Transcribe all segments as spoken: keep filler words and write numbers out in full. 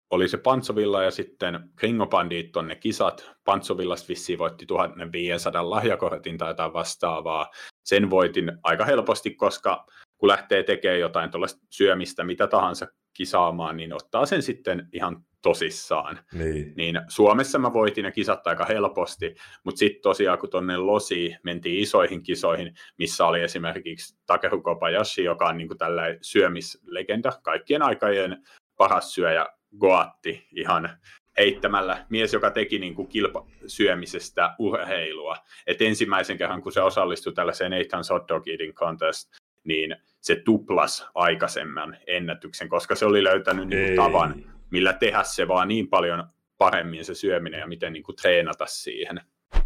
oli se Pantsovilla ja sitten Gringo Bandit on ne kisat. Pantsovillasta vissiin voitti tuhatviisisataa lahjakortin tai jotain vastaavaa. Sen voitin aika helposti, koska kun lähtee tekemään jotain tuollaista syömistä, mitä tahansa kisaamaan, niin ottaa sen sitten ihan tosissaan. Niin. Niin Suomessa mä voitin ne kisat aika helposti, mutta sitten tosiaan kun tuonne Losiin mentiin isoihin kisoihin, missä oli esimerkiksi Takeru Kobayashi, joka on niin kuin tällainen syömislegenda, kaikkien aikajen paras syöjä Goatti ihan heittämällä, mies, joka teki niin kuin kilpasyömisestä urheilua. Et ensimmäisen kerran, kun se osallistui tällaiseen Nathan's Hot Dog Eating Contest, niin se tuplas aikaisemman ennätyksen, koska se oli löytänyt niin kuin tavan, millä tehdä se vaan niin paljon paremmin se syöminen ja miten niin kuin treenata siihen.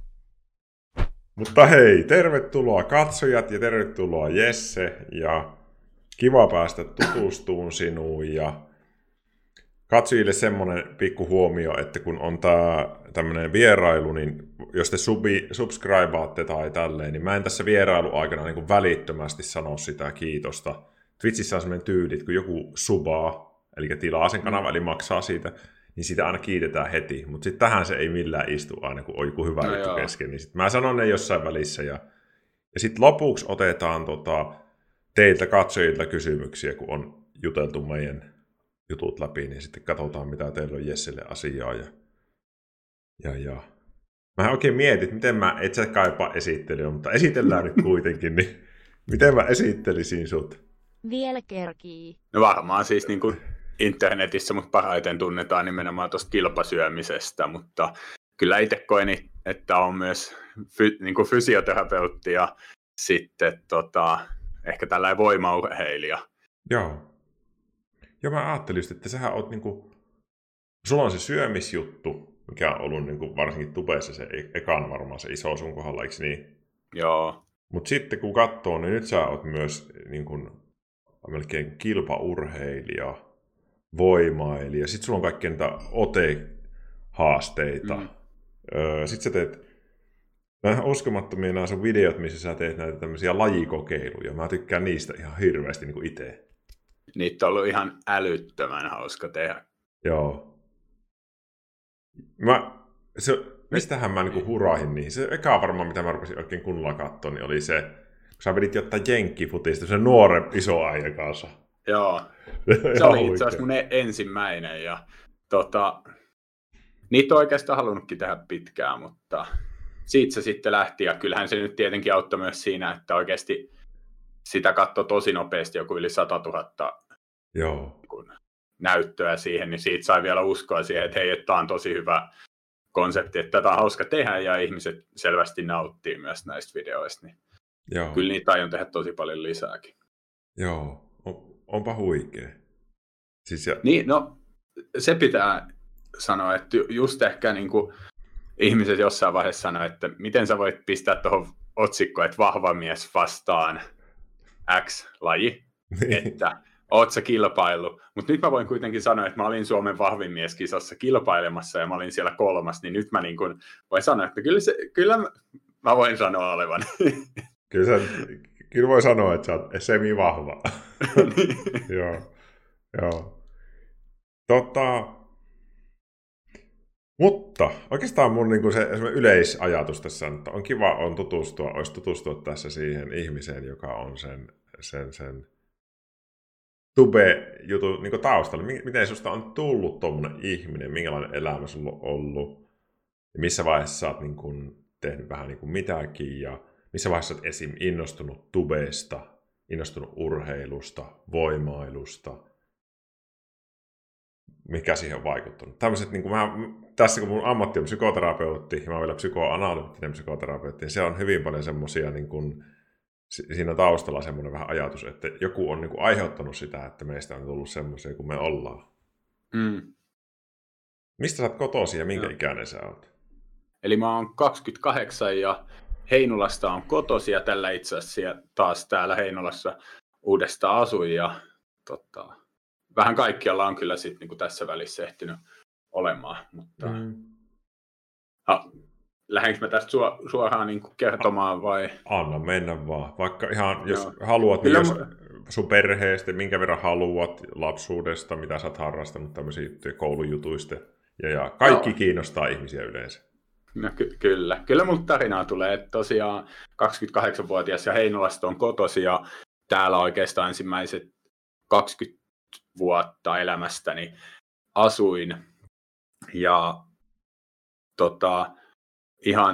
Mutta hei, tervetuloa katsojat ja tervetuloa Jesse ja kiva päästä tutustumaan sinuun ja katsojille semmoinen pikku huomio, että kun on tää tämmöinen vierailu, niin jos te subi, subscribaatte tai tälleen, niin mä en tässä vierailuaikana niin kuin välittömästi sano sitä kiitosta. Twitchissä on semmoinen tyyli, että kun joku subaa, eli tilaa sen kanavan, eli maksaa siitä, niin sitä aina kiitetään heti. Mutta sitten tähän se ei millään istu aina, kun on joku hyvä no juttu kesken. Niin sit mä sanon ne jossain välissä. Ja, ja sitten lopuksi otetaan tota, teiltä katsojilta kysymyksiä, kun on juteltu meidän jutut läpi, niin sitten katsotaan, mitä teillä on Jesselle asiaa. Ja, ja, ja. Mä oikein mietin, että miten mä, et sä kaipaa esittelyä, mutta esitellään nyt kuitenkin, niin miten mä esittelisin sut? Vielä kerkii. No varmaan siis niin kuin internetissä mut parhaiten tunnetaan nimenomaan tuosta kilpasyömisestä, mutta kyllä itse koen, että on myös fy, niin kuin fysioterapeutti ja sitten tota, ehkä tällainen voimaurheilija. Joo. Joo, mä ajattelin just, että sähän oot niinku, sulla on se syömisjuttu, mikä on ollut niinku varsinkin tubeessa se ekan varmaan se iso sun kohdalla, eikö niin? Joo. Mutta sitten kun katsoo, niin nyt sä oot myös niinku, melkein kilpaurheilija, voimailija, sitten sulla on kaikkia niitä otehaasteita. Mm. Öö, sitten sä teet, vähän uskomattomia nämä sun videot, missä sä teet näitä tämmöisiä lajikokeiluja. Mä tykkään niistä ihan hirveästi niin kuin itse. Niitä on ollut ihan älyttömän hauska tehdä. Joo. Mä, se, mistähän mä niin hurahin niihin? Se eka varmaan, mitä mä rupesin oikein kunnolla katsoa, niin oli se, kun sä vedit jotain jenkkifutista, se nuoren iso äijän kanssa. Joo. Se oli itse asiassa mun ensimmäinen. Ja, tota, niitä on oikeastaan halunnutkin tehdä pitkään, mutta siitä se sitten lähti. Ja kyllähän se nyt tietenkin auttoi myös siinä, että oikeasti sitä katsoi tosi nopeasti joku yli satatuhatta Joo. näyttöä siihen, niin siitä sai vielä uskoa siihen, että hei, että tämä on tosi hyvä konsepti, että tätä on hauska tehdä ja ihmiset selvästi nauttii myös näistä videoista. Niin Joo. Kyllä niitä aion tehdä tosi paljon lisääkin. Joo, on, onpa huikea. Siis ja... Niin, no se pitää sanoa, että just ehkä niin kuin ihmiset jossain vaiheessa sanoo, että miten sä voit pistää tuohon otsikkoon, että vahva mies vastaan X-laji, niin. että oot sä kilpaillut. Mutta nyt mä voin kuitenkin sanoa, että mä olin Suomen vahvin mies kisassa kilpailemassa ja mä olin siellä kolmas, niin nyt mä niin kuin voin sanoa, että kyllä, se, kyllä mä voin sanoa olevan. Kyllä, sä, kyllä voi sanoa, että sä oot semi-vahva. Joo, joo. Tota, mutta oikeastaan mun niin kuin se yleisajatus tässä on, että on kiva on tutustua, olisi tutustua tässä siihen ihmiseen, joka on sen, sen, sen tube-jutun niin taustalla. Miten susta on tullut tuommoinen ihminen, minkälainen elämä sulla on ollut, ja missä vaiheessa sä oot niin kuin tehnyt vähän niin kuin mitäkin, ja missä vaiheessa olet esim. Innostunut tubeesta, innostunut urheilusta, voimailusta, mikä siihen on vaikuttanut. Tämmöiset, niin kuin mä, tässä kun mun ammatti on psykoterapeutti, ja mä oon vielä psykoanalyyttinen psykoterapeutti, niin se on hyvin paljon semmoisia, niin kuin, siinä taustalla semmoinen vähän ajatus, että joku on niin kuin aiheuttanut sitä, että meistä on tullut semmoisia kuin me ollaan. Mm. Mistä sä oot kotoisin ja minkä no. ikäinen sä oot? Eli mä oon kaksikymmentäkahdeksan ja Heinolasta on kotoisin ja tällä itse asiassa taas täällä Heinolassa uudestaan asuin ja tota, vähän kaikkialla on kyllä sit, niin kuin tässä välissä ehtinyt olemaan, mutta mm. ha, lähdenkö mä tästä suoraan niin kuin kertomaan vai? Anna mennä vaan, vaikka ihan jos Joo. haluat, niin jos, sun perheestä, minkä verran haluat lapsuudesta, mitä sä oot harrastanut, tämmöisiä koulujutuista. Ja, ja kaikki no. kiinnostaa ihmisiä yleensä. No ky- kyllä. Kyllä mulla tarinaa tulee, että tosiaan kaksikymmentäkahdeksanvuotias ja Heinolasta on kotosi ja täällä oikeastaan ensimmäiset kaksikymmentä vuotta elämästäni asuin. Ja tota, ihan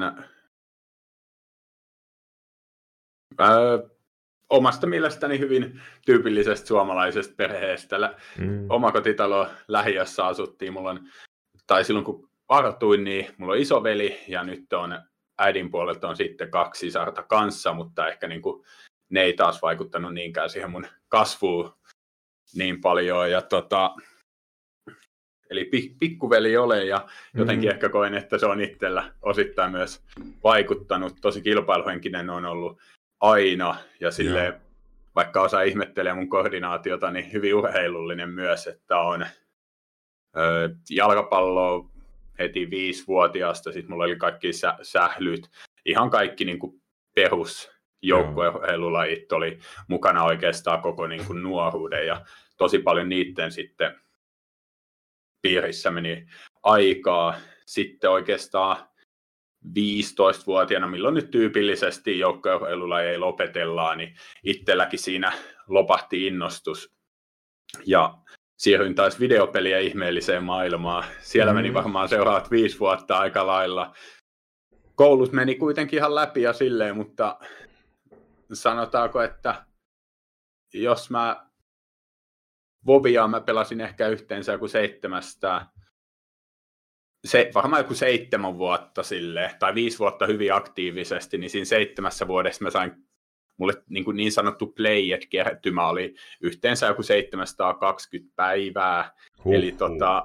öö, omasta mielestäni hyvin tyypillisestä suomalaisesta perheestä. Mm. Omakotitalo lähiössä asuttiin. Mulla on, tai silloin kun vartuin, niin mulla on isoveli ja nyt on äidin puolelta on sitten kaksi sisarta kanssa, mutta ehkä niin kuin, ne ei taas vaikuttanut niinkään siihen mun kasvuun niin paljon. Ja tota, eli pik- pikkuveli olen ja jotenkin mm. ehkä koen, että se on itsellä osittain myös vaikuttanut. Tosi kilpailuhenkinen on ollut aina ja silleen, yeah. vaikka osa ihmettelee mun koordinaatiota, niin hyvin urheilullinen myös, että on ö, jalkapalloa heti viisivuotiaasta, sitten mulla oli kaikki sä- sählyt, ihan kaikki niin kuin perusjoukkueurheilulajit oli mukana oikeastaan koko niin kuin nuoruuden ja tosi paljon niiden sitten piirissä meni aikaa. Sitten oikeastaan viisitoistavuotiaana, milloin nyt tyypillisesti joukkueurheilulajeja lopetellaan, niin itselläkin siinä lopahti innostus. Ja siirryin taas videopeliä ihmeelliseen maailmaan. Siellä mm. meni varmaan seuraavat viisi vuotta aika lailla. Koulut meni kuitenkin ihan läpi ja silleen, mutta sanotaanko, että jos mä Voviaa mä pelasin ehkä yhteensä joku seitsemästä, se, varmaan joku seitsemän vuotta silleen, tai viisi vuotta hyvin aktiivisesti, niin siinä seitsemässä vuodessa mä sain, mulle niin, kuin niin sanottu playet-kertymä oli yhteensä joku seitsemänsataakaksikymmentä päivää. Huhhuh. Eli tota,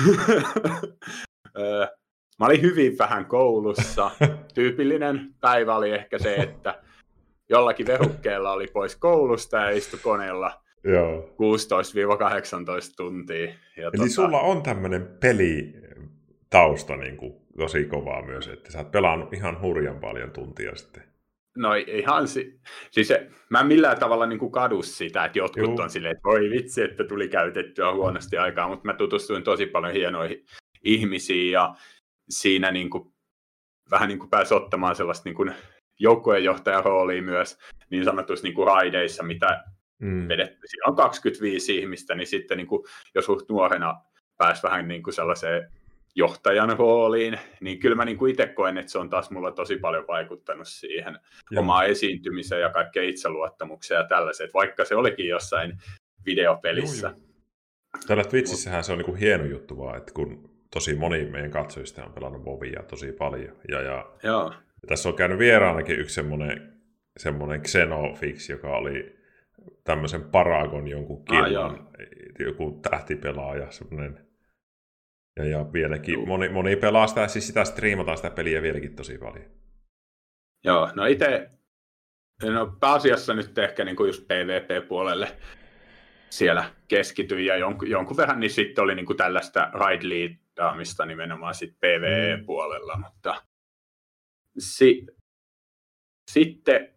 mä olin hyvin vähän koulussa. Tyypillinen päivä oli ehkä se, että jollakin verukkeella oli pois koulusta ja istui koneella Joo. kuusitoista kahdeksantoista tuntia. Ja Eli tota... sulla on tämmöinen pelitausta niin kuin tosi kovaa myös, että sä oot pelannut ihan hurjan paljon tuntia sitten. No ihan, si- siis se, mä en millään tavalla niin kuin kadu sitä, että jotkut Juh. on silleen, että voi vitsi, että tuli käytettyä huonosti aikaa, mutta mä tutustuin tosi paljon hienoihin ihmisiin ja siinä niin kuin, vähän niin kuin pääsi ottamaan sellaista niin kuin joukkueenjohtajan roolia myös niin sanotuissa niin kuin raideissa, mitä mm. vedetty. Siinä on kaksikymmentäviisi ihmistä, niin sitten niin kuin, jos suht nuorena pääsi vähän niin kuin sellaiseen johtajan rooliin, niin kyllä mä niin kuin itse koen, että se on taas mulla tosi paljon vaikuttanut siihen Joo. omaan esiintymiseen ja kaikkeen itseluottamukseen ja tällaiset, vaikka se olikin jossain videopelissä. Joo, joo. Täällä Twitchissähän se on niin kuin hieno juttu vaan, että kun tosi moni meidän katsojista on pelannut Vovia tosi paljon. Ja, ja, Joo. ja tässä on käynyt vieraanakin yksi semmoinen, semmoinen Xenofix, joka oli tämmöisen Paragon jonkun killan, ah, joku tähtipelaaja, semmoinen. Ja, ja vieläkin, moni, moni pelaa sitä, siis sitä striimataan sitä peliä vieläkin tosi paljon. Joo, no itse, no pääasiassa nyt ehkä niin kuin just PvP-puolelle siellä keskityin ja jonkun, jonkun verran, niin sitten oli niin kuin tällaista raid-liidaamista nimenomaan sitten PvE-puolella, mutta si, sitten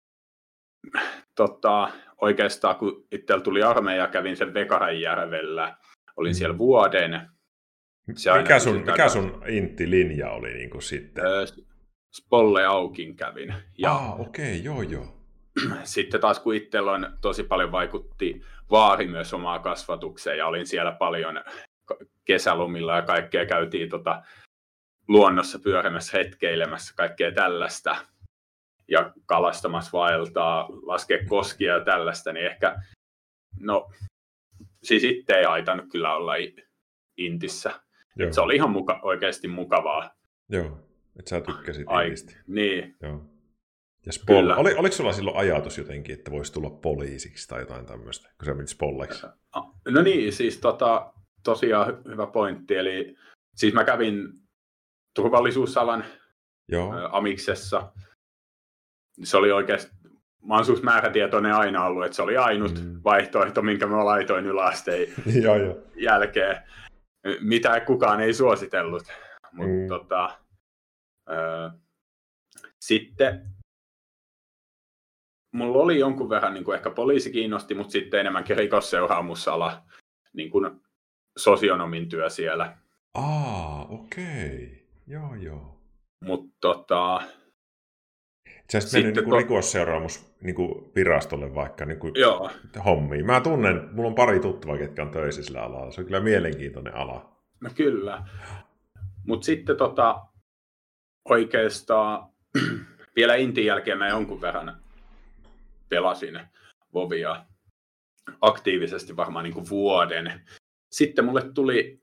tota, oikeastaan kun itsellä tuli armeija, kävin sen Vekaranjärvellä, olin siellä vuoden. Mikä sun, mikä sun intti-linja oli niin kuin sitten? Spolle Aukin kävin. Ja ah, okei, okay, joo joo. Sitten taas kun itsellä on tosi paljon vaikutti vaari myös omaa kasvatukseen ja olin siellä paljon kesälomilla ja kaikkea käytiin tota, luonnossa pyörimässä, hetkeilemässä, kaikkea tällaista. Ja kalastamassa vaeltaa, laskea koskia ja tällaista, niin ehkä, no, siis itse ei haitannut kyllä olla intissä. Se oli ihan muka- oikeasti mukavaa. Joo, että sä tykkäsit Ai, intistä. Niin. Joo. Ja spol- Oli, oliko sulla silloin ajatus jotenkin, että voisi tulla poliisiksi tai jotain tämmöistä, kun sä menit spolleksi? No niin, siis tota, tosiaan hyvä pointti. Eli siis mä kävin turvallisuusalan Joo. amiksessa. Se oli oikeasti, mä oon suht määrätietoinen aina ollut, että se oli ainut mm. vaihtoehto, minkä mä laitoin yläasteen joo, jo. jälkeen. Mitä kukaan ei suositellut. Mutta mm. tota, ö, sitten mulla oli jonkun verran, niin kuin ehkä poliisi kiinnosti, mutta sitten enemmänkin rikosseuraamusala, niin kuin sosionomin työ siellä. Aa, okei. Okay. Joo, joo. Mutta tota... Sä olisit mennyt niin to... rikosseuraamus niin virastolle vaikka niin kuin hommiin. Mä tunnen, mulla on pari tuttavaa, ketkä on töissä sillä alalla. Se on kyllä mielenkiintoinen ala. No kyllä. Mutta sitten tota, oikeastaan vielä Intin jälkeen mä jonkun verran pelasin Vovia aktiivisesti varmaan niin kuin vuoden. Sitten mulle tuli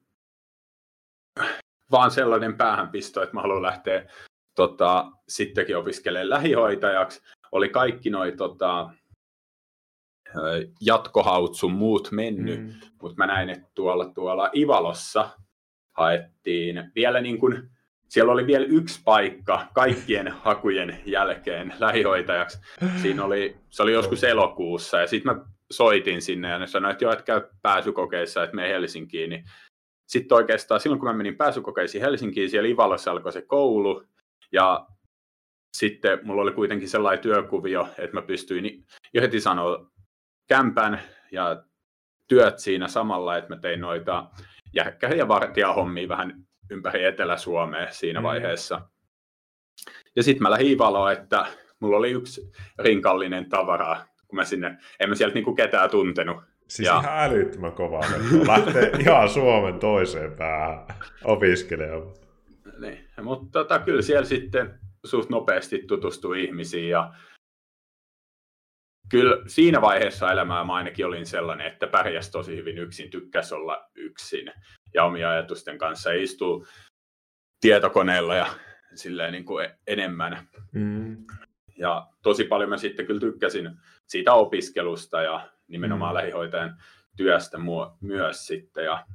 vaan sellainen päähänpisto, että mä haluan lähteä tota, sittenkin opiskelemaan lähihoitajaksi. Oli kaikki noi tota, jatkohaut sun muut mennyt, mm. mutta mä näin, että tuolla, tuolla Ivalossa haettiin vielä niin kuin, siellä oli vielä yksi paikka kaikkien hakujen jälkeen lähihoitajaksi. Siinä oli, se oli joskus elokuussa ja sitten mä soitin sinne ja ne sanoi, että joo, että käy pääsykokeissa, että mene Helsinkiin. Niin sitten oikeastaan silloin, kun mä menin pääsykokeisiin Helsinkiin, siellä Ivalossa alkoi se koulu ja sitten mulla oli kuitenkin sellainen työkuvio, että mä pystyin jo heti sanoa kämpän ja työt siinä samalla, että mä tein noita järkkäri- ja vartijahommia vähän ympäri Etelä-Suomea siinä vaiheessa. Ja sitten mä lähdin Ivaloon, että mulla oli yksi rinkallinen tavaraa, kun mä sinne, en mä sieltä niinku ketään tuntenut. Siis ja... ihan älyttömän kovaa, että lähtee ihan Suomen toiseen päähän opiskelemaan. Niin, mutta tota, kyllä siellä sitten suht nopeasti tutustui ihmisiin ja kyllä siinä vaiheessa elämää mä ainakin olin sellainen, että pärjäsi tosi hyvin yksin, tykkäsi olla yksin ja omia ajatusten kanssa istuu tietokoneella ja silleen niin kuin enemmän. Mm. Ja tosi paljon mä sitten kyllä tykkäsin siitä opiskelusta ja nimenomaan mm. lähihoitajan työstä myös sitten. Ja,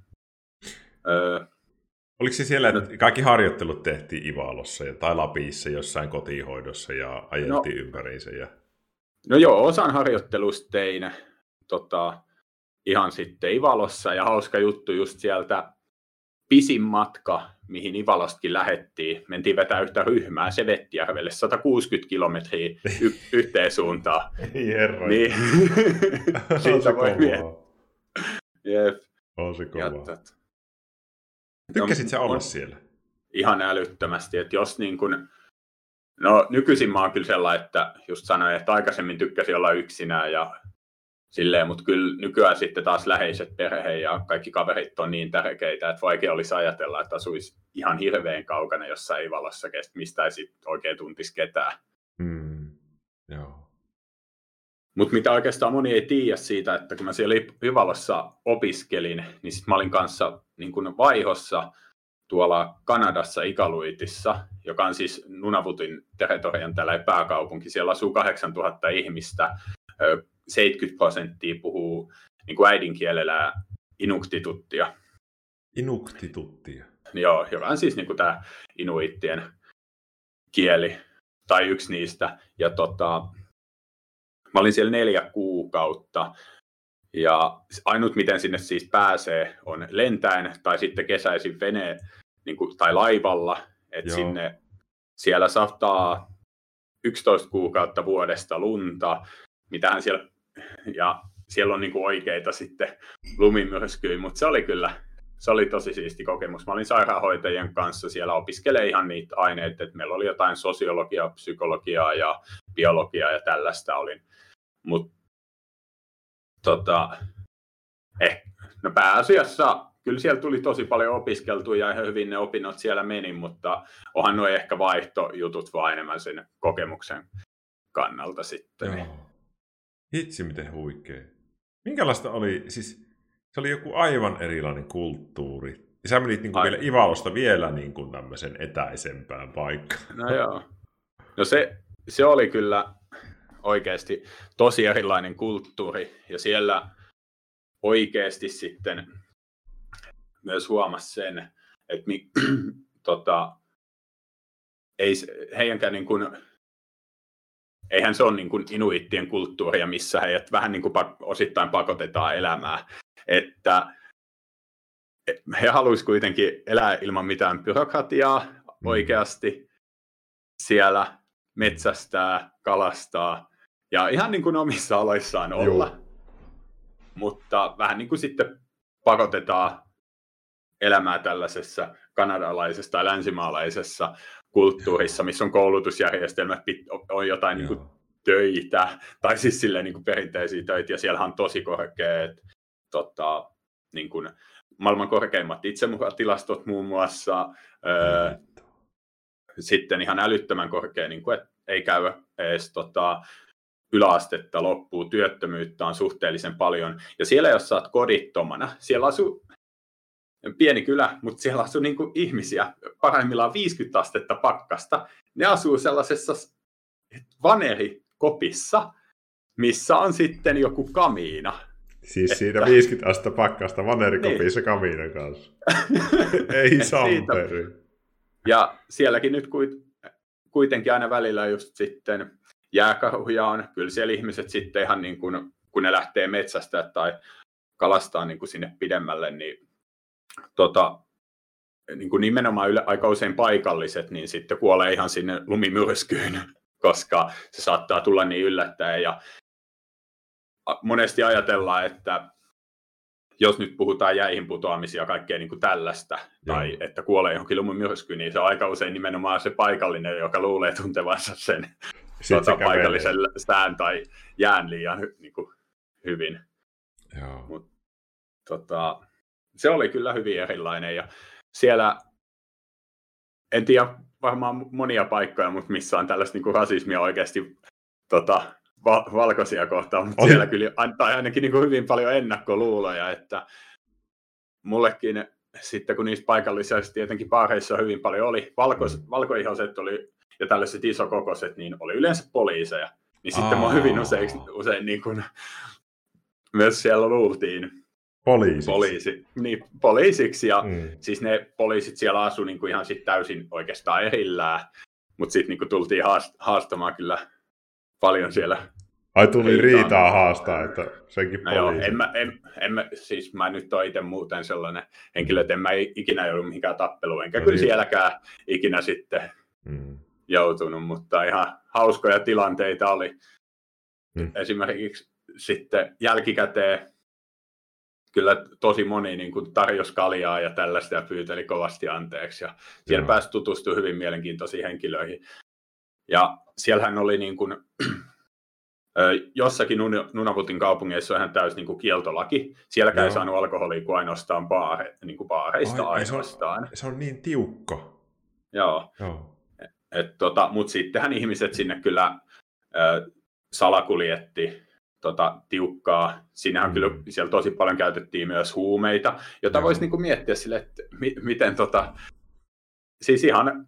öö, oliko se siellä, että kaikki harjoittelut tehtiin Ivalossa tai Lapissa jossain kotihoidossa ja ajeltiin no, ympäriinsä? Ja... No joo, osan harjoittelusta tein tota, ihan sitten Ivalossa ja hauska juttu just sieltä pisin matka, mihin Ivalostakin lähettiin. Mentiin vetää yhtä ryhmää Sevettijärvelle sata kuusikymmentä kilometriä y- yhteen suuntaan. Ei herra. Niin. Siitä voi miettiä. Jep. On se kovaa. Tykkäsit sä olla on siellä? Ihan älyttömästi, että jos niin kun, no nykyisin mä oon kyllä sellainen, että just sanoin, että aikaisemmin tykkäsin olla yksinään ja silleen, mutta kyllä nykyään sitten taas läheiset perhe ja kaikki kaverit on niin tärkeitä, että vaikea olisi ajatella, että asuisi ihan hirveän kaukana jossain Ivalossa, mistä ei sitten oikein tuntisi ketään. Mm, joo. Mutta mitä oikeastaan moni ei tiedä siitä, että kun mä siellä Ivalossa opiskelin, niin sitten mä olin kanssa niin kun vaihossa tuolla Kanadassa Iqaluitissa, joka on siis Nunavutin territorian tällainen pääkaupunki. Siellä asuu kahdeksantuhatta ihmistä, seitsemänkymmentä prosenttia puhuu niin kuin äidinkielellä inuktituttia. Inuktituttia? Joo, joka on siis niin kuin tämä inuittien kieli, tai yksi niistä. Ja tota, mä olin siellä neljä kuukautta, ja ainut miten sinne siis pääsee on lentäen, tai sitten kesäisin veneen niin kuin, tai laivalla, että sinne siellä saattaa yksitoista kuukautta vuodesta lunta, mitähän siellä, ja siellä on niin kuin oikeita sitten lumimyrskyjä, mutta se oli kyllä, se oli tosi siisti kokemus. Mä olin sairaanhoitajien kanssa siellä opiskelemaan ihan niitä aineita, että meillä oli jotain sosiologiaa, psykologiaa ja biologiaa ja tällaista olin, mutta tota, eh, no pääasiassa kyllä siellä tuli tosi paljon opiskeltua ja ihan hyvin ne opinnot siellä meni, mutta onhan nuo ehkä vaihtojutut vaan enemmän sen kokemuksen kannalta sitten. Joo. Hitsi, miten huikea. Minkälaista oli, siis se oli joku aivan erilainen kulttuuri. Ja sä menit niin kuin vielä Ivalosta vielä niin kuin tämmöisen etäisempään paikkaan. No joo. No se, se oli kyllä oikeasti tosi erilainen kulttuuri. Ja siellä oikeasti sitten myös huomasi sen, että mi, tota, ei heidänkään niin kuin, eihän se ole niin kuin inuittien kulttuuria, missä heidät vähän niin kuin osittain pakotetaan elämään. Että he haluaisivat kuitenkin elää ilman mitään byrokratiaa oikeasti siellä, metsästää, kalastaa Ja ihan niin kuin omissa oloissaan olla. Joo. Mutta vähän niin kuin sitten pakotetaan elämää tällaisessa kanadalaisessa tai länsimaalaisessa kulttuurissa, missä on koulutusjärjestelmät, on jotain niin kuin töitä, tai siis silleen niin kuin perinteisiä töitä, ja siellä on tosi korkeat, tota, niin kuin, maailman korkeimmat itsemurhatilastot muun muassa, öö, sitten ihan älyttömän korkea, niin kuin, että ei käy edes tota, yläastetta loppuu, työttömyyttä on suhteellisen paljon, ja siellä jos sä oot kodittomana, siellä asuu pieni kylä, mutta siellä asuu niin kuin ihmisiä, parhaimmillaan viisikymmentä astetta pakkasta, ne asuu sellaisessa vanerikopissa, missä on sitten joku kamiina. Siis siinä että... viisikymmentä astetta pakkasta vanerikopissa niin. Kamiinan kanssa. Ei samperi. Ja sielläkin nyt kuitenkin aina välillä just sitten jääkarhuja on. Kyllä siellä ihmiset sitten ihan niin kuin, kun ne lähtee metsästä tai kalastaa niin kuin sinne pidemmälle, niin, tota, niin kuin nimenomaan yle, aika usein paikalliset, niin sitten kuolee ihan sinne lumimyrskyyn, koska se saattaa tulla niin yllättäen. Ja monesti ajatellaan, että jos nyt puhutaan jäihin putoamisia ja kaikkea niin kuin tällaista, Joo. tai että kuolee johonkin lumimyrskyyn, niin se on aika usein nimenomaan se paikallinen, joka luulee tuntevansa sen tuota, paikallisen sään tai jään liian niin kuin, hyvin. Joo. Mut, tota, se oli kyllä hyvin erilainen. Ja siellä, en tiedä varmaan monia paikkoja, mutta missä on tällaista niin kuin rasismia oikeasti tota, val- valkoisia kohtaan, mutta siellä kyllä antaa ainakin niin kuin hyvin paljon ennakkoluuloja, että mullekin sitten kun niissä paikallisissa tietenkin baareissa hyvin paljon oli, valkois- valkoihoiset oli ja tällaiset isokokoiset, niin oli yleensä poliiseja, niin sitten mua hyvin usein, usein niin kuin, myös siellä luultiin poliisiksi. Poliisi, niin, poliisiksi ja mm. siis ne poliisit siellä asu niin kuin ihan sit täysin oikeastaan erillään, mutta sitten niin tultiin haast- haastamaan kyllä paljon siellä. Ai tuli riitaa haastaa, että senkin poliisi. No joo, en mä, en, en mä, siis mä nyt oon itse muuten sellainen henkilö, että en mä ikinä joudu mihinkään tappeluun, enkä no kyllä niin. Sielläkään ikinä sitten mm. joutunut, mutta ihan hauskoja tilanteita oli. Mm. Esimerkiksi sitten jälkikäteen kyllä tosi moni niin kuin tarjosi kaljaa ja tällaista ja pyyteli kovasti anteeksi. Ja siellä pääsi tutustumaan hyvin mielenkiintoisiin henkilöihin. Ja siellähän oli niin kuin, jossakin Nunavutin kaupungeissa on ihan täysin niin kuin kieltolaki. Sielläkään ei saanut alkoholia kuin ainoastaan baare, niin kuin baareista Ai, ainoastaan. Se on, se on niin tiukka. Joo. Joo. Et, tota, mutta sittenhän ihmiset sinne kyllä äh, salakuljetti tota, tiukkaa. Siinähän mm. kyllä siellä tosi paljon käytettiin myös huumeita, jota Joo. voisi niin kuin miettiä sille, että mi- miten tota, siis ihan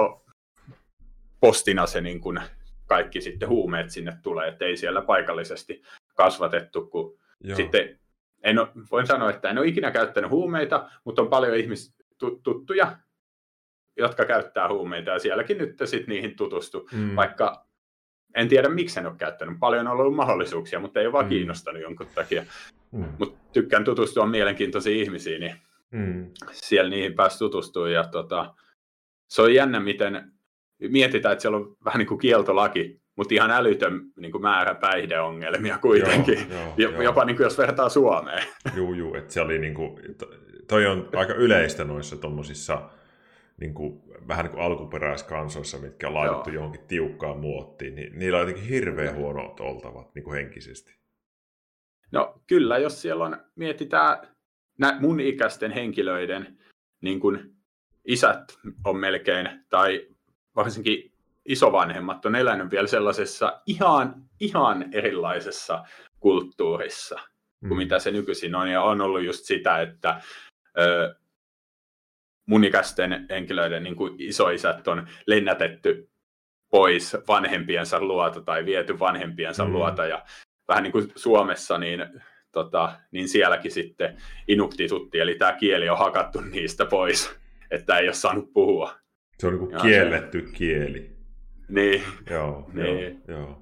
lentopostina se niin kuin kaikki sitten huumeet sinne tulee, että ei siellä paikallisesti kasvatettu, kun Joo. sitten en ole, voin sanoa, että en ole ikinä käyttänyt huumeita, mutta on paljon ihmistuttuja, jotka käyttää huumeita ja sielläkin nyt sitten niihin tutustu, mm. vaikka en tiedä miksi en ole käyttänyt, paljon on ollut mahdollisuuksia, mutta ei ole vaan mm. kiinnostanut jonkun takia, mm. mutta tykkään tutustua mielenkiintoisiin ihmisiin, niin mm. siellä niihin pääsi tutustumaan ja tota, se on jännä, miten mietitään, että siellä on vähän niin kuin kieltolaki, mutta ihan älytön niin kuin määrä päihdeongelmia kuitenkin, joo, joo, jopa joo. Niin kuin jos vertaa Suomeen. Juu, juu, että se oli niin kuin, toi on aika yleistä noissa tommosissa niin kuin, vähän niin kuin alkuperäiskansoissa, mitkä on laitettu joo. johonkin tiukkaan muottiin, niin niillä on jotenkin hirveän huonot oltavat niin kuin henkisesti. No kyllä, jos siellä on, mietitään mun ikäisten henkilöiden, niin kuin isät on melkein, tai varsinkin isovanhemmat on elänyt vielä sellaisessa ihan, ihan erilaisessa kulttuurissa mm. kuin mitä se nykyisin on. Ja on ollut just sitä, että ö, mun ikäisten henkilöiden niin kuin isoisät on lennätetty pois vanhempiensa luota tai viety vanhempiensa mm. luota. Ja vähän niin kuin Suomessa, niin, tota, niin sielläkin sitten inuktitutti, eli tämä kieli on hakattu niistä pois, että ei ole saanut puhua. Se on niin kuin kielletty se... kieli. Niin. Joo, niin. joo, joo.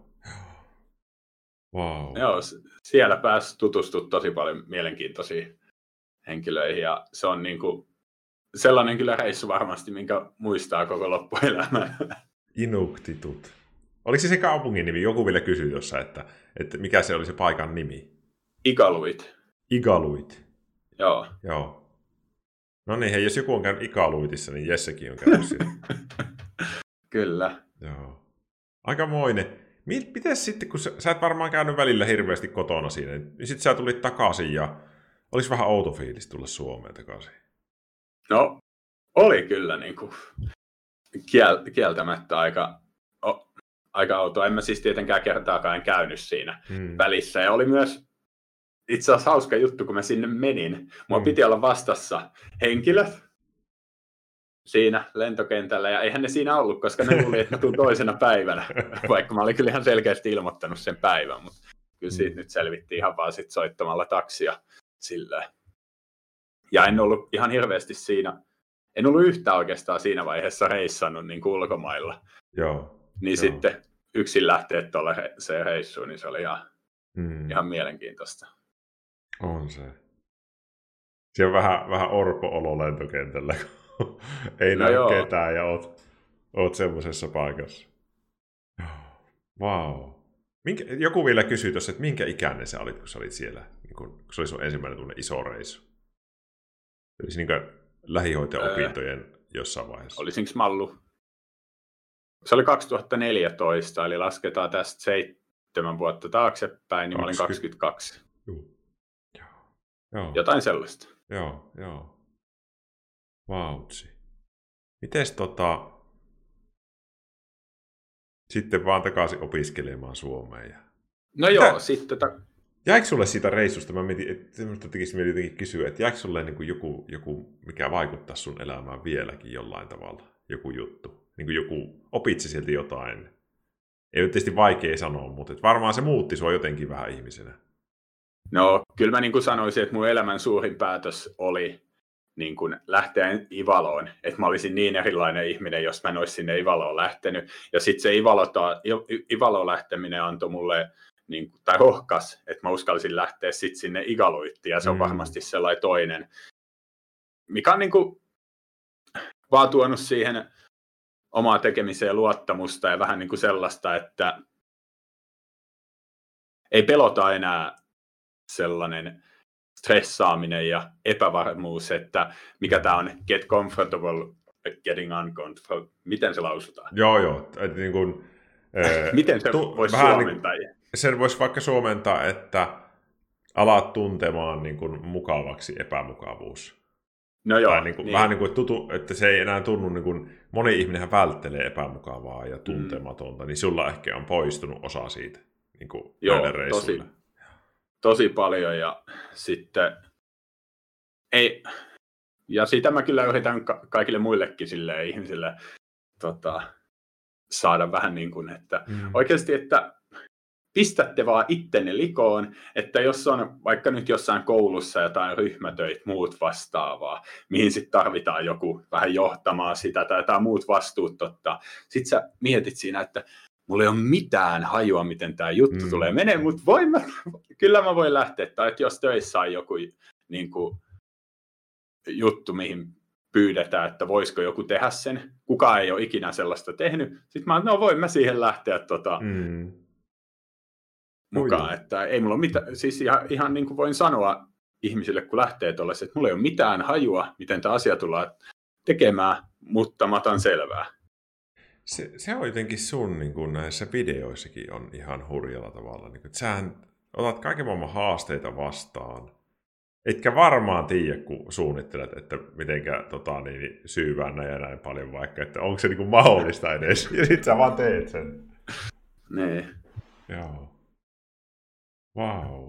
Wow. Joo, siellä pääsi tutustumaan tosi paljon mielenkiintoisiin henkilöihin ja se on niin kuin sellainen kyllä reissu varmasti, minkä muistaa koko loppuelämän. Inuktitut. Oliko se se kaupungin nimi? Joku vielä kysyi tuossa, että, että mikä se oli se paikan nimi. Iqaluit. Iqaluit. Joo. Joo. No niin, hei, jos joku on käynyt Iqaluitissa, niin Jessekin on käynyt siellä. Kyllä. Joo. Aikamoinen. Miten sitten, kun sä, sä et varmaan käynyt välillä hirveästi kotona siinä, niin sitten sä tulit takaisin ja olisi vähän outo fiilis tulla Suomeen takaisin? No, oli kyllä niin kuin kiel, kieltämättä aika, o, aika outoa. En mä siis tietenkään kertaakaan käynyt siinä hmm. välissä. Ja oli myös itse asiassa hauska juttu, kun mä sinne menin. Mua hmm. piti olla vastassa henkilöt siinä lentokentällä, ja eihän ne siinä ollut, koska ne luuli, että mä tuun toisena päivänä, vaikka mä olin kyllä ihan selkeästi ilmoittanut sen päivän, mutta kyllä siitä mm. nyt selvittiin ihan vaan sit soittamalla taksia silleen. Ja en ollut ihan hirveästi siinä, en ollut yhtään oikeastaan siinä vaiheessa reissannut niin kuin ulkomailla. Joo. Niin joo. Sitten yksin lähteä tuolle he, se reissuun, niin se oli ihan, mm. ihan mielenkiintoista. On se. Se on vähän, vähän orpo-olo lentokentällä. Ei no näy joo. ketään ja oot, oot semmoisessa paikassa. Vau. Wow. Minkä, joku vielä kysyi tuossa, että minkä ikäinen sä olit, kun sä olit siellä, niin kun, kun se oli sun ensimmäinen tunne iso reissu? Olisi niin kuin lähihoitaja-opintojen öö, jossain vaiheessa. Olisinko mä ollut? Se oli kaksituhattaneljätoista, eli lasketaan tästä seitsemän vuotta taaksepäin, niin kaksikymmentä. Mä olin kaksikymmentäkaksi. Joo. Joo. Jotain sellaista. Joo, joo. Vautsi. Mites tota... Sitten vaan takaisin opiskelemaan Suomeen. Ja... No Mitä... joo, sitten... Ta... Jäikö sulle siitä reissusta? Mä mietin, että semmoista tekisi mieli jotenkin kysyä, että jäikö sulle niin kuin joku, joku, mikä vaikuttaa sun elämään vieläkin jollain tavalla? Joku juttu. Niin kuin joku, opit sä sieltä jotain? Ei ole tietysti vaikea sanoa, mutta että varmaan se muutti sua jotenkin vähän ihmisenä. No, kyllä mä niin kuin sanoisin, että mun elämän suurin päätös oli niin kuin lähteä Ivaloon. Että mä olisin niin erilainen ihminen, jos mä en olisi sinne Ivaloon lähtenyt. Ja sitten se Ivalota, Ivaloon lähteminen antoi mulle, niin kuin, tai rohkas, että mä uskalsin lähteä sitten sinne Iqaluittiin. Ja se on mm. varmasti sellainen toinen, mikä on niin kuin vaan tuonut siihen omaa tekemiseen luottamusta ja vähän niin kuin sellaista, että ei pelota enää sellainen stressaaminen ja epävarmuus, että mikä tämä on get comfortable, getting uncomfortable. Miten se lausutaan? Joo, joo. Et niin kuin, äh, Miten se tu- voisi suomentaa? Niin, sen voisi vaikka suomentaa, että alat tuntemaan niin kuin mukavaksi epämukavuus. No joo, tai niin kuin, niin. Vähän niin kuin, tutu, että se ei enää tunnu, niin kuin, moni ihminenhän välttelee epämukavaa ja tuntematonta, mm. niin sulla ehkä on poistunut osa siitä niin kuin joo, tosi, tosi paljon ja sitten ei, ja sitä mä kyllä yritän ka- kaikille muillekin silleen, ihmisille tota, saada vähän niin kuin, että mm. oikeasti, että pistätte vaan ittenne likoon, että jos on vaikka nyt jossain koulussa jotain ryhmätöit, muut vastaavaa, mihin sitten tarvitaan joku vähän johtamaan sitä tai jotain muut vastuut ottaa. Sitten sä mietit siinä, että mulla ei ole mitään hajua, miten tämä juttu mm. tulee menee, mutta voin mä, kyllä mä voin lähteä. Tai että jos töissä on joku niin kuin, juttu, mihin pyydetään, että voisiko joku tehdä sen. Kukaan ei ole ikinä sellaista tehnyt. Sitten mä no voin mä siihen lähteä tota, mm. mukaan. Ui. Että ei mulla ole mitään, siis ihan, ihan niin kuin voin sanoa ihmisille, kun lähtee tuollaiseen, että mulla ei ole mitään hajua, miten tämä asia tullaan tekemään, mutta mä otan selvää. Se, se on jotenkin sun niin kuin näissä videoissakin on ihan hurjalla tavalla. Niin kuin, että sähän otat kaiken maailman haasteita vastaan. Etkä varmaan tiedä, kun suunnittelet, että mitenkä tota, niin, syyvään näin ja näin paljon vaikka, että onko se niin kuin mahdollista edes. Ja sit sä vaan teet sen. Nee. Joo. Vau.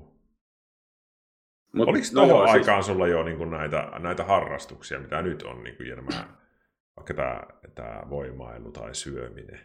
Wow. Oliko tuohon no aikaan siis... sulla jo niin kuin näitä, näitä harrastuksia, mitä nyt on, niin kuin nämä, vaikka tämä, tämä voimailu tai syöminen?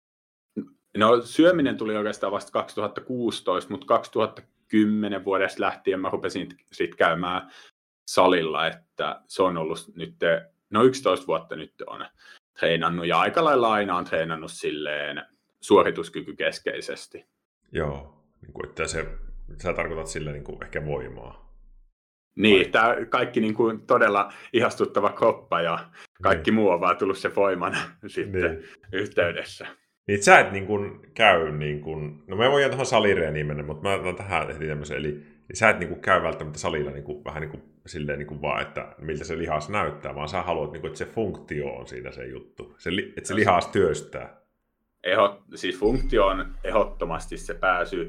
No syöminen tuli oikeastaan vasta kaksituhattakuusitoista, mutta kaksituhattakymmenen vuodesta lähtien mä rupesin sitten käymään salilla, että se on ollut nyt, no yksitoista vuotta nyt on treenannut ja aika lailla aina on treenannut silleen suorituskykykeskeisesti. Joo, niin kuin, että se, sä tarkoitat sille niin kuin ehkä voimaa. Niin, tämä kaikki niin kuin todella ihastuttava kroppa ja kaikki niin. Muu on vaan tullut se voiman sitten niin. Yhteydessä. Niin sä et niin kuin käy, niin kuin, no me voidaan tuohon salireeniin mennä, mutta mä otan tähän heti tämmöisen, eli niin sä et niin kuin käy välttämättä salilla niin kuin, vähän niin kuin, silleen niin kuin vaan, että miltä se lihas näyttää, vaan sä haluat, niin kuin, että se funktio on siinä se juttu, se, että se lihas työstää. Eho, siis funktio on ehdottomasti se pääsy,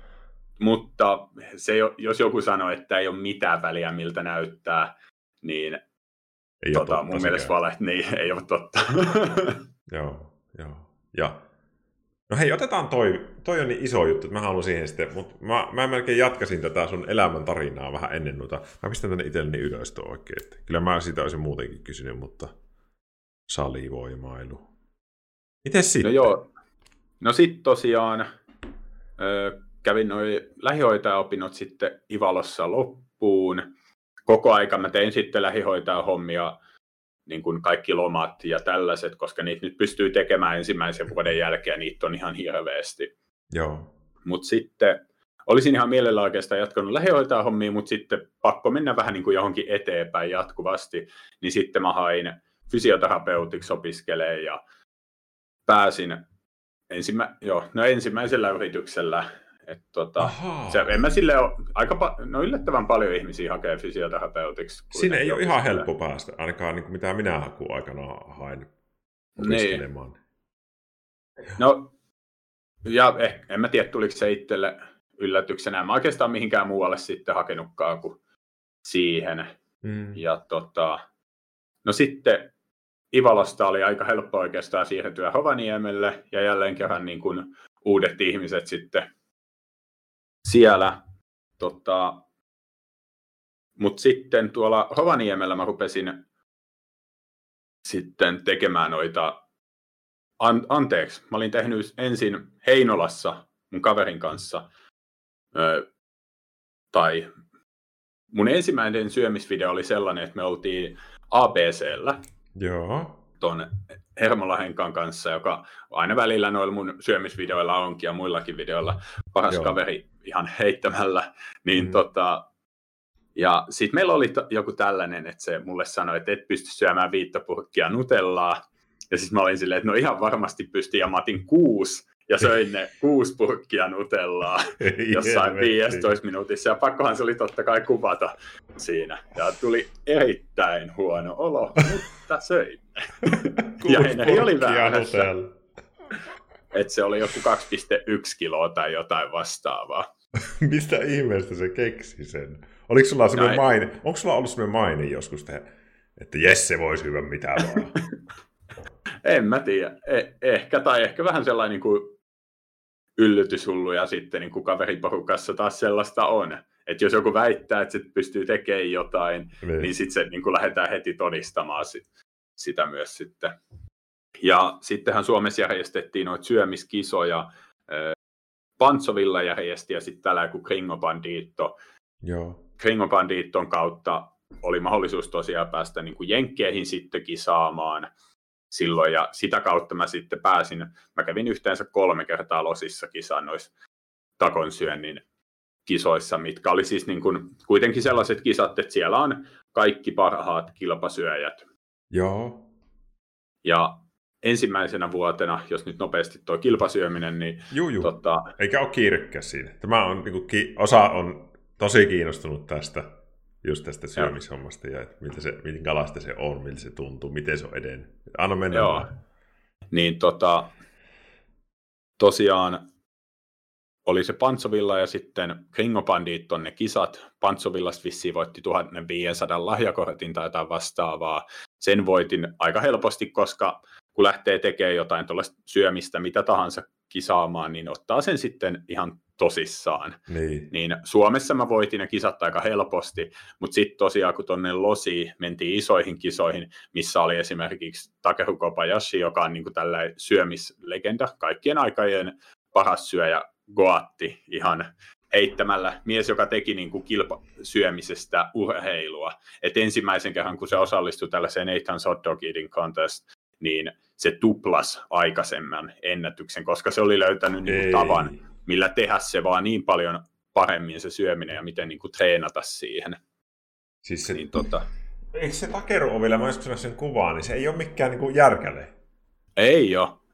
mutta se, jos joku sanoo, että ei ole mitään väliä miltä näyttää, niin ei tota, totta, mun mielestä vale, niin ei ole totta. Joo, joo. Ja, no hei, otetaan toi, toi on niin iso juttu, että mä haluan siihen sitten, mutta mä, mä melkein jatkasin tätä sun elämän tarinaa vähän ennen noita. Mä pistän tänne itselleni ylös tuo oikein, että kyllä mä siitä olisin muutenkin kysynyt, mutta salivoimailu. Mites sitten? No joo, no sit tosiaan ö, kävin noi lähihoitajaopinnot sitten Ivalossa loppuun. Koko aika mä tein sitten lähihoitajahommia, niin kuin kaikki lomat ja tällaiset, koska niitä nyt pystyy tekemään ensimmäisen vuoden jälkeen, niitä on ihan hirveästi. Joo. Mutta sitten olisin ihan mielellä oikeastaan jatkanut lähihoitajahommia, mutta sitten pakko mennä vähän niin kuin johonkin eteenpäin jatkuvasti, niin sitten mä hain fysioterapeutiksi opiskelemaan ja pääsin ensimmä, joo, no ensimmäisellä yrityksellä. Et tota, se, en mä sille ole, aika pa- no yllättävän paljon ihmisiä hakee fysioterapeutiksi. Siinä ei ole ihan helppo päästä, ainakaan niin kuin mitä minä hakuun aikana hain opiskelemaan. Niin. No, ja eh, en mä tiedä, tuliko se itselle yllätyksenä. En mä oikeastaan mihinkään muualle sitten hakenutkaan kuin siihen. Mm. Ja tota, no sitten Ivalosta oli aika helppo oikeastaan siirtyä Rovaniemelle, ja jälleen kerran niin kuin uudet ihmiset sitten siellä. Tota, mutta sitten tuolla Rovaniemellä mä rupesin sitten tekemään noita, an, anteeksi, mä olin tehnyt ensin Heinolassa mun kaverin kanssa, ö, tai mun ensimmäinen syömisvideo oli sellainen, että me oltiin A B C:llä. Joo. Ton Hermola Henkan kanssa, joka aina välillä noilla mun syömisvideoilla onkin ja muillakin videoilla paras Joo. kaveri ihan heittämällä. Niin mm. tota, ja sitten meillä oli to, joku tällainen, että se mulle sanoi, että et pysty syömään viittä purkkia nutellaa. Ja sitten mä olin silleen, että no ihan varmasti pystyn, ja mä otin kuusi. Ja söin ne kuusi purkkia nutellaa jossain viisitoista minuutissa. Ja pakkohan se oli totta kai kuvata siinä. Ja tuli erittäin huono olo, mutta söin ne. Ja ne oli väärässä. Että se oli joku kaksi pilkku yksi kiloa tai jotain vastaavaa. Mistä ihmeestä se keksi sen? Oliko sulla semmoinen no, maine? Onko sulla ollut semmoinen maine joskus tehdä, että jes, se voisi hyvä mitä vaan? En mä tiedä. Eh- ehkä, tai ehkä vähän sellainen niin kuin yllytyshullu, ja sitten niin kuin kaveriporukassa taas sellaista on. Että jos joku väittää, että se pystyy tekemään jotain, niin, niin sitten se niin kuin lähdetään heti todistamaan sit, sitä myös sitten. Ja sittenhän Suomessa järjestettiin noita syömiskisoja. Pantsovilla järjesti, ja sitten täällä joku Gringo Bandito. Joo. Gringo Banditon kautta oli mahdollisuus tosiaan päästä niin kuin jenkkeihin sitten kisaamaan silloin, ja sitä kautta mä sitten pääsin, mä kävin yhteensä kolme kertaa Losissa kisaan noissa takonsyönnin kisoissa, mitkä oli siis niin kuin kuitenkin sellaiset kisat, että siellä on kaikki parhaat kilpasyöjät. Joo. Ja ensimmäisenä vuotena, jos nyt nopeasti tuo kilpasyöminen, niin... Juu, juu. Tota... Eikä ole kiirekkä siinä. Tämä on, niin kuin, ki... osa on tosi kiinnostunut tästä, just tästä syömishommasta, ja että miltä se, minkälaista se on, miltä se tuntuu, miten se on edennyt. Anna mennä. Joo. Vaan. Niin tota, tosiaan oli se Pantsovilla ja sitten Gringo Bandit on ne kisat. Pantsovillasta vissiin voitti tuhatviisisataa lahjakortin tai jotain vastaavaa. Sen voitin aika helposti, koska kun lähtee tekemään jotain tuollaista syömistä, mitä tahansa kisaamaan, niin ottaa sen sitten ihan tosissaan. Niin. Niin Suomessa mä voitin ne kisat aika helposti, mutta sitten tosiaan kun tuonne Losiin mentiin isoihin kisoihin, missä oli esimerkiksi Takeru Kobayashi, joka on niin kuin tällainen syömislegenda, kaikkien aikajen paras syöjä, Goatti, ihan heittämällä mies, joka teki niin kuin kilpasyömisestä urheilua. Et ensimmäisen kerran, kun se osallistui tällaiseen Nathan's Hot Dog Eating Contest, niin se tuplas aikaisemman ennätyksen, koska se oli löytänyt niin kuin tavan, millä tehdä se vaan niin paljon paremmin se syöminen ja miten niin kuin treenata siihen. Siis se, niin, tota... Eikö se Takeru ole vielä, mä joskus sen kuvaan, niin se ei ole mikään niin kuin järkäle. Ei ole.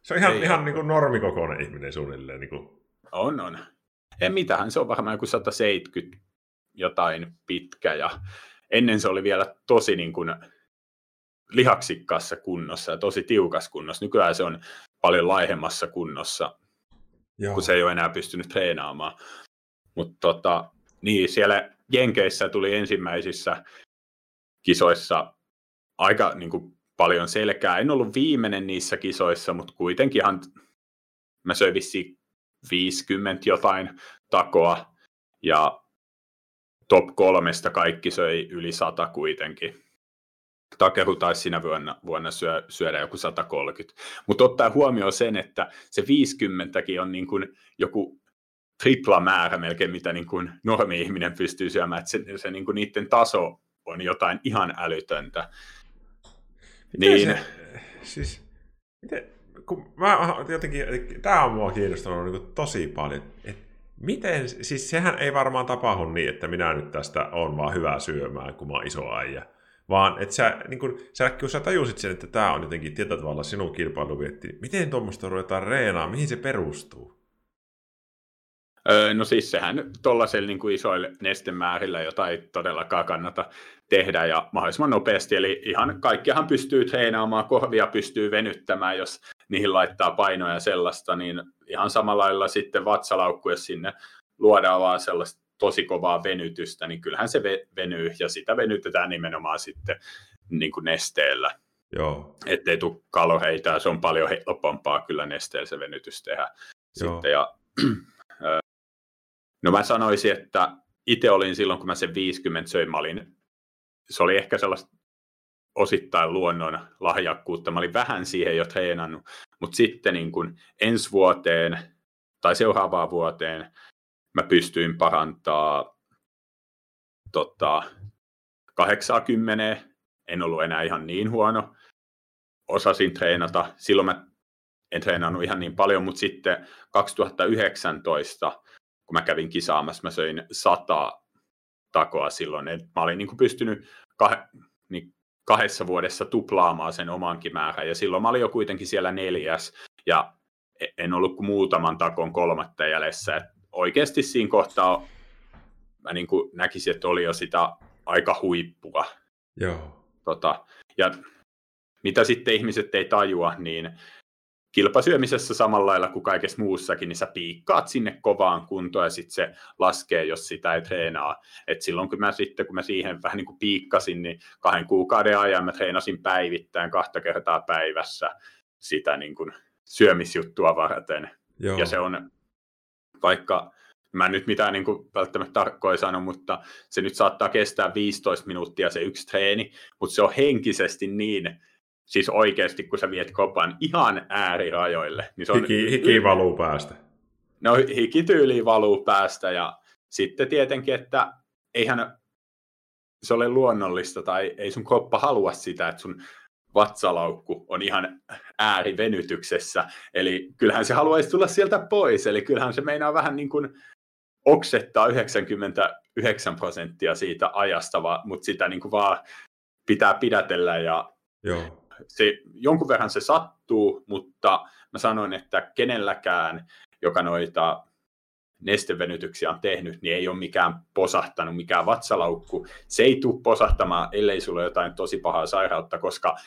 Se on ihan, Ei ihan ole. niin kuin normikokoinen ihminen suunnilleen. Niin kuin. On, on. Ei mitään, se on varmaan joku sata seitsemänkymmentä jotain pitkä ja ennen se oli vielä tosi niin kuin lihaksikkaassa kunnossa ja tosi tiukassa kunnossa. Nykyään se on paljon laihemmassa kunnossa, Joo. kun se ei ole enää pystynyt treenaamaan. Mutta tota, niin, siellä Jenkeissä tuli ensimmäisissä kisoissa aika niin kuin, paljon selkää. En ollut viimeinen niissä kisoissa, mutta kuitenkinhan mä söin vissiin viisikymmentä jotain takoa ja top kolmesta kaikki söi yli sata kuitenkin. Takeru taisi siinä vuonna, vuonna syö, syödä joku sata kolmekymmentä. Mutta ottaa huomioon sen, että se viisikymmentäkin on niin kuin joku tripla määrä melkein, mitä niin kuin normi-ihminen pystyy syömään. Että se, se niin kuin niiden taso on jotain ihan älytöntä. Miten niin, se, siis, miten, kun mä jotenkin, tää on mua kiinnostanut niin kuin tosi paljon. Et miten, siis sehän ei varmaan tapahdu niin, että minä nyt tästä on vaan hyvä syömään, kun mä oon iso äijä. Vaan että sä, niin kun, sä, kun sä tajusit sen, että tää on jotenkin tietyllä tavalla sinun kilpailuvietti, miten tuommoista ruvetaan reenaamaan, mihin se perustuu? Öö, no siis sehän tuollaisella niin kuin isoilla nestemäärillä, jota ei todellakaan kannata tehdä ja mahdollisimman nopeasti. Eli ihan kaikkiahan pystyy treenaamaan, korvia pystyy venyttämään, jos niihin laittaa painoja ja sellaista, niin ihan samalla lailla sitten vatsalaukku, jos sinne luodaan vaan sellaista tosi kovaa venytystä, niin kyllähän se venyy ja sitä venytetään nimenomaan sitten niin kuin nesteellä. Joo. Ettei tule kaloreita ja se on paljon helpompaa kyllä nesteellä se venytys tehdä. Sitten ja no mä sanoisin, että itse olin silloin, kun mä sen viisikymmentä söin, mä olin, se oli ehkä sellaista osittain luonnon lahjakkuutta. Mä olin vähän siihen jo treenannut, mutta sitten niin kun ensi vuoteen tai seuraavaan vuoteen mä pystyin parantaa tota, kahdeksankymmentä. En ollut enää ihan niin huono. Osasin treenata. Silloin mä en treenannut ihan niin paljon, mutta sitten kaksituhattayhdeksäntoista kun mä kävin kisaamassa, mä söin sata takoa silloin. Et mä olin niin kuin pystynyt kah- niin kahdessa vuodessa tuplaamaan sen omankin määrän. Ja silloin mä olin jo kuitenkin siellä neljäs. Ja en ollut kuin muutaman takon kolmatta jäljessä. Et oikeasti siinä kohtaa mä niin kuin näkisin, että oli jo sitä aika huippua. Joo. Tota, ja mitä sitten ihmiset ei tajua, niin kilpasyömisessä samalla lailla kuin kaikessa muussakin, niin sä piikkaat sinne kovaan kuntoon ja sitten se laskee, jos sitä ei treenaa. Et silloin kun mä sitten, kun mä siihen vähän niin kuin piikkasin, niin kahden kuukauden ajan mä treenasin päivittäin kahta kertaa päivässä sitä niin kuin syömisjuttua varten. Joo. Ja se on, vaikka mä en nyt mitään niin kuin välttämättä tarkkoja sano, mutta se nyt saattaa kestää viisitoista minuuttia se yksi treeni, mutta se on henkisesti niin, siis oikeasti, kun sä viet kopan ihan äärirajoille. Niin se on hiki, hiki valuu päästä. No hikityyliin valuu päästä ja sitten tietenkin, että eihän se ole luonnollista tai ei sun kroppa halua sitä, että sun vatsalaukku on ihan äärivenytyksessä. Eli kyllähän se haluaisi tulla sieltä pois. Eli kyllähän se meinaa vähän niin kuin oksettaa yhdeksänkymmentäyhdeksän prosenttia siitä ajasta, mutta sitä niin kuin vaan pitää pidätellä ja Joo. Se, jonkun verran se sattuu, mutta mä sanoin, että kenelläkään, joka noita nestevenytyksiä on tehnyt, niin ei ole mikään posahtanut, mikään vatsalaukku. Se ei tule posahtamaan, ellei sulla ole jotain tosi pahaa sairautta, koska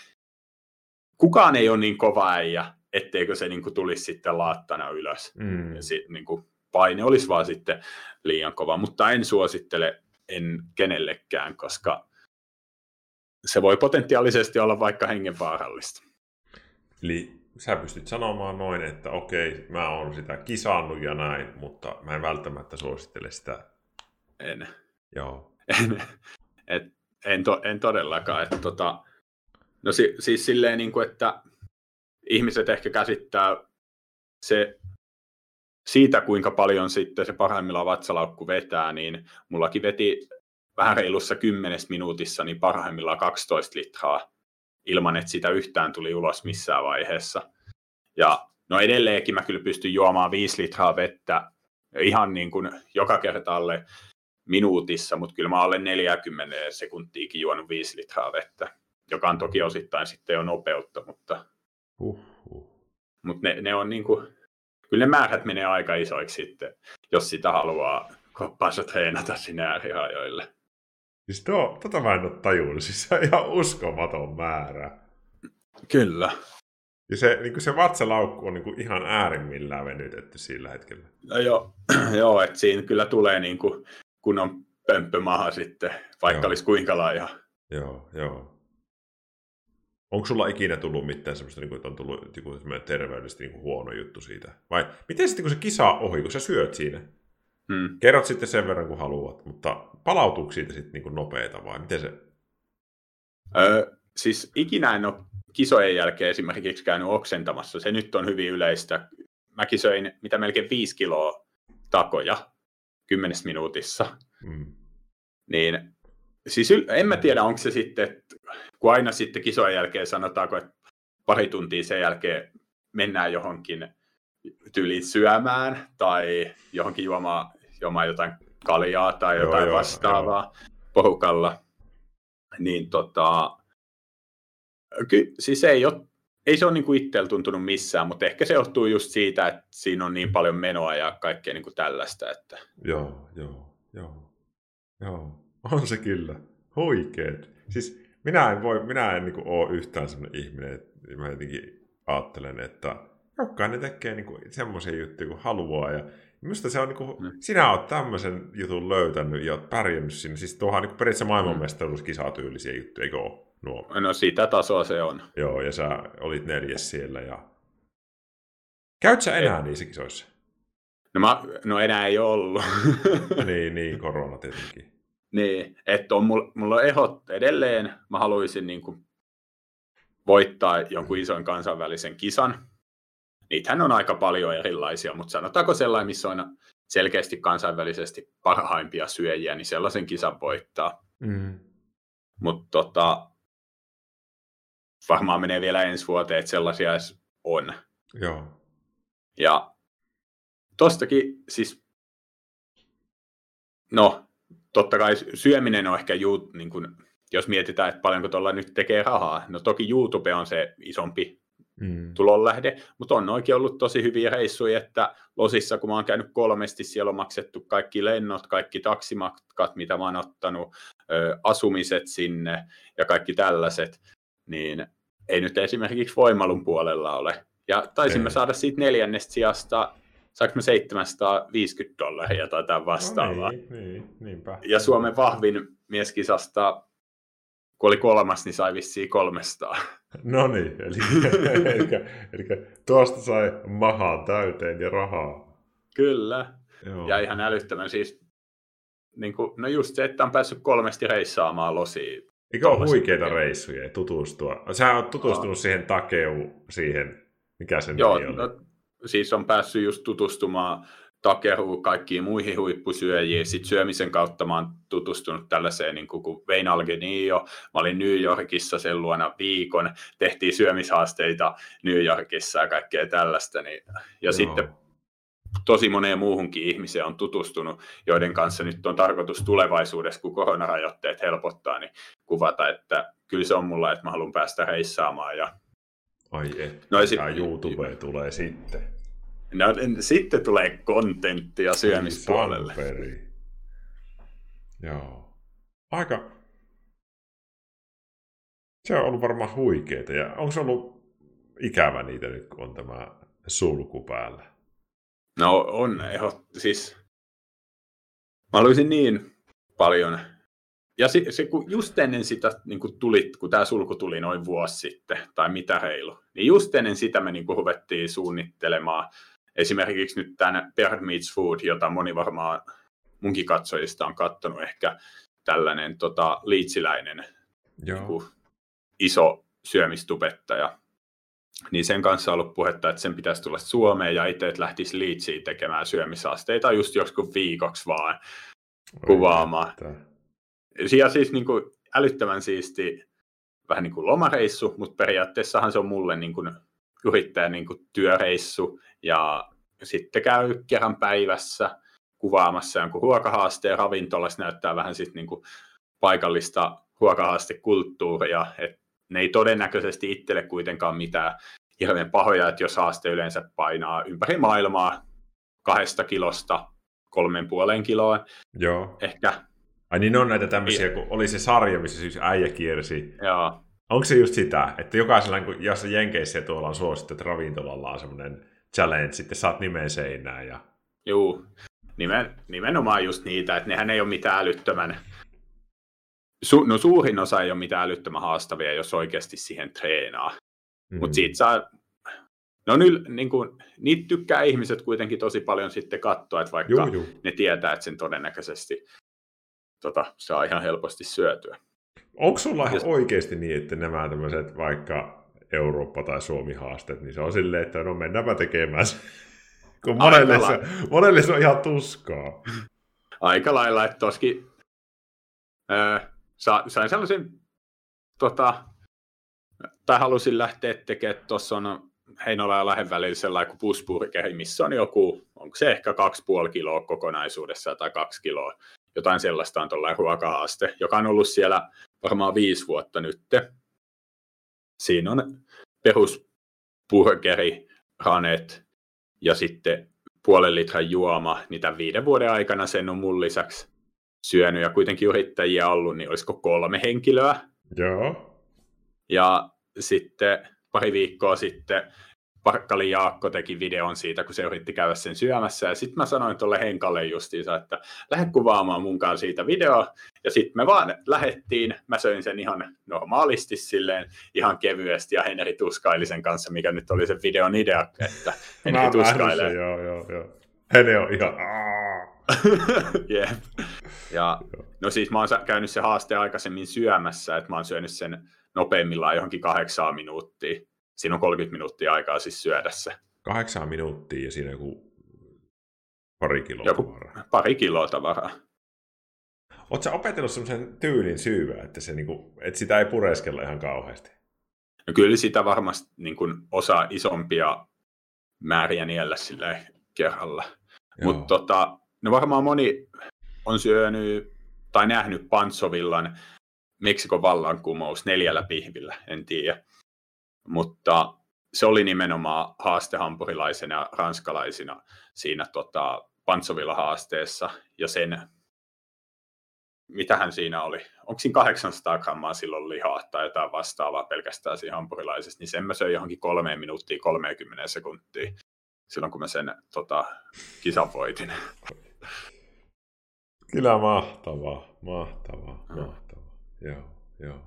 kukaan ei ole niin kova äijä, etteikö se niin kuin tulisi sitten laattana ylös. Mm. Ja sit, niin kuin paine olisi vaan sitten liian kova, mutta en suosittele en kenellekään, koska se voi potentiaalisesti olla vaikka hengenvaarallista. Eli sä pystyt sanomaan noin, että okei, mä oon sitä kisannut ja näin, mutta mä en välttämättä suosittele sitä. En. Joo. En, et, en, to, en todellakaan. Et, tota, no si, siis silleen, niin kuin, että ihmiset ehkä käsittää se siitä, kuinka paljon sitten se parhaimmillaan vatsalaukku vetää, niin mullakin veti vähän reilussa kymmenessä minuutissa niin parhaimmillaan kaksitoista litraa ilman, että sitä yhtään tuli ulos missään vaiheessa. Ja no edelleenkin mä kyllä pystyn juomaan viisi litraa vettä ihan niin kuin joka kerta alle minuutissa, mutta kyllä mä olen neljäkymmentä sekuntiikin juonut viisi litraa vettä, joka on toki osittain sitten jo nopeutta, mutta Uhuh. Mutta ne, ne on niinku, kyllä ne määrät menee aika isoiksi sitten, jos sitä haluaa koppaansa treenata sinne äärirajoille. Siis tuo, tota mä en ole tajunnut, siis se on ihan uskomaton määrä. Kyllä. Ja se, niin se vatsalaukku on niin ihan äärimmillään venytetty sillä hetkellä. No joo, joo että siinä kyllä tulee niin kuin, kun on pömppömaha sitten, vaikka joo. olisi kuinka laaja. Joo, joo. Onko sulla ikinä tullut mitään semmoista, että on tullut terveydellisesti niin huono juttu siitä? Vai miten sitten, kun se kisa on ohi, kun sä syöt siinä? Hmm. Kerrot sitten sen verran, kun haluat, mutta palautuuko siitä sitten niin nopeeta vai miten se? Öö, siis ikinä en ole kisojen jälkeen esimerkiksi käynyt oksentamassa. Se nyt on hyvin yleistä. Mäkin söin mitä melkein viisi kiloa takoja kymmenessä minuutissa. Hmm. Niin, siis en mä tiedä, onko se sitten, kun aina sitten kisojen jälkeen sanotaanko, että pari tuntia sen jälkeen mennään johonkin tyyliin syömään tai johonkin juomaan, juomaan jotain kaljaa tai jotain joo, vastaavaa joo. porukalla. Niin tota, ky, siis ei, ole, ei se ole niin kuin itsellä tuntunut missään, mutta ehkä se johtuu just siitä, että siinä on niin paljon menoa ja kaikkea niin kuin tällaista. Että... Joo, joo, joo, joo. On se kyllä. Huikeet. Siis minä en voi, minä en niin kuin ole yhtään sellainen ihminen, että mä jotenkin ajattelen, että jokainen tekee niin kuin semmoisia juttuja kuin haluaa. Ja minusta se on, niin kuin, mm. sinä olet tämmöisen jutun löytänyt ja olet pärjännyt sinne. Siis tuohan niin periaatteessa maailmanmestaruuskisatyylisiä juttuja, eikö ole? Nuo. No sitä tasoa se on. Joo, ja sä olit neljäs siellä. Ja... Käyt sä enää ei. niissä kisoissa? No, mä, no enää ei ollut. niin, niin, korona tietenkin. Niin, että on, mulla, mulla on ehdot edelleen. Mä haluaisin niin kuin voittaa jonkun ison kansainvälisen kisan. Niitähän on aika paljon erilaisia, mutta sanotaanko sellainen, missä on selkeästi kansainvälisesti parhaimpia syöjiä, niin sellaisen kisan voittaa. Mm. Mutta tota, varmaan menee vielä ensi vuoteen, että sellaisia edes on. Joo. Ja tostakin siis, no totta kai syöminen on ehkä, juu, niin kun, jos mietitään, että paljonko tuolla nyt tekee rahaa. No toki YouTube on se isompi mm. tulonlähde, mutta on oikein ollut tosi hyviä reissuja, että Losissa, kun mä oon käynyt kolmesti, siellä on maksettu kaikki lennot, kaikki taksimatkat, mitä mä oon ottanut, ö, asumiset sinne ja kaikki tällaiset, niin ei nyt esimerkiksi voimalun puolella ole. Ja taisin mä saada siitä neljännestä sijasta, saanko mä seitsemänsataaviisikymmentä dollaria tai jotain vastaavaa. No niin, niin, niinpä. Ja Suomen vahvin mieskisasta, kun oli kolmas, niin sai vissiin kolmesataa. No niin, eli, eli, eli tuosta sai mahaan täyteen ja rahaa. Kyllä, joo. Ja ihan älyttömän siis, niin kuin, no just se, että on päässyt kolmesti reissaamaan Losiin. Eikö ole huikeita reissuja tutustua? Sä oot tutustunut no. siihen Takeu, siihen, mikä sen joo, nimi on? No, siis on päässyt just tutustumaan Takeruun kaikkiin muihin huippusyöjiin. Sitten syömisen kautta mä oon tutustunut tällaiseen niin kuin Vein Algenio. Mä olin New Yorkissa sen luona viikon. Tehtiin syömishaasteita New Yorkissa ja kaikkea tällaista. Niin, ja joo. Sitten tosi moneen muuhunkin ihmiseen on tutustunut, joiden kanssa nyt on tarkoitus tulevaisuudessa, kun koronarajoitteet helpottaa, niin kuvata, että kyllä se on mulla, että mä haluan päästä reissaamaan. Ja... Ai et, no, sit... YouTube tulee sitten. No, sitten tulee kontenttia syömispuolelle. Samperi. Joo. Aika... Se on ollut varmaan huikeeta. Ja onko se ollut ikävä niitä nyt, kun on tämä sulku päällä? No on. Eho, siis... Mä haluaisin niin paljon... Ja se, se kun just ennen sitä, niin kun, tuli, kun tämä sulku tuli noin vuosi sitten, tai mitä reilu, niin just ennen sitä me niin kun ruvettiin suunnittelemaan esimerkiksi nyt tämän Bear Meets Food, jota moni varmaan munkin katsojista on katsonut, ehkä tällainen tota, liitsiläinen niin kuin, iso syömistubettaja. Niin sen kanssa on ollut puhetta, että sen pitäisi tulla Suomeen ja itse lähtisi Leedsiin tekemään syömisaasteita just joskus viikoksi vaan kuvaamaan. Ja siis niin kuin, älyttömän siisti vähän niin kuin lomareissu, mutta periaatteessahan se on mulle niin kuin yrittäjän niin kuin työreissu ja sitten käy kerran päivässä kuvaamassa jonkun ruokahaasteen ravintolassa, näyttää vähän sitten niin kuin paikallista ruokahaastekulttuuria, että ne ei todennäköisesti itselle kuitenkaan mitään hirveän pahoja, että jos haaste yleensä painaa ympäri maailmaa kahdesta kilosta kolmen puoleen kiloa. Joo. Ehkä. Ai niin on näitä tämmöisiä, kun oli se sarja, missä siis äijä kiersi. Joo. Onko se just sitä, että jokaisella, kun jos Jenkeissä tuolla on suosittu, että ravintolalla on semmoinen challenge, sitten saat nimen seinään. Ja... Joo, Nimen, nimenomaan just niitä, että nehän ei ole mitään älyttömän, Su, no suurin osa ei ole mitään älyttömän haastavia, jos oikeasti siihen treenaa. Mm. Mutta siitä saa, no nyt, niin kuin, niitä tykkää ihmiset kuitenkin tosi paljon sitten katsoa, että vaikka juu, juu. ne tietää, että sen todennäköisesti tota, saa ihan helposti syötyä. Onko sulla ihan oikeasti niin, että nämä tämmöiset vaikka Eurooppa- tai Suomi-haasteet, niin se on silleen, että no mennäänpä tekemään se. Kun monelle se, monelle se on ihan tuskaa. Aika lailla, että toskin öö, sain sellaisen, tota, tai halusin lähteä tekemään, tuossa on Heinola ja Lahden välillä sellainen kuin Busburgeri, missä on joku, onko se ehkä kaksi puoli kiloa kokonaisuudessa tai kaksi kiloa. Jotain sellaista on tuollainen ruokahaaste, joka on ollut siellä varmaan viisi vuotta nyt. Siinä on perusburgeri, ranet ja sitten puolen litran juoma. Niitä viiden vuoden aikana sen on mun lisäksi syönyt ja kuitenkin yrittäjiä ollut, niin olisiko kolme henkilöä. Joo. Ja sitten pari viikkoa sitten Parkkali Jaakko teki videon siitä, kun se yritti käydä sen syömässä. Ja sitten mä sanoin tuolle Henkalle justiinsa, että lähde kuvaamaan munkaan siitä videoa. Ja sitten me vaan lähettiin. Mä söin sen ihan normaalisti silleen, ihan kevyesti. Ja Henri tuskaili sen kanssa, mikä nyt oli sen videon idea, että Henri tuskailee. Joo, joo, joo. Henri on ihan... Jep. Ja no siis mä oon käynyt se haaste aikaisemmin syömässä, että mä oon syönyt sen nopeimmillaan johonkin kahdeksaa minuuttia. Siinä on kolmekymmentä minuuttia aikaa siis syödä se. Kahdeksan minuuttia ja siinä joku pari kiloa joku tavaraa. Pari kiloa tavaraa. Oletko sä opetellut semmoisen tyylin syyvää, että, se niinku, että sitä ei pureskella ihan kauheasti? No kyllä sitä varmasti niin kuin osaa isompia määriä niellä sillä kerralla. Mutta tota, no varmaan moni on syönyt tai nähnyt Pantsovillan Meksikon vallankumous neljällä pihvillä, en tiedä. Mutta se oli nimenomaan haastehampurilaisena ja ranskalaisina siinä tota, Pantsovilla-haasteessa. Ja sen, mitähän siinä oli? Onko siinä kahdeksansataa grammaa silloin lihaa tai jotain vastaavaa pelkästään siinä hampurilaisessa? Niin sen mä söin johonkin kolmeen minuuttiin kolmekymmentä sekuntia silloin, kun mä sen tota, kisan voitin. Kyllä mahtavaa, mahtavaa, hmm. mahtavaa. Joo, joo.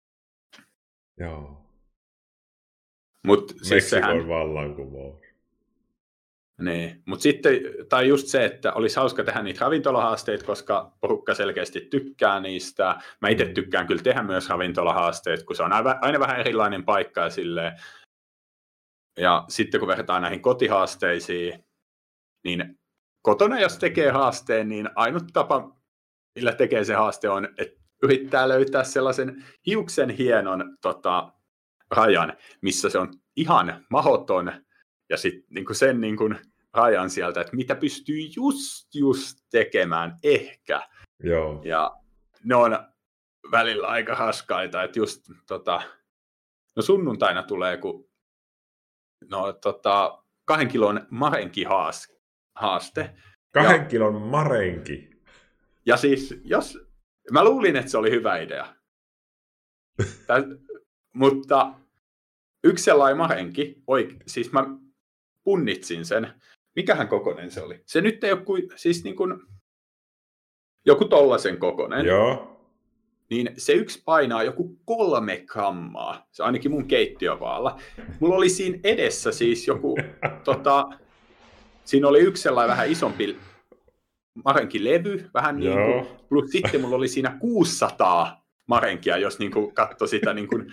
Joo. Mut Meksikon siis sehän... vallankumous. Niin, mutta sitten, tai just se, että olisi hauska tehdä niitä ravintolahaasteita, koska porukka selkeästi tykkää niistä. Mä itse tykkään kyllä tehdä myös ravintolahaasteita, kun se on aina vähän erilainen paikka ja silleen. Ja sitten kun verrataan näihin kotihaasteisiin, niin kotona jos tekee haasteen, niin ainut tapa, millä tekee se haaste on, että yrittää löytää sellaisen hiuksen hienon tota, rajan, missä se on ihan mahdoton, ja sitten niinku sen niinku rajan sieltä, että mitä pystyy just just tekemään ehkä. Joo. Ja ne on välillä aika raskaita, että just tota, no sunnuntaina tulee kun no tota kahden kilon marenki haaste. Kahden ja, kilon marenki. Ja siis jos mä luulin, että se oli hyvä idea. Tää, mutta yksi sellainen marenki, oik, siis mä punnitsin sen. Mikähän kokonen se oli? Se nyt ei ole kuin, siis niin kuin joku tollasen kokonen. Joo. Niin se yksi painaa joku kolme grammaa. Se ainakin mun keittiövaalla. Mulla oli siinä edessä siis joku, tota, siinä oli yksi sellainen vähän isompi marenkilevy, vähän niin kuin, plus sitten mulla oli siinä kuusisataa marenkia, jos niin kuin katsoi sitä niin kuin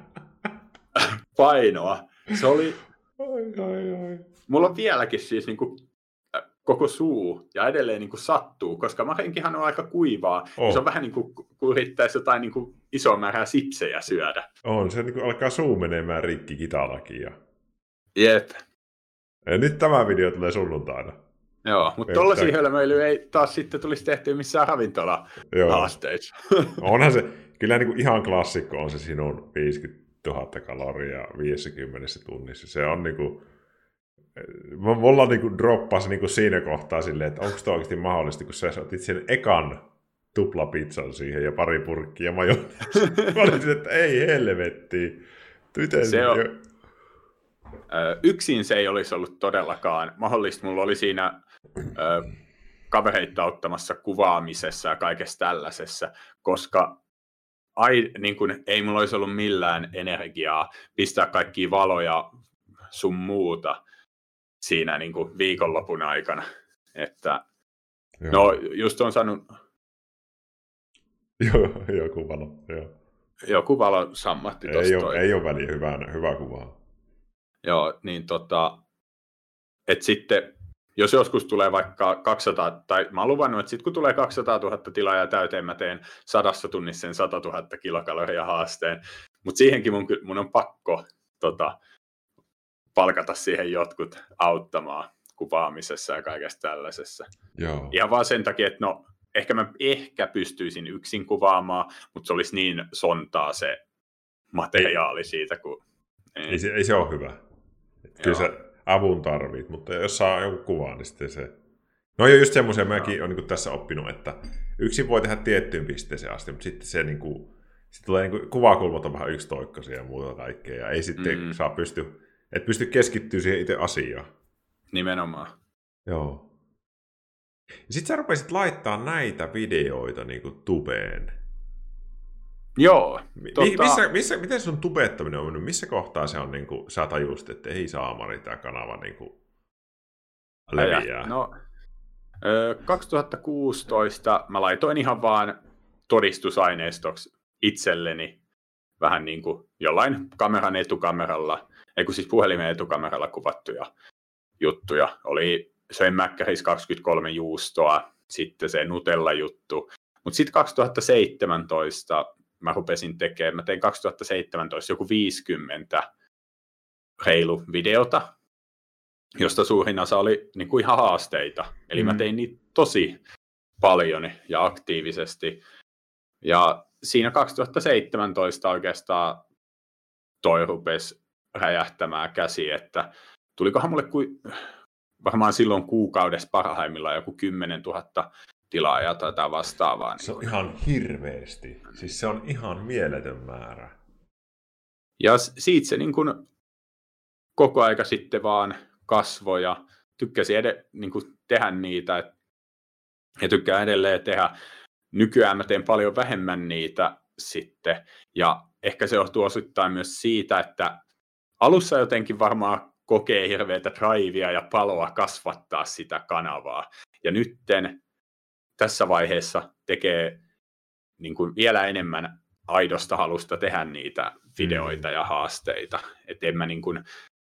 painoa. Se oli... Ai, ai, ai. Mulla on vieläkin siis niin kuin koko suu ja edelleen niin kuin sattuu, koska marenkihan on aika kuivaa. Oh. Se on vähän niin kuin kun yrittäisi jotain niin kuin isoa määrää sipsejä syödä. On, se niin kuin alkaa suu menemään rikki kitalakia. Jep. Ja nyt tämä video tulee sunnuntaina. Joo, mutta tollaisia hölmöilyä ei taas sitten tulisi tehtyä missään ravintola-haasteissa. Onhan se, kyllä niin kuin ihan klassikko on se sinun viisikymmentä tuhatta kaloria viisikymmentä tunnissa. Se on niinku, mulla niinku droppasi niinku siinä kohtaa silleen, että onko tämä oikeasti mahdollista, kun sä otit sen ekan tuplapizzan siihen ja pari purkkia majoneesia. Mä olisin, että ei helvetti. Miten se on, jo... yksin se ei olisi ollut todellakaan mahdollista. Mulla oli siinä ö, kavereita auttamassa kuvaamisessa ja kaikessa tällaisessa, koska ai, niin kun, ei mulla olisi ollut millään energiaa pistää kaikkia valoja sun muuta siinä niin kuin viikonlopun aikana. Että, no just on saanut... Joo, joku valo, joo. Joku valo sammatti ei tosta. Ole, ei ole väliä, hyvä, hyvä kuvaa. Joo, niin tota... Että sitten, jos joskus tulee vaikka kaksisataa, tai mä oon luvannut, että sitten kun tulee kaksisataatuhatta tilaajaa täyteen, mä teen sadassa tunnissa sen satatuhatta kilokaloria haasteen. Mutta siihenkin mun, mun on pakko tota, palkata siihen jotkut auttamaan kuvaamisessa ja kaikessa tällaisessa. Joo. Ihan vaan sen takia, että no, ehkä mä ehkä pystyisin yksin kuvaamaan, mutta se olisi niin sontaa se materiaali siitä. Kun... Ei, se, ei se ole hyvä. Kyllä sä avun tarvit, mutta jos saa joku kuvaa, niin sitten se... No ja just semmoisia mäkin olen niin tässä oppinut, että yksin voi tehdä tiettyyn pisteeseen asti, mutta sitten se niin kuin, sit tulee niin kuin, kuvakulmat on vähän yksitoikkoisia ja muuta kaikkea, ja ei sitten mm. saa pysty, et pysty keskittyä siihen itse asiaan. Nimenomaan. Joo. Ja sitten sä rupesit laittaa näitä videoita niin kuin tubeen. Joo. Tota... Missä, missä, miten sun tubettaminen on mennyt? Missä kohtaa se on, niin kuin, sä tajusit, että ei saamari, tämä kanava niin kuin, leviää? No, kaksituhattakuusitoista mä laitoin ihan vaan todistusaineistoksi itselleni vähän niin kuin jollain kameran etukameralla, ei kun siis puhelimen etukameralla kuvattuja juttuja. Oli söin Mäkkäris kaksikymmentäkolme juustoa, sitten se Nutella-juttu. Mutta sitten kaksituhattaseitsemäntoista mä rupesin tekemään, mä tein kaksituhattaseitsemäntoista joku viisikymmentä reilu videota, josta suurin osa oli niin kuin ihan haasteita. Eli mm. mä tein niitä tosi paljon ja aktiivisesti. Ja siinä kaksituhattaseitsemäntoista oikeastaan toi rupesi räjähtämään käsi, että tulikohan mulle kuin, varmaan silloin kuukaudessa parhaimmillaan joku kymmenen tuhatta tilaajaa tai jotain vastaavaa. Se on ihan hirveästi. Siis se on ihan mieletön määrä. Ja siitä se niin kuin koko aika sitten vaan kasvoi ja tykkäsi ed- niin kuin tehdä niitä ja tykkää edelleen tehdä. Nykyään mä teen paljon vähemmän niitä sitten ja ehkä se johtuu osittain myös siitä, että alussa jotenkin varmaan kokee hirveätä drivea ja paloa kasvattaa sitä kanavaa. Ja nytten tässä vaiheessa tekee niin kuin vielä enemmän aidosta halusta tehdä niitä videoita mm. ja haasteita. Että en mä niin kuin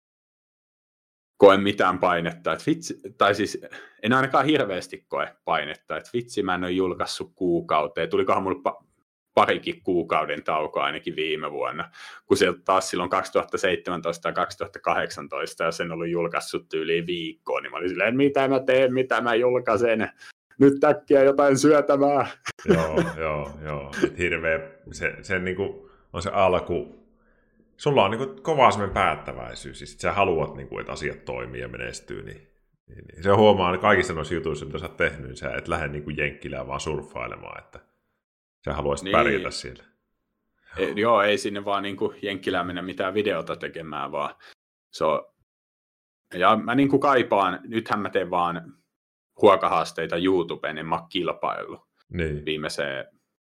koe mitään painetta. Et vitsi, tai siis en ainakaan hirveästi koe painetta. Että vitsi, mä en ole julkaissut kuukauteen. Tulikohan mulle pa- parikin kuukauden taukoa ainakin viime vuonna. Kun sieltä taas silloin kaksituhattaseitsemäntoista ja kaksituhattakahdeksantoista ja sen ollut julkaissut yli viikkoon, niin mä olin silleen, mitä mä teen, mitä mä julkaisen. Nyt äkkiä jotain syötävää. Joo, joo, joo. Et hirveä, se, se niinku on se alku. Sulla on niinku kova semmoinen päättäväisyys. Siis sä haluat, niinku, että asiat toimii ja menestyy. Niin, niin, se huomaa kaikissa noissa jutuissa, mitä sä oot tehnyt, niin sä et lähde niinku jenkkilään vaan surffailemaan, että sä haluaisit niin pärjätä siellä. E, joo, ei sinne vaan niinku jenkkilään mennä mitään videota tekemään, vaan se on... Ja mä niinku kaipaan, nythän mä teen vaan ruokahaasteita YouTubeen, en mä ole kilpaillut niin viimeiseen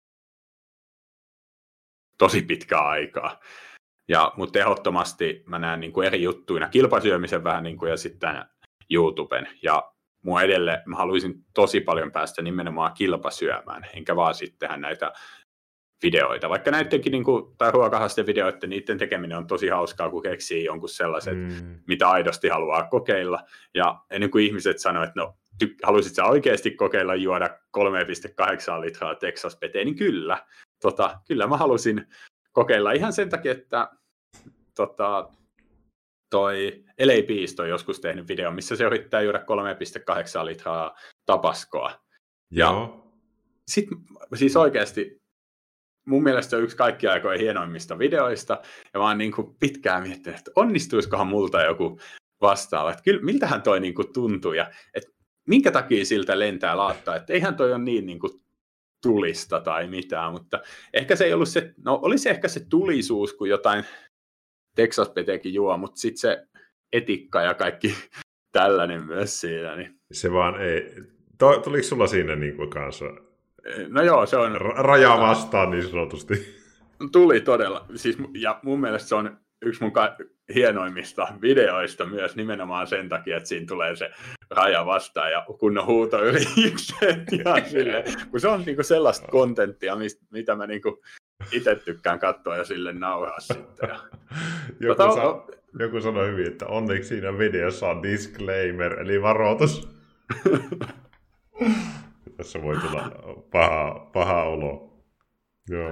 tosi pitkää aikaa. Ja, mutta ehdottomasti mä näen niin kuin eri juttuina kilpasyömisen vähän niin kuin, ja sitten YouTuben. Ja mua edelleen mä haluaisin tosi paljon päästä nimenomaan kilpasyömään, enkä vaan sitten tehdä näitä videoita. Vaikka näidenkin niin kuin, tai ruokahaastevideoiden, niiden tekeminen on tosi hauskaa, kun keksii jonkun sellaiset, mm. mitä aidosti haluaa kokeilla. Ja ennen kuin ihmiset sanoo, että no, ty- haluaisit sä oikeasti kokeilla juoda kolme pilkku kahdeksan litraa Texas Peteä, niin kyllä. Tota, kyllä mä halusin kokeilla ihan sen takia, että tota, toi L A Beast on joskus tehnyt video, missä se yrittää juoda kolme pilkku kahdeksan litraa tabaskoa. Ja Joo. sit, siis oikeasti mun mielestä se on yksi kaikkien aikojen hienoimmista videoista, ja mä oon niin kuin pitkään miettinyt, että onnistuisikohan multa joku vastaava, että kyllä, miltähän toi niin kuin tuntuu, ja että minkä takia siltä lentää laattaa, että eihän toi ole niin, niin kuin tulista tai mitään, mutta ehkä se ei ollut se, no olisi ehkä se tulisuus, kun jotain Texas Petekin juo, mutta sitten se etiikka ja kaikki tällainen myös siinä. Niin. Se vaan ei, to, tuliko sulla siinä niin kuin kanssa no joo, se on ra- raja vastaan niin sanotusti? Tuli todella, siis, ja mun mielestä se on yksi mun ka- hienoimmista videoista myös nimenomaan sen takia, että siinä tulee se raja vastaan ja kunnon huutoyritykset ja silleen, kun se on niinku sellaista kontenttia, mitä mä niinku itse tykkään katsoa ja sille nauraa sitten. Ja... joku, tota, sa- joku sanoi hyvin, että onneksi siinä videossa on disclaimer, eli varoitus. Tässä voi tulla paha, paha olo. Joo.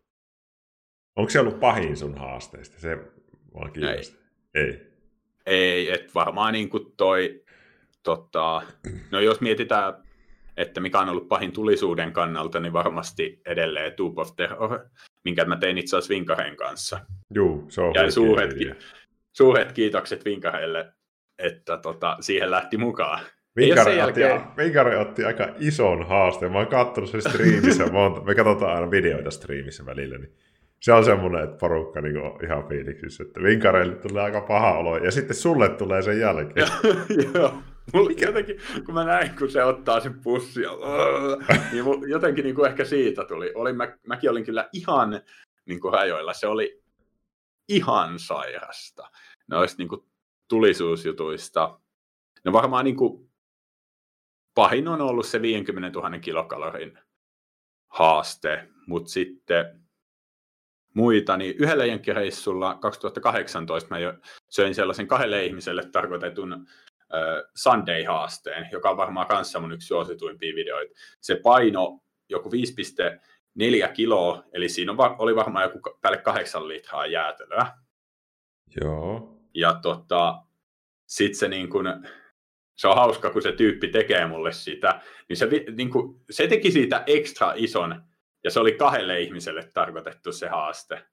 Onko se ollut pahin sun haasteista? Se vaan kiinnostaa. Ei. Ei. Ei, että varmaan niin kuin toi, tota, no jos mietitään, että mikä on ollut pahin tulisuuden kannalta, niin varmasti edelleen Tube of Terror, minkä mä tein itse asiassa Vinkaren kanssa. Juu, se on ja suuret, ki- suuret kiitokset Vinkarelle, että tota, siihen lähti mukaan. Vinkare, jälkeen... otti, Vinkare otti aika ison haasteen. Mä oon katsonut sen striimissä monta. Me katsotaan aina videoita striimissä välillä. Niin se on semmoinen, että porukka niin on ihan fiiliksissä. Että Vinkareille tulee aika paha olo. Ja sitten sulle tulee sen jälkeen. Joo. Mulla jotenkin, kun mä näin, kun se ottaa sen pussia, niin jotenkin niin kuin ehkä siitä tuli. Olin, mä, mäkin olin kyllä ihan niin kuin rajoilla. Se oli ihan sairasta. Noista niin kuin tulisuusjutuista. No varmaan niin kuin pahin on ollut se viisikymmentätuhatta kilokalorin haaste, mutta sitten muita, niin yhdellä jenkkireissulla kaksituhattakahdeksantoista mä jo söin sellaisen kahdelle ihmiselle tarkoitetun äh, Sunday-haasteen, joka on varmaan kanssa mun yksi suosituimpia videoita. Se paino joku viisi pilkku neljä kiloa, eli siinä oli varmaan joku päälle kahdeksan litraa jäätelöä. Joo. Ja tota, sitten se niin kuin... Se on hauska, kun se tyyppi tekee mulle sitä, niin se, niin kuin, se teki siitä ekstra ison, ja se oli kahdelle ihmiselle tarkoitettu se haaste.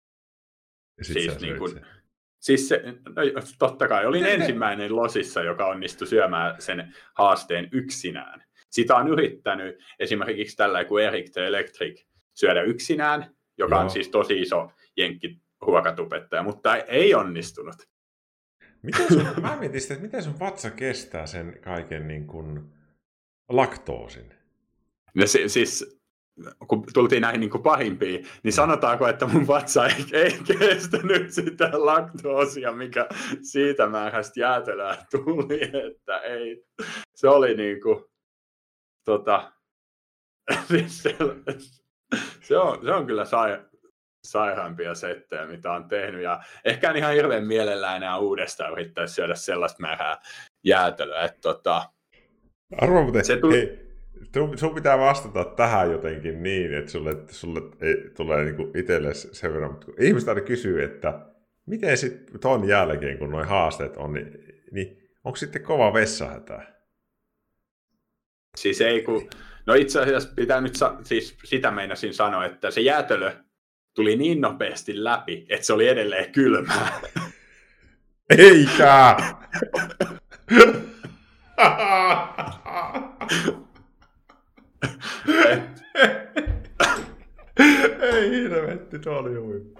Siis, niin kuin, siis se, no, totta kai, olin ensimmäinen losissa, joka onnistui syömään sen haasteen yksinään. Sitä on yrittänyt esimerkiksi tällä kuin Eric the Electric syödä yksinään, joka Joo. on siis tosi iso jenkki ruokatubettaja, mutta ei onnistunut. Miten sun, mä mietin sitä, että miten sun vatsa kestää sen kaiken niin kuin laktoosin? No si- siis, kun tultiin näihin niin kuin pahimpiin, niin sanotaanko, että mun vatsa ei, ei kestänyt sitä laktoosia, mikä siitä määrästä jäätelöä tuli, että ei. Se oli niin kuin, tota, siis se, se, on, se on kyllä sai, sairaampia settejä, mitä on tehnyt, ja ehkä ihan hirveän mielellään enää uudestaan yrittäisi syödä sellaista määrää jäätelöä, että tota... Arvo, mutta se tuli... hei, sun pitää vastata tähän jotenkin niin, että sulle, sulle ei, tulee niinku itselle sen verran, mutta kun ihmiset aina kysyy, että miten sitten ton jälkeen, kun nuo haasteet on, niin, niin onko sitten kova vessahätä? Siis ei, kun... No itse asiassa pitää nyt, sa... siis sitä meinasin sanoa, että se jäätelö tuli niin nopeasti läpi, että se oli edelleen kylmää. Eikä! Ei hirvetti, tuo oli huippu.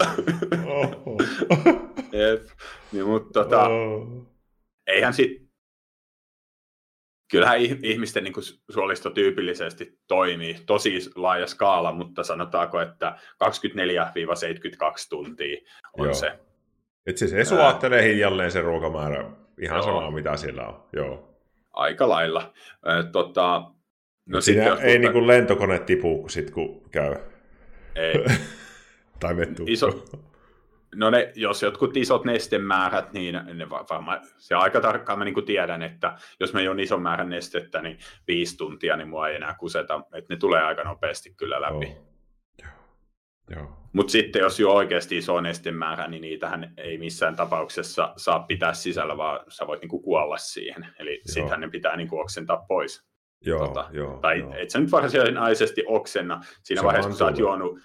Jep, niin, mutta tota, oh. eihän sit, kyllähän ihmisten niin kuin suolistotyypillisesti toimii tosi laaja skaala, mutta sanotaanko, että kaksikymmentäneljä seitsemänkymmentäkaksi tuntia on Joo. se. Et siis Esu ajattelee hiljalleen se ruokamäärä ihan samaa, mitä siellä on. Joo. Aika lailla. Tota, no siinä ei puhutaan... niin kuin lentokone tipu, sit, kun käy. Ei. Tai mettuu. Iso... No ne, jos jotkut isot nestemäärät, niin ne varmaan, se aika tarkkaan mä niin kuin tiedän, että jos mä juon ison määrän nestettä, niin viisi tuntia, niin mua ei enää kuseta, että ne tulee aika nopeasti kyllä läpi. Oh. Mutta sitten jos juo oikeasti iso nestemäärä, niin niitähän ei missään tapauksessa saa pitää sisällä, vaan sä voit niin kuin kuolla siihen. Eli sittenhän ne pitää niin kuin oksentaa pois. Joo, tota, joo, tai joo. et sä nyt varsinaisesti oksenna siinä se vaiheessa, kun sä oot juonut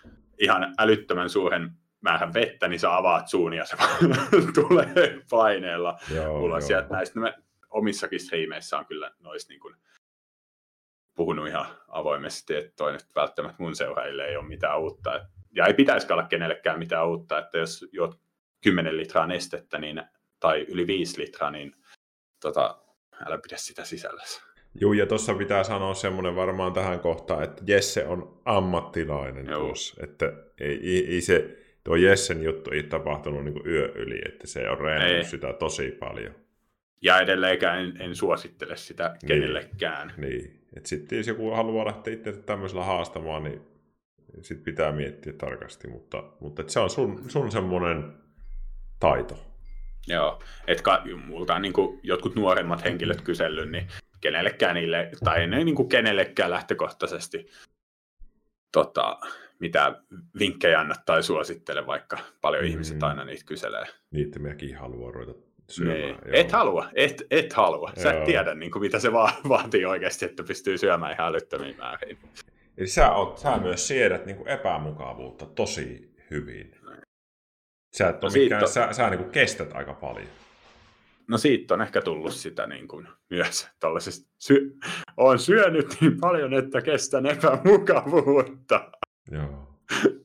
ihan älyttömän suuren määrän vettä, niin sä avaat suun ja se tulee paineella joo, ulos. joo. Ja näistä me omissakin striimeissä on kyllä noista niin kuin puhunut ihan avoimesti, että toi nyt välttämättä mun seuraajille ei ole mitään uutta. Ja ei pitäisi olla kenellekään mitään uutta, että jos juot kymmenen litraa nestettä niin, tai yli viisi litraa, niin tota, älä pidä sitä sisällässä. Joo, ja tuossa pitää sanoa semmoinen varmaan tähän kohtaan, että Jesse on ammattilainen Joo. tuossa. Että ei, ei, ei se, tuo Jessen juttu ei tapahtunut niin kuin yö yli, että se on reenannut sitä tosi paljon. Ja edelleenkään en, en suosittele sitä kenellekään. Niin, niin. Että sitten jos joku haluaa lähteä itse tämmöisellä haastamaan, niin sitten pitää miettiä tarkasti, mutta, mutta se on sun, sun semmoinen taito. Joo, että multa on niin kuin jotkut nuoremmat henkilöt kysellyt, niin kenellekään niille, tai ei niin kuin kenellekään lähtökohtaisesti tota, mitä vinkkejä anna tai suosittele, vaikka paljon mm. ihmiset aina niitä kyselee. Niitä minäkin haluan ruveta syömään. Nee. Et halua, et, et halua. Sä et tiedä, niin kuin, mitä se va- vaatii oikeasti, että pystyy syömään ihan älyttömiin määriin. Eli sä, oot, sä myös siedät niin kuin epämukavuutta tosi hyvin. Sä, et no mikään, on... sä, sä niin kuin kestät aika paljon. No siitä on ehkä tullut sitä niin kuin myös sy- olen syönyt niin paljon, että kestän epämukavuutta. Joo.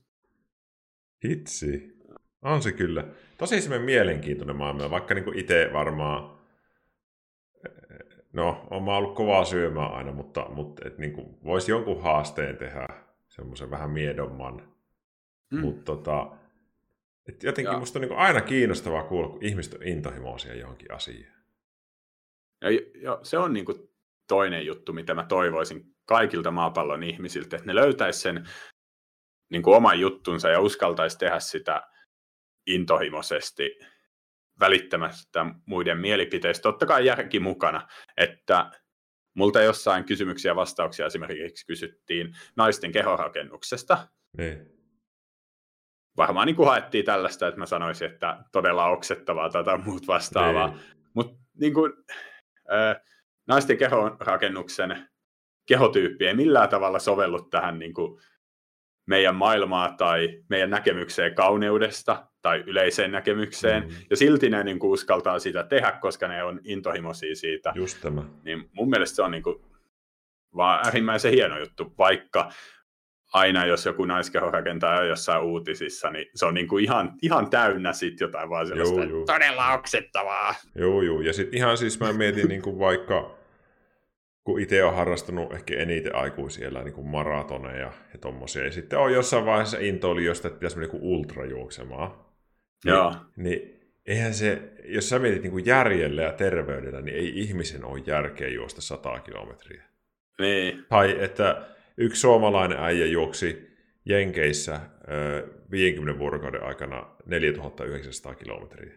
Hitsi. On se kyllä. Tosi semmoinen mielenkiintoinen maailma, vaikka niin kuin itse varmaan, no, olen ollut kovaa syömään aina, mutta, mutta et niin kuin voisi jonkun haasteen tehdä, semmoisen vähän miedomman. Mm. Mutta tota, et jotenkin ja. Musta on niin kuin aina kiinnostavaa kuulla, kun ihmiset on intohimoisia johonkin asiaan. Ja, ja se on niin kuin toinen juttu, mitä mä toivoisin kaikilta maapallon ihmisiltä, että ne löytäisi sen niin kuin oman juttunsa ja uskaltaisi tehdä sitä intohimoisesti välittämättä muiden mielipiteistä. Totta kai järki mukana, että multa jossain kysymyksiä ja vastauksia esimerkiksi kysyttiin naisten kehorakennuksesta. Niin. Varmaan niin kuin haettiin tällaista, että mä sanoisin, että todella oksettavaa tai muut vastaavaa. Niin. Mutta niin kuin, äh, naisten kehorakennuksen kehotyyppi ei millään tavalla sovellu tähän niin kuin meidän maailmaa tai meidän näkemykseen kauneudesta tai yleiseen näkemykseen. Mm. Ja silti ne niin kuin uskaltaa sitä tehdä, koska ne on intohimoisia siitä. Just tämä. Niin mun mielestä se on niin kuin vaan äärimmäisen hieno juttu, vaikka aina jos joku naiskehorakentaja on jossain uutisissa, niin se on niin kuin ihan, ihan täynnä sit jotain vaan sellaista joo, joo. todella oksettavaa. Joo, joo. Ja sitten ihan siis mä mietin niin kuin vaikka, kun itse olen harrastanut ehkä eniten aikuisiellä niin kuin maratoneja ja tommosia. Ja sitten on jossain vaiheessa intoili jostain, että pitäisi mennä niin ultra juoksemaan. Joo. Niin, niin eihän se, jos sä mietit niin kuin järjellä ja terveydellä, niin ei ihmisen ole järkeä juosta sata kilometriä. Niin. Tai että yksi suomalainen äijä juoksi Jenkeissä viidenkymmenen vuorokauden aikana neljätuhattayhdeksänsataa kilometriä.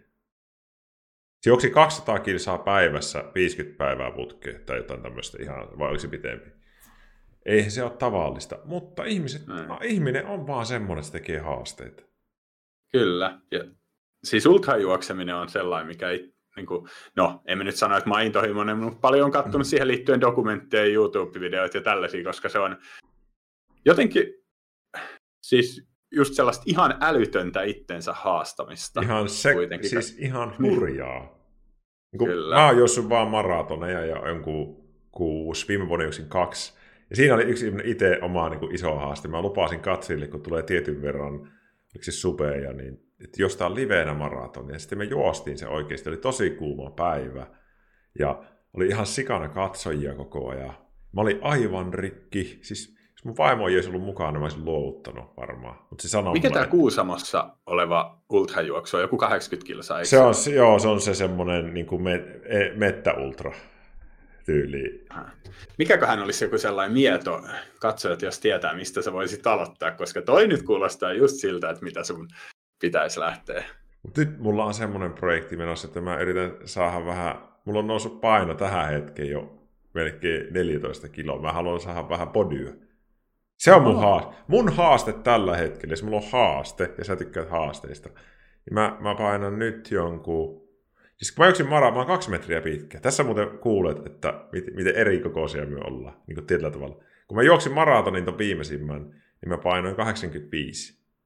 Se juoksi kaksisataa kilsaa päivässä viisikymmentä päivää putkeen tai jotain tämmöistä ihan, vai oliko se pitempi? Eihän se ole tavallista, mutta ihmiset, no, ihminen on vaan semmoinen, että se tekee haasteita. Kyllä. Ja, siis ultrajuokseminen on sellainen, mikä ei, niin kuin, no en mä nyt sano, että mä oon intohimoinen, mutta paljon on katsonut mm. siihen liittyen dokumentteja, YouTube-videoita ja tällaisia, koska se on jotenkin siis just sellaista ihan älytöntä itsensä haastamista. Ihan se, siis ihan hurjaa. Niin mä oon juossut vaan maratoneja ja jonkun kuusi, viime vuonna juoksin kaksi. Ja siinä oli yksi itse oma niin kuin iso haaste. Mä lupasin katsojille, kun tulee tietyn verran, oliko se subeja, niin että jos tää on liveenä maratonia. Ja sitten me juostiin se oikeasti. Oli tosi kuuma päivä. Ja oli ihan sikana katsojia koko ajan. Mä olin aivan rikki. Siis jos mun vaimo ei olisi ollut mukana, mä olisin luovuttanut varmaan. Mut se sanoi mikä mulle, tämä Kuusamossa oleva ultrajuoksu on? Joku kahdeksankymmentä kilsaa, se on, joo, se on se semmoinen niin kuin me, mettäultra tyyli. Mikäköhän olisi joku sellainen mieto, katsojat, jos tietää, mistä sä voisit aloittaa, koska toi nyt kuulostaa just siltä, että mitä sun pitäisi lähteä. Mut nyt mulla on semmoinen projekti menossa, että mä yritän saada vähän, mulla on noussut paino tähän hetkeen jo melkein neljätoista kiloa, mä haluan saada vähän bodyä. Se on mun haaste. Mun haaste tällä hetkellä, jos mulla on haaste, ja sä tykkäät haasteista, niin mä, mä painan nyt jonkun, siis kun mä yksin mara, mä oon kaksi metriä pitkä. Tässä muuten kuulet, että miten, miten eri kokoisia me ollaan, niin kuin tietyllä tavalla. Kun mä juoksin maratonin ton viimeisimmän, niin mä painoin kahdeksankymmentäviisi.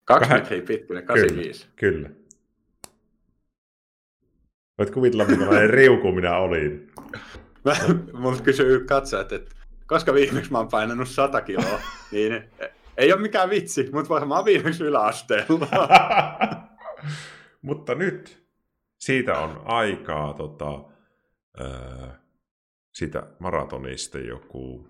Kaksi metriä pitkäinen, kahdeksankymmentäviisi. Kyllä. kyllä. Voit kuvitella, minkälainen riuku minä olin. Mä, mun kysyy katsojat, että koska viimeksi mä oon painanut sata kiloa, niin ei ole mikään vitsi, mutta varmaan viimeksi yläasteella. Mutta nyt siitä on aikaa tota, öö, siitä maratonista joku...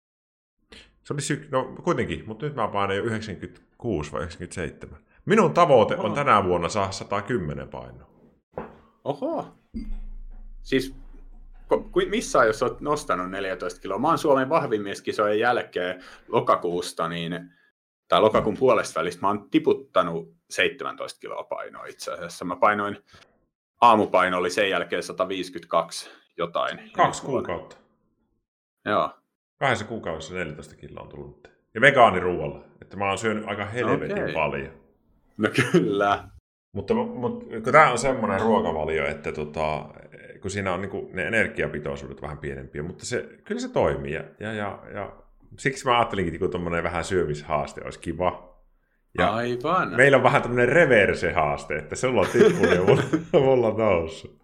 Se oli syk... No kuitenkin, mutta nyt mä painoin jo yhdeksänkymmentäkuusi vai yhdeksänkymmentäseitsemän. Minun tavoite Oho. on tänä vuonna saada sata kymmenen painoa. Oho. Siis missä jos olet nostanut neljätoista kiloa? Mä oon Suomen vahvimieskisojen jälkeen lokakuusta, niin, tai lokakuun puolesta välistä, mä oon tiputtanut seitsemäntoista kiloa painoa itse asiassa. Mä painoin, aamupaino oli sen jälkeen sata viisikymmentäkaksi jotain. Kaksi kuukautta. Joo. Kahdessa kuukaudessa neljätoista kiloa on tullut. Ja vegaaniruualla. Että mä oon syönyt aika helvetin okay. paljon. No kyllä. Mutta, mutta kun tämä on semmoinen ruokavalio, että tota, kun siinä on niinku ne energiapitoisuudet vähän pienempiä, mutta se, kyllä se toimii. Ja, ja, ja, ja siksi mä ajattelinkin, että tämmöinen vähän syömishaaste olisi kiva. Ja aivan. Meillä on vähän tämmöinen reverse-haaste, että sulla on tippunut ja mulla, mulla on noussut.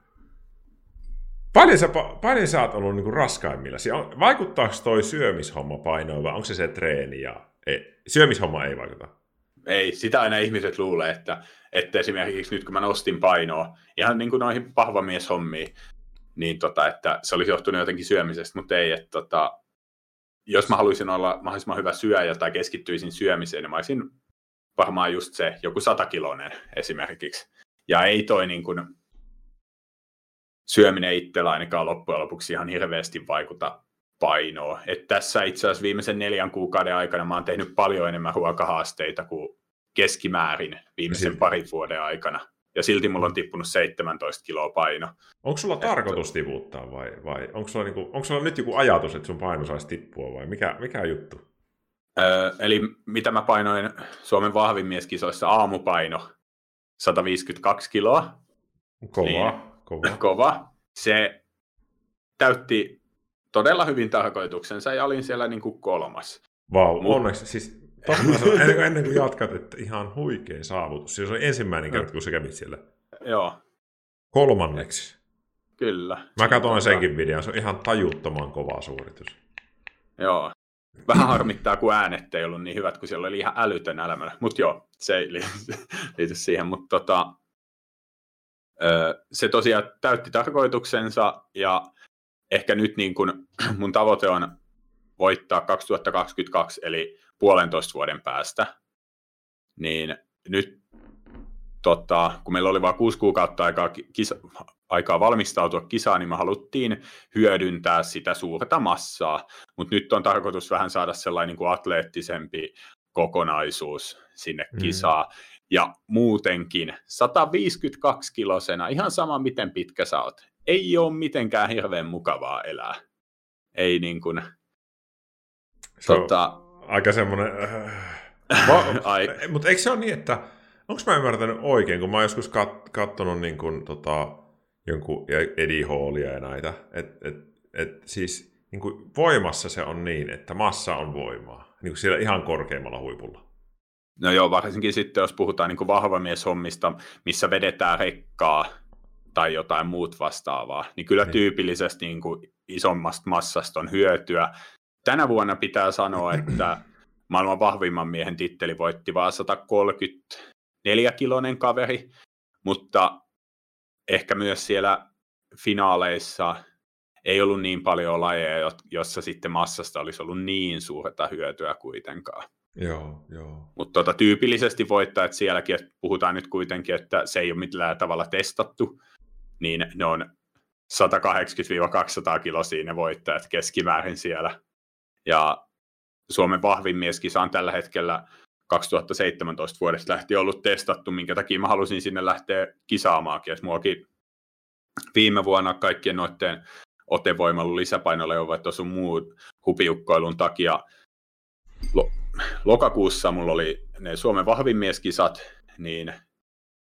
Paljon sä, paljon sä oot ollut niinku raskaimmillasi? Vaikuttaako toi syömishomma painoon vai onko se se treeni? Ja ei, syömishomma ei vaikuta. Ei, sitä aina ihmiset luulee, että, että esimerkiksi nyt kun mä nostin painoa ihan niin kuin noihin vahvamieshommiin, niin tota, että se olisi johtunut jotenkin syömisestä, mutta ei, että tota, jos mä haluaisin olla mahdollisimman hyvä syöjä tai keskittyisin syömiseen, niin mä olisin varmaan just se joku satakiloinen esimerkiksi. Ja ei toi niin kuin syöminen itsellä ainakaan loppujen lopuksi ihan hirveästi vaikuta painoa. Että tässä itse asiassa viimeisen neljän kuukauden aikana mä oon tehnyt paljon enemmän ruokahaasteita kuin keskimäärin viimeisen silti. parin vuoden aikana. Ja silti mulla on tippunut seitsemäntoista kiloa paino. Onko sulla että... tarkoitus tiputtaa vai, vai onko, sulla niinku, onko sulla nyt joku ajatus, että sun paino saisi tippua vai mikä, mikä juttu? Öö, eli mitä mä painoin Suomen vahvimieskisoissa aamupaino sata viisikymmentäkaksi kiloa. Kova, niin, kova. kova. Se täytti todella hyvin tarkoituksensa ja olin siellä niin kuin kolmas. Vau, wow, onneksi. Siis, sanon, ennen, ennen kuin jatkat, että ihan huikea saavutus. Siis se oli ensimmäinen kerta, kun sä kävit siellä. Joo. Kolmanneksi. Kyllä. Mä katsoin senkin videon, se on ihan tajuttoman kova suoritus. Joo. Vähän harmittaa, kun äänet ei ollut niin hyvät, kun siellä oli ihan älytön elämä. Mutta joo, se ei liity siihen. Mutta tota, se tosiaan täytti tarkoituksensa ja ehkä nyt niin kun mun tavoite on voittaa kaksituhattakaksikymmentäkaksi, eli puolentoista vuoden päästä, niin nyt tota, kun meillä oli vain kuusi kuukautta aikaa, kisa, aikaa valmistautua kisaan, niin me haluttiin hyödyntää sitä suurta massaa, mutta nyt on tarkoitus vähän saada sellainen niin kuin atleettisempi kokonaisuus sinne kisaan. Mm. Ja muutenkin sata viisikymmentäkaksi kilosena, ihan sama miten pitkä sä oot, ei ole mitenkään hirveän mukavaa elää. Ei niin kuin... Se on tota... aika semmoinen... Ai... Mutta eikö se ole niin, että... Onko mä ymmärtänyt oikein, kun mä oon joskus kat- katsonut niin kuin, tota, jonkun Eddie Hallia ja näitä, että et, et, siis niin kuin voimassa se on niin, että massa on voimaa, niin kuin siellä ihan korkeimmalla huipulla. No joo, varsinkin sitten, jos puhutaan niin kuin vahvamieshommista, missä vedetään rekkaa tai jotain muut vastaavaa, niin kyllä niin. Tyypillisesti niin kuin isommasta massasta on hyötyä. Tänä vuonna pitää sanoa, että maailman vahvimman miehen titteli voitti vaan sata kolmekymmentäneljä kiloinen kaveri, mutta ehkä myös siellä finaaleissa ei ollut niin paljon lajeja, jossa sitten massasta olisi ollut niin suurta hyötyä kuitenkaan. Joo, joo. Mutta tota, tyypillisesti voittajat sielläkin, että puhutaan nyt kuitenkin, että se ei ole millään tavalla testattu, niin ne on sata kahdeksankymmentä kaksisataa kilosia ne voittajat keskimäärin siellä. Ja Suomen vahvin mieskisa on tällä hetkellä kaksituhattaseitsemäntoista vuodesta lähtien ollut testattu, minkä takia mä halusin sinne lähteä kisaamaankin. Et muakin viime vuonna kaikkien noiden otevoimailun lisäpainoleuvat ja sun muut hupiukkoilun takia lo- lokakuussa mulla oli ne Suomen vahvin mieskisat, niin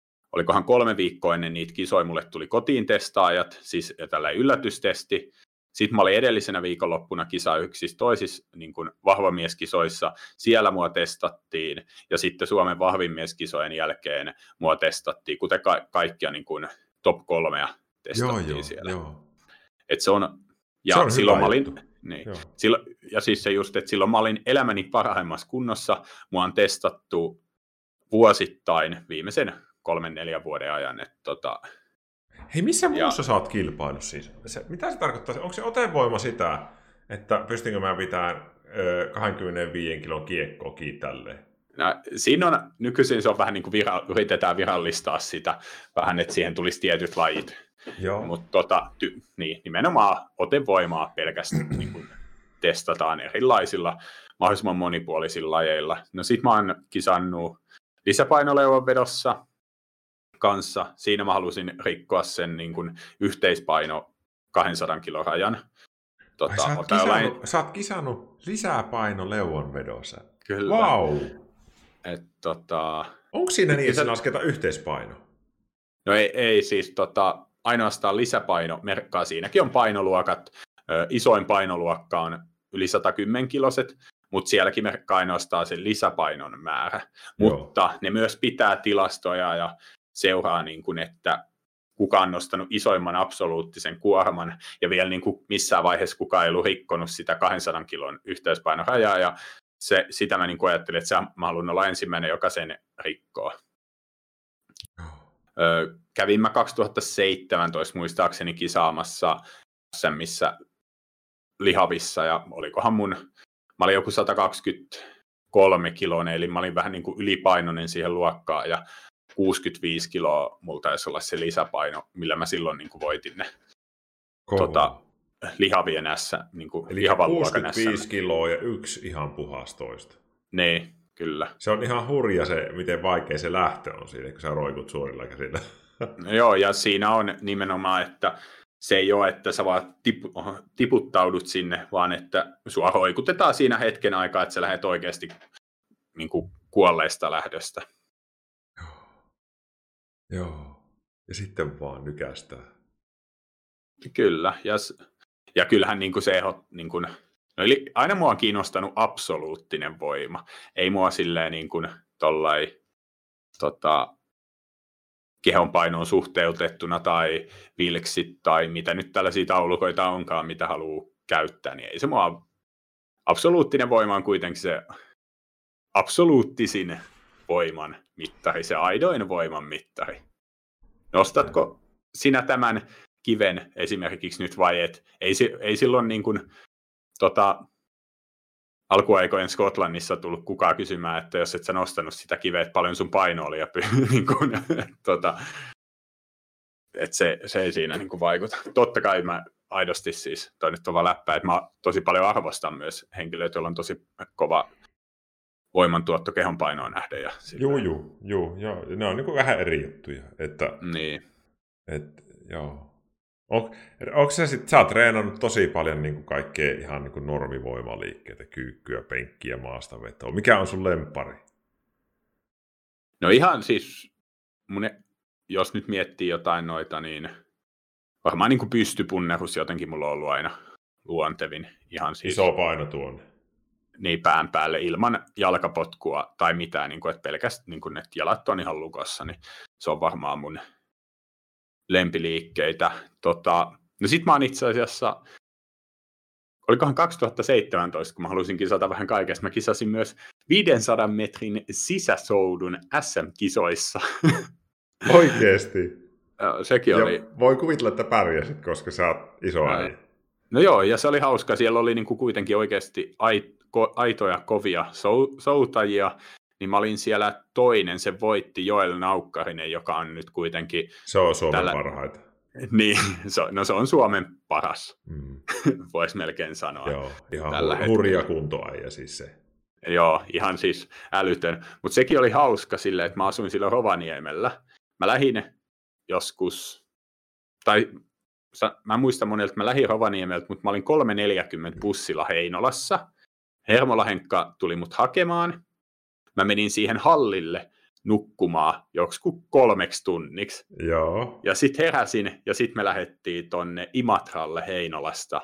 olikohan kolme viikkoa ennen niitä kisoja mulle tuli kotiin testaajat, siis tällainen yllätystesti, sitten mä olin edellisenä viikonloppuna kisayksissä toisissa niin kuin vahvamieskisoissa. Siellä mua testattiin ja sitten Suomen vahvimieskisojen jälkeen mua testattiin, kuten ka- kaikkia niin kuin top kolmea testattiin joo, joo, siellä. Joo. Et se on, ja se on silloin hyvä mä olin, juttu. niin, silloin, ja siis se just, että silloin mä olin elämäni parhaimmassa kunnossa. Mua on testattu vuosittain viimeisen kolmen neljän vuoden ajan. Et, tota, Hei, missä ja... muussa sä oot kilpailut siis? Se, mitä se tarkoittaa? Onko se otevoima sitä, että pystynkö mä pitämään ö, kaksikymmentäviisi kilon kiekkoa kiinni tälleen? No, siinä on, nykyisin se on vähän niin kuin vira, yritetään virallistaa sitä vähän, että siihen tulisi tietyt lajit. Mutta tota, niin, nimenomaan otevoimaa pelkästään niin kuin testataan erilaisilla, mahdollisimman monipuolisilla lajeilla. No sit mä oon kisannut lisäpainoleuvanvedossa kanssa. Siinä mä halusin rikkoa sen niin kuin yhteispaino kahdensadan kilon rajan. Tota, sä, oot kisannut, jollain... sä oot kisannut lisäpainoleuvanvedossa? Kyllä. Vau! Wow. Et, tota... Onko siinä niin, että se lasketaan yhteispaino? No ei, ei siis tota, ainoastaan lisäpaino merkkaa. Siinäkin on painoluokat. Ö, isoin painoluokka on yli sata kymmenen kiloset, mutta sielläkin merkkaa ainoastaan sen lisäpainon määrä. Joo. Mutta ne myös pitää tilastoja ja seuraa, niin kuin, että kuka on nostanut isoimman absoluuttisen kuorman, ja vielä niin kuin missään vaiheessa kukaan ei ollut rikkonut sitä kahdensadan kilon yhteispainorajaa, ja se, sitä mä niin kuin ajattelin, että se, mä haluan olla ensimmäinen, joka sen rikkoo. Ö, kävin mä kaksituhattaseitsemäntoista muistaakseni kisaamassa missä lihavissa, ja olikohan mun, mä olin joku sata kaksikymmentäkolme kiloinen, eli mä olin vähän niin kuin ylipainoinen siihen luokkaan, ja kuusikymmentäviisi kiloa mulla taisi olla se lisäpaino, millä mä silloin niin kuin voitin ne tota, lihavien ässä, niin kuin eli lihavan kuusikymmentäviisi kiloa ja yksi ihan puhas toista. Niin, kyllä. Se on ihan hurja se, miten vaikea se lähtö on siinä, kun sä roikut suorilla käsillä. No joo, ja siinä on nimenomaan, että se ei ole, että sä vaan tipu, tiputtaudut sinne, vaan että sua roikutetaan siinä hetken aikaa, että sä lähdet oikeasti niin kuin kuolleesta lähdöstä. Joo, ja sitten vaan nykästää. Kyllä, ja, ja kyllähän niin kuin se, niin kuin, no eli aina mua on kiinnostanut absoluuttinen voima. Ei mua silleen niin kuin tollai, tota, kehonpainoon suhteutettuna tai vilksit tai mitä nyt tällaisia taulukoita onkaan, mitä haluaa käyttää, niin ei se mua, absoluuttinen voima on kuitenkin se absoluuttisin voiman mittari, se aidoin voiman mittari. Nostatko sinä tämän kiven esimerkiksi nyt vai et? Ei, ei silloin niin kuin, tota, alkuaikojen Skotlannissa tullut kukaan kysymään, että jos et sä nostanut sitä kiveä, että paljon sun paino oli ja py- niin kuin, tota, että se, se ei siinä niin kuin vaikuta. Totta kai mä aidosti siis, toi nyt on vaan läppä, että mä tosi paljon arvostan myös henkilöitä, joilla on tosi kova voimantuotto kehon painoon nähden. Ja joo, joo, joo, joo. Ne on niin kuin vähän eri juttuja. Että, niin. Et, joo. On, onko sä sit, sä oot treenannut tosi paljon niin kuin kaikkea ihan niin kuin normivoimaliikkeitä, kyykkyä, penkkiä, maastavetoa. Mikä on sun lemppari? No ihan siis, mun, jos nyt miettii jotain noita, niin varmaan niin kuin pystypunnerus jotenkin mulla on ollut aina luontevin. Ihan siis, iso paino tuonne. Niin pään päälle ilman jalkapotkua tai mitään, niin kuin, että pelkästään niin kuin, että jalat on ihan lukossa, niin se on varmaan mun lempiliikkeitä. Tota, no sit mä oon itse asiassa, olikohan kaksituhattaseitsemäntoista, kun mä halusin kisata vähän kaikesta, mä kisasin myös viidensadan metrin sisäsoudun äs äm-kisoissa. Oikeesti? Sekin ja oli. Voi kuvitella, että pärjäsit, koska sä oot iso äijä. No joo, ja se oli hauska. Siellä oli niinku kuitenkin oikeasti aitoja, kovia soutajia. Niin mä olin siellä toinen, se voitti Joel Naukkarinen, joka on nyt kuitenkin... Se on Suomen tällä... parhaita. Niin, se on, no se on Suomen paras, mm. voisi melkein sanoa. Joo, ihan tällä hurja kuntoäijä siis se. Joo, ihan siis älytön. Mutta sekin oli hauska silleen, että mä asuin silloin Rovaniemellä. Mä lähdin joskus, tai mä muistan monelta, että mä lähdin Rovaniemeltä, mutta mä olin kolme neljäkymmentä bussilla Heinolassa. Hermola Henkka tuli mut hakemaan. Mä menin siihen hallille nukkumaan joksikin kolmeksi tunniksi. Joo. Ja sitten heräsin, ja sitten me lähdettiin tonne Imatralle Heinolasta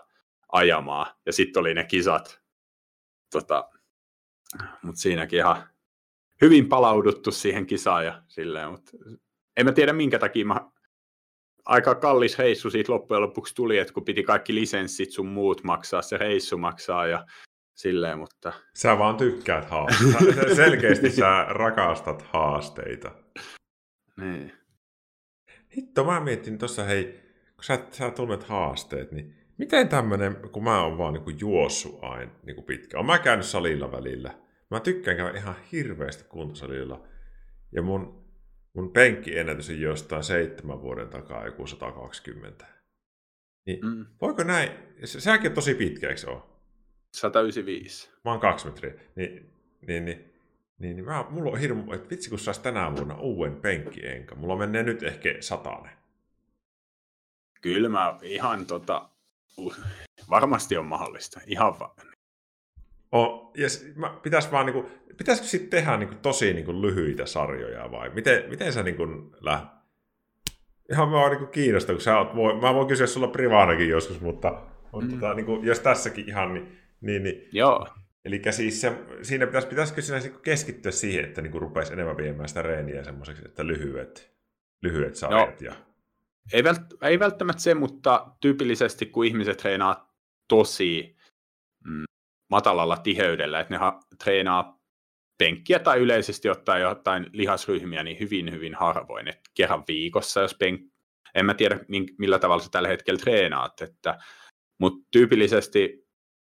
ajamaan. Ja sitten oli ne kisat. Tota, mutta siinäkin ihan hyvin palauduttu siihen kisaan ja silleen, mutta en mä tiedä minkä takia mä aika kallis reissu siitä loppujen lopuksi tuli, että kun piti kaikki lisenssit sun muut maksaa, se reissu maksaa ja silleen, mutta... Sä vaan tykkäät haasteita. Selkeästi sä rakastat haasteita. Niin. Hitto, mä mietin tuossa, hei, kun sä, sä tunnet haasteet, niin miten tämmönen, kun mä oon vaan niinku juossut aina niinku pitkään. Oon mä käynyt salilla välillä. Mä tykkään käydä ihan hirveästi kuntosalilla. Ja mun, mun penkkiennätys on jostain seitsemän vuoden takaa joku sata kaksikymmentä. Niin mm. voiko näin, säkin on tosi pitkä, eikö se ole? sata yhdeksänkymmentäviisi. Mä oon kaksi metriä. Niin, niin, niin, niin, niin mä, mulla on hirmu, että vitsi kun sais tänä vuonna uuden penkkienkä. Mulla menee nyt ehkä satanen. Kyllä mä ihan tota, varmasti on mahdollista. Ihan vaan. Oh, yes, mä, pitäis vaan niinku, pitäisikö sitten tehdä niinku tosi niinku lyhyitä sarjoja vai miten, miten sä niinku lähdet? Ihan mä oon niinku kiinnostunut, kun sä oot, voi, mä voin kysyä sulla privaanakin joskus, mutta mm. tota, niinku, jos tässäkin ihan niin, niin, niin joo. Eli siis se, siinä pitäisi, pitäisikö siinä keskittyä siihen, että niinku rupeisi enemmän viemään sitä reeniä semmoiseksi, että lyhyet, lyhyet sarjat. Ja... Ei, vält, ei välttämättä se, mutta tyypillisesti kun ihmiset treenaa tosi mm, matalalla tiheydellä, että ne ha- treenaa penkkiä tai yleisesti ottaen jotain lihasryhmiä niin hyvin, hyvin harvoin, että kerran viikossa, jos penk... en mä tiedä millä tavalla sä tällä hetkellä treenaat, että... mutta tyypillisesti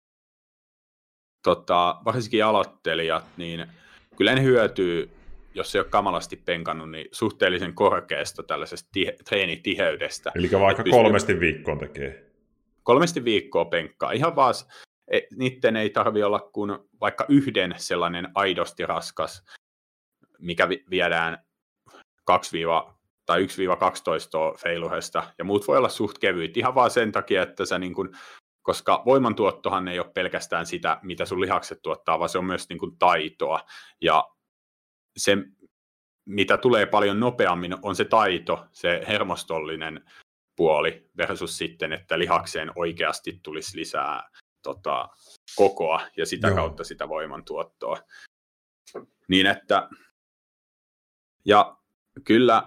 tota, varsinkin aloittelijat, niin kyllä ne hyötyy, jos ei ole kamalasti penkannut, niin suhteellisen korkeasta tällaisesta tihe- treenitiheydestä. Eli vaikka pystyy... kolmesti viikkoon tekee. Kolmesti viikkoa penkkaa. Ihan vaan, niiden ei tarvitse olla kuin vaikka yhden sellainen aidosti raskas, mikä viedään kaksi tai yksi kaksitoista feiluhesta, ja muut voi olla suht kevyitä. Ihan vaan sen takia, että sä niin kuin, koska voimantuottohan ei ole pelkästään sitä, mitä sun lihakset tuottaa, vaan se on myös niin kuin taitoa. Ja se, mitä tulee paljon nopeammin, on se taito, se hermostollinen puoli versus sitten, että lihakseen oikeasti tulisi lisää tota, kokoa ja sitä Joo. kautta sitä voimantuottoa. Niin että, ja kyllä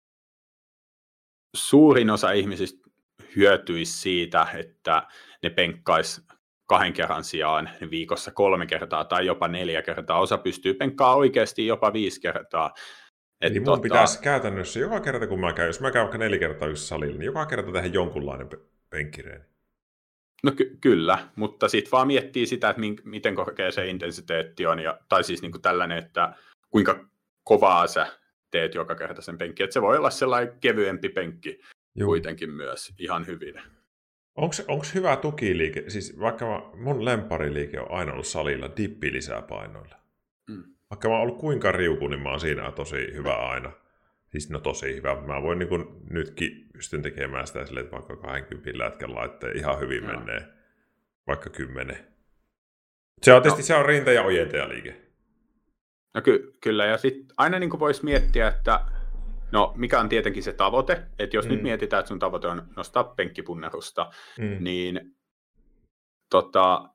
suurin osa ihmisistä hyötyisi siitä, että ne penkkaisi kahden kerran sijaan viikossa kolme kertaa tai jopa neljä kertaa. Osa pystyy penkkaamaan oikeasti jopa viisi kertaa. Et niin mun tota... pitäisi käytännössä joka kerta, kun mä käyn, jos mä käyn vaikka neljä kertaa yksi salilla, niin joka kerta tehdä jonkunlainen penkkireeni. No ky- kyllä, mutta sitten vaan miettii sitä, että mink- miten korkea se intensiteetti on, ja, tai siis niinku tällainen, että kuinka kovaa sä teet joka kerta sen penkki. Että se voi olla sellainen kevyempi penkki Juu. kuitenkin myös ihan hyvin. Onko hyvä tukiliike, siis vaikka mä, mun lemppariliike on aina ollut salilla dippi lisää painoilla. Mm. Vaikka mä oon ollut kuinka riuku, niin mä oon siinä tosi hyvä aina. Siis no tosi hyvä. Mä voin niin kuin nytkin pystyn tekemään sitä silleen, että vaikka kaksikymmentä lätkän laitteen ihan hyvin no. menee. Vaikka kymmenen. Se on tietysti no. se on rinta- ja ojentajaliike. No ky- kyllä, ja sitten aina niin kuin voisi miettiä, että no mikä on tietenkin se tavoite, että jos mm. nyt mietitään, että sun tavoite on nostaa penkkipunnerusta, mm. niin tota,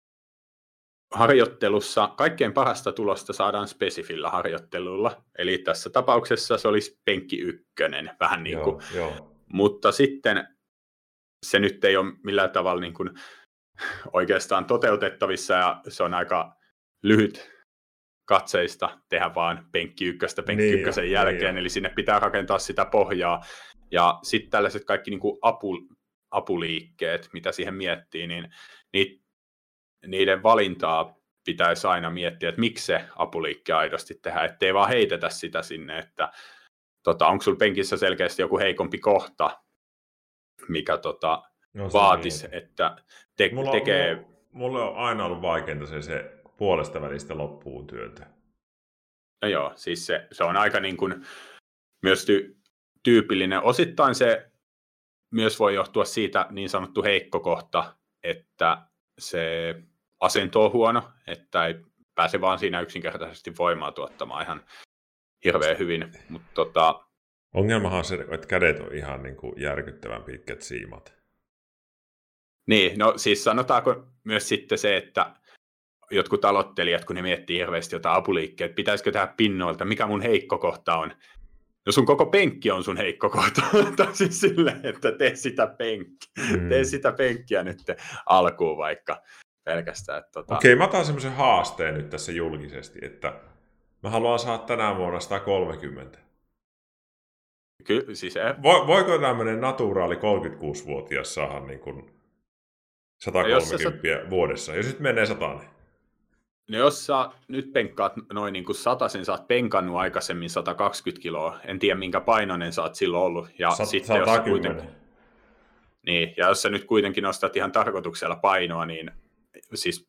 harjoittelussa kaikkein parasta tulosta saadaan spesifillä harjoittelulla. Eli tässä tapauksessa se olisi penkki ykkönen, vähän niin kuin. Joo, joo. Mutta sitten se nyt ei ole millään tavalla niin kuin oikeastaan toteutettavissa, ja se on aika lyhyt katseista tehdä vaan penkki ykköstä penkki niin ykkösen jo, jälkeen, niin eli sinne pitää rakentaa sitä pohjaa. Ja sitten tällaiset kaikki niin kuin apu, apuliikkeet, mitä siihen miettii, niin niitä niiden valintaa pitäisi aina miettiä, että miksi se apuliikke aidosti tehdään, ettei vaan heitetä sitä sinne, että tota, onko sulla penkissä selkeästi joku heikompi kohta, mikä tota, no, vaatisi, niin. että te- mulla, tekee... Mulla, mulla on aina ollut vaikeinta se, se puolesta välistä loppuun työtä. No joo, siis se, se on aika niin kuin myös ty- tyypillinen. Osittain se myös voi johtua siitä niin sanottu heikko kohta, että se asento on huono, että ei pääse vaan siinä yksinkertaisesti voimaa tuottamaan ihan hirveän hyvin. Mut tota... Ongelmahan on se, että kädet on ihan niin kuin järkyttävän pitkät siimat. Niin, no siis sanotaanko myös sitten se, että jotkut aloittelijat, kun ne miettii hirveästi jotain apuliikkeet, pitäisikö tehdä pinnoilta, mikä mun heikko kohta on. No sun koko penkki on sun heikko kohta, tai siis silleen, että tee sitä penkkiä, mm. tee sitä penkkiä nyt alkuun vaikka pelkästään. Että, tota... Okei, mä otan semmoisen haasteen nyt tässä julkisesti, että mä haluan saada tänä vuonna sata kolmekymmentä. Kyllä, siis ei. Vo, voiko tämmöinen naturaali kolmekymmentäkuusivuotias saada niin kuin sata kolmekymmentä no, vuodessa, jos nyt menee satainen? No jos sä nyt penkkaat noin niin kuin satasen, sä oot penkannut aikaisemmin sata kaksikymmentä kiloa, en tiedä minkä painoinen sä oot silloin ollut. Ja Sat, sitten jos sä kuitenkin, niin, ja jos sä nyt kuitenkin nostat ihan tarkoituksella painoa, niin siis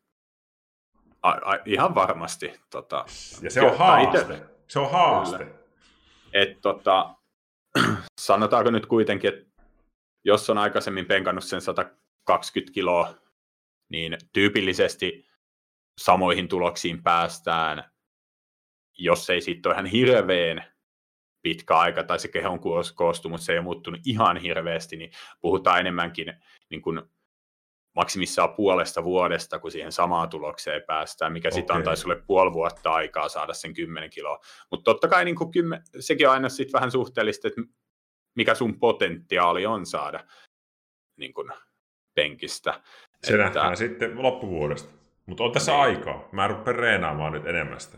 a, a, ihan varmasti. Tota, ja se on haaste. Ite, se on haaste. Et, tota, sanotaanko nyt kuitenkin, että jos on aikaisemmin penkannut sen sata kaksikymmentä kiloa, niin tyypillisesti samoihin tuloksiin päästään, jos ei sitten ole ihan hirveän pitkä aika, tai se kehon koostumus ei ole muuttunut ihan hirveästi, niin puhutaan enemmänkin niin kuin maksimissaan puolesta vuodesta, kun siihen samaan tulokseen päästään, mikä okay. sitten antaisi sulle puoli vuotta aikaa saada sen kymmenen kiloa. Mutta totta kai niin kuin kymmen, sekin on aina sitten vähän suhteellista, että mikä sun potentiaali on saada niin kuin penkistä. Se että... nähdään sitten loppuvuodesta. Mutta on tässä niin. aikaa. Mä rupean reenaamaan nyt enemmän sitä.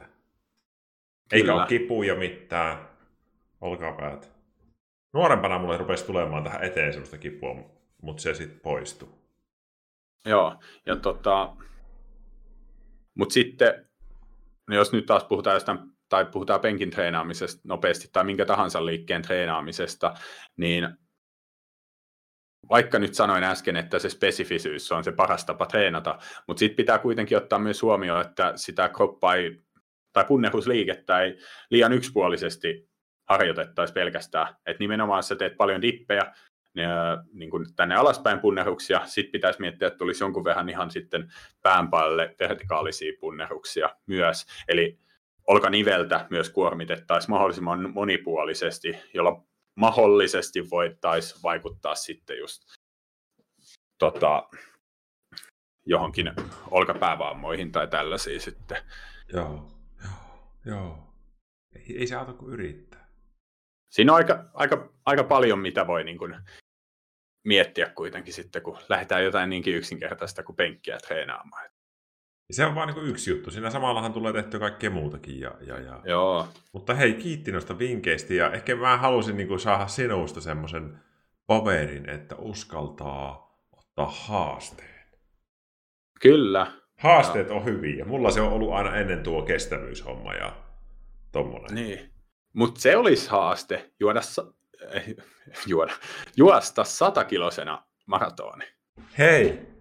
Eikä ole kipuja mitään. Olkapäät. Nuorempana mulle rupesi tulemaan tähän eteen semmoista kipua, mutta se sitten poistuu. Joo, ja tota... Mutta sitten, jos nyt taas puhutaan jostain, tai puhutaan penkin treenaamisesta nopeasti, tai minkä tahansa liikkeen treenaamisesta, niin vaikka nyt sanoin äsken, että se spesifisyys on se paras tapa treenata, mutta sitten pitää kuitenkin ottaa myös huomioon, että sitä kroppaa ei, tai punnerusliikettä ei liian yksipuolisesti harjoitettaisi pelkästään. Että nimenomaan sä teet paljon dippejä niin kuin tänne alaspäin punneruksia, sitten pitäisi miettiä, että tulisi jonkun verran ihan sitten pään päälle vertikaalisia punneruksia myös. Eli olkaniveltä myös kuormitettaisiin mahdollisimman monipuolisesti, jolla mahdollisesti voitaisiin vaikuttaa sitten just tota, johonkin olkapäävammoihin tai tällaisiin sitten. Joo, joo, joo. Ei, ei se auta kuin yrittää. Siinä on aika, aika, aika paljon, mitä voi niin kuin miettiä kuitenkin sitten, kun lähdetään jotain niinkin yksinkertaista kuin penkkiä treenaamaan. Se on vain niin yksi juttu. Siinä samallahan tulee tehtyä kaikkea muutakin. Ja, ja, ja. Joo. Mutta hei, kiitti noista vinkkeistä. Ja ehkä mä halusin niin kuin saada sinusta semmoisen paperin, että uskaltaa ottaa haasteen. Kyllä. Haasteet on hyviä. Mulla se on ollut aina ennen tuo kestävyyshomma ja tommonen. Niin. Mutta se olisi haaste juoda, eh, juoda, juosta satakilosena maratoni. Hei!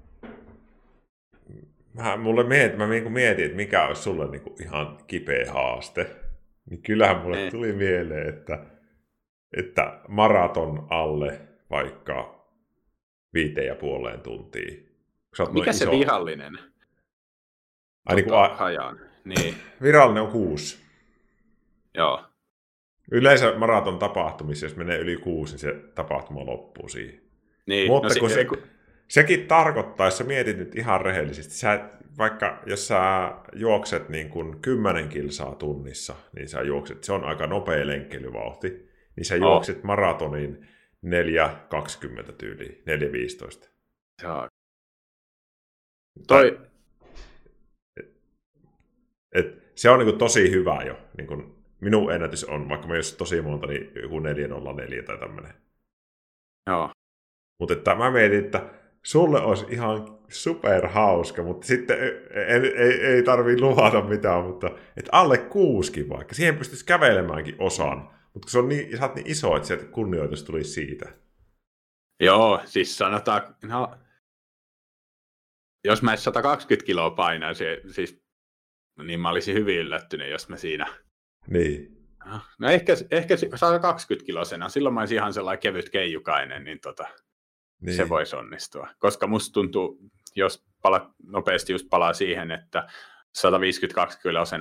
Mä, mulle mietin, mä mietin, että mikä olisi sulle niinku ihan kipeä haaste. Niin kyllähän mulle ne. tuli mieleen, että, että maraton alle vaikka viiteen ja puoleen tuntiin. Mikä se iso... virallinen? Ai, niin a... niin. Virallinen on kuusi. Joo. Yleensä maraton tapahtumissa, jos menee yli kuusi, niin se tapahtuma loppuu siihen. Niin. Mutta no, kun se, se, kun... sekin tarkoittaa, jos sä mietit nyt ihan rehellisesti, sä, vaikka jos sä juokset niin kuin kymmenen kilsaa tunnissa, niin sä juokset, se on aika nopea lenkkeilyvauhti, niin sä oh. juokset maratonin neljä kaksikymmentä tyyliin, neljä viisitoista. Joo. Toi... Et, et, se on niin kuin tosi hyvä jo. Niin kuin minun ennätys on, vaikka mä jos tosi monta, niin joku neljä nolla neljä tai tämmöinen. Joo. Mutta että mä mietin, että sulle olisi ihan superhauska, mutta sitten ei, ei, ei tarvitse luvata mitään, mutta että alle kuuskin vaikka. Siihen pystyisi kävelemäänkin osan, mutta se on niin, sä oot niin iso, että sieltä kunnioitus tulisi siitä. Joo, siis sanotaan, no, jos mä sata kaksikymmentä kiloa painaisin, siis, niin mä olisin hyvin yllättynyt, jos mä siinä... Niin. No ehkä, ehkä sata kaksikymmentä kilosena, silloin mä olisin ihan sellainen kevyt keijukainen, niin, tota, niin. Se voisi onnistua. Koska musta tuntuu, jos pala, nopeasti just palaa siihen, että sata viisikymmentäkaksi kilosena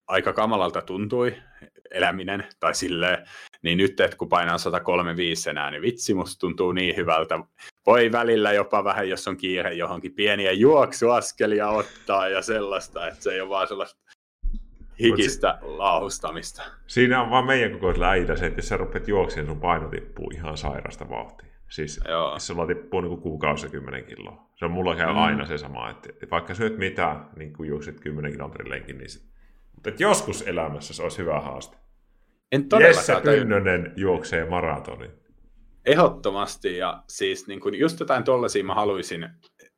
aika kamalalta tuntui eläminen, tai silleen, niin nyt, että kun painaa sata kolmekymmentäviisi enää, niin vitsi, musta tuntuu niin hyvältä. Voi välillä jopa vähän, jos on kiire johonkin pieniä juoksuaskelia ottaa ja sellaista, että se ei ole vaan sellaista hikistä si- laahustamista. Siinä on vaan meidän kokoisella äidä se, että jos sä rupeat juoksemaan, sun paino tippuu ihan sairasta vauhtia. Siis Joo. jos sulla tippuu niin kuukausi kymmenen kiloa. Se on mulla käy mm. aina se sama, että vaikka syöt mitään, niin kun juokset kymmenen kilometrin lenkin, niin sit... Mutta joskus elämässä se olisi hyvä haaste. En todellakaan Jesse Pynnönen juoksee maratonin. Ehdottomasti, ja siis niin kun just jotain tollaisia mä haluaisin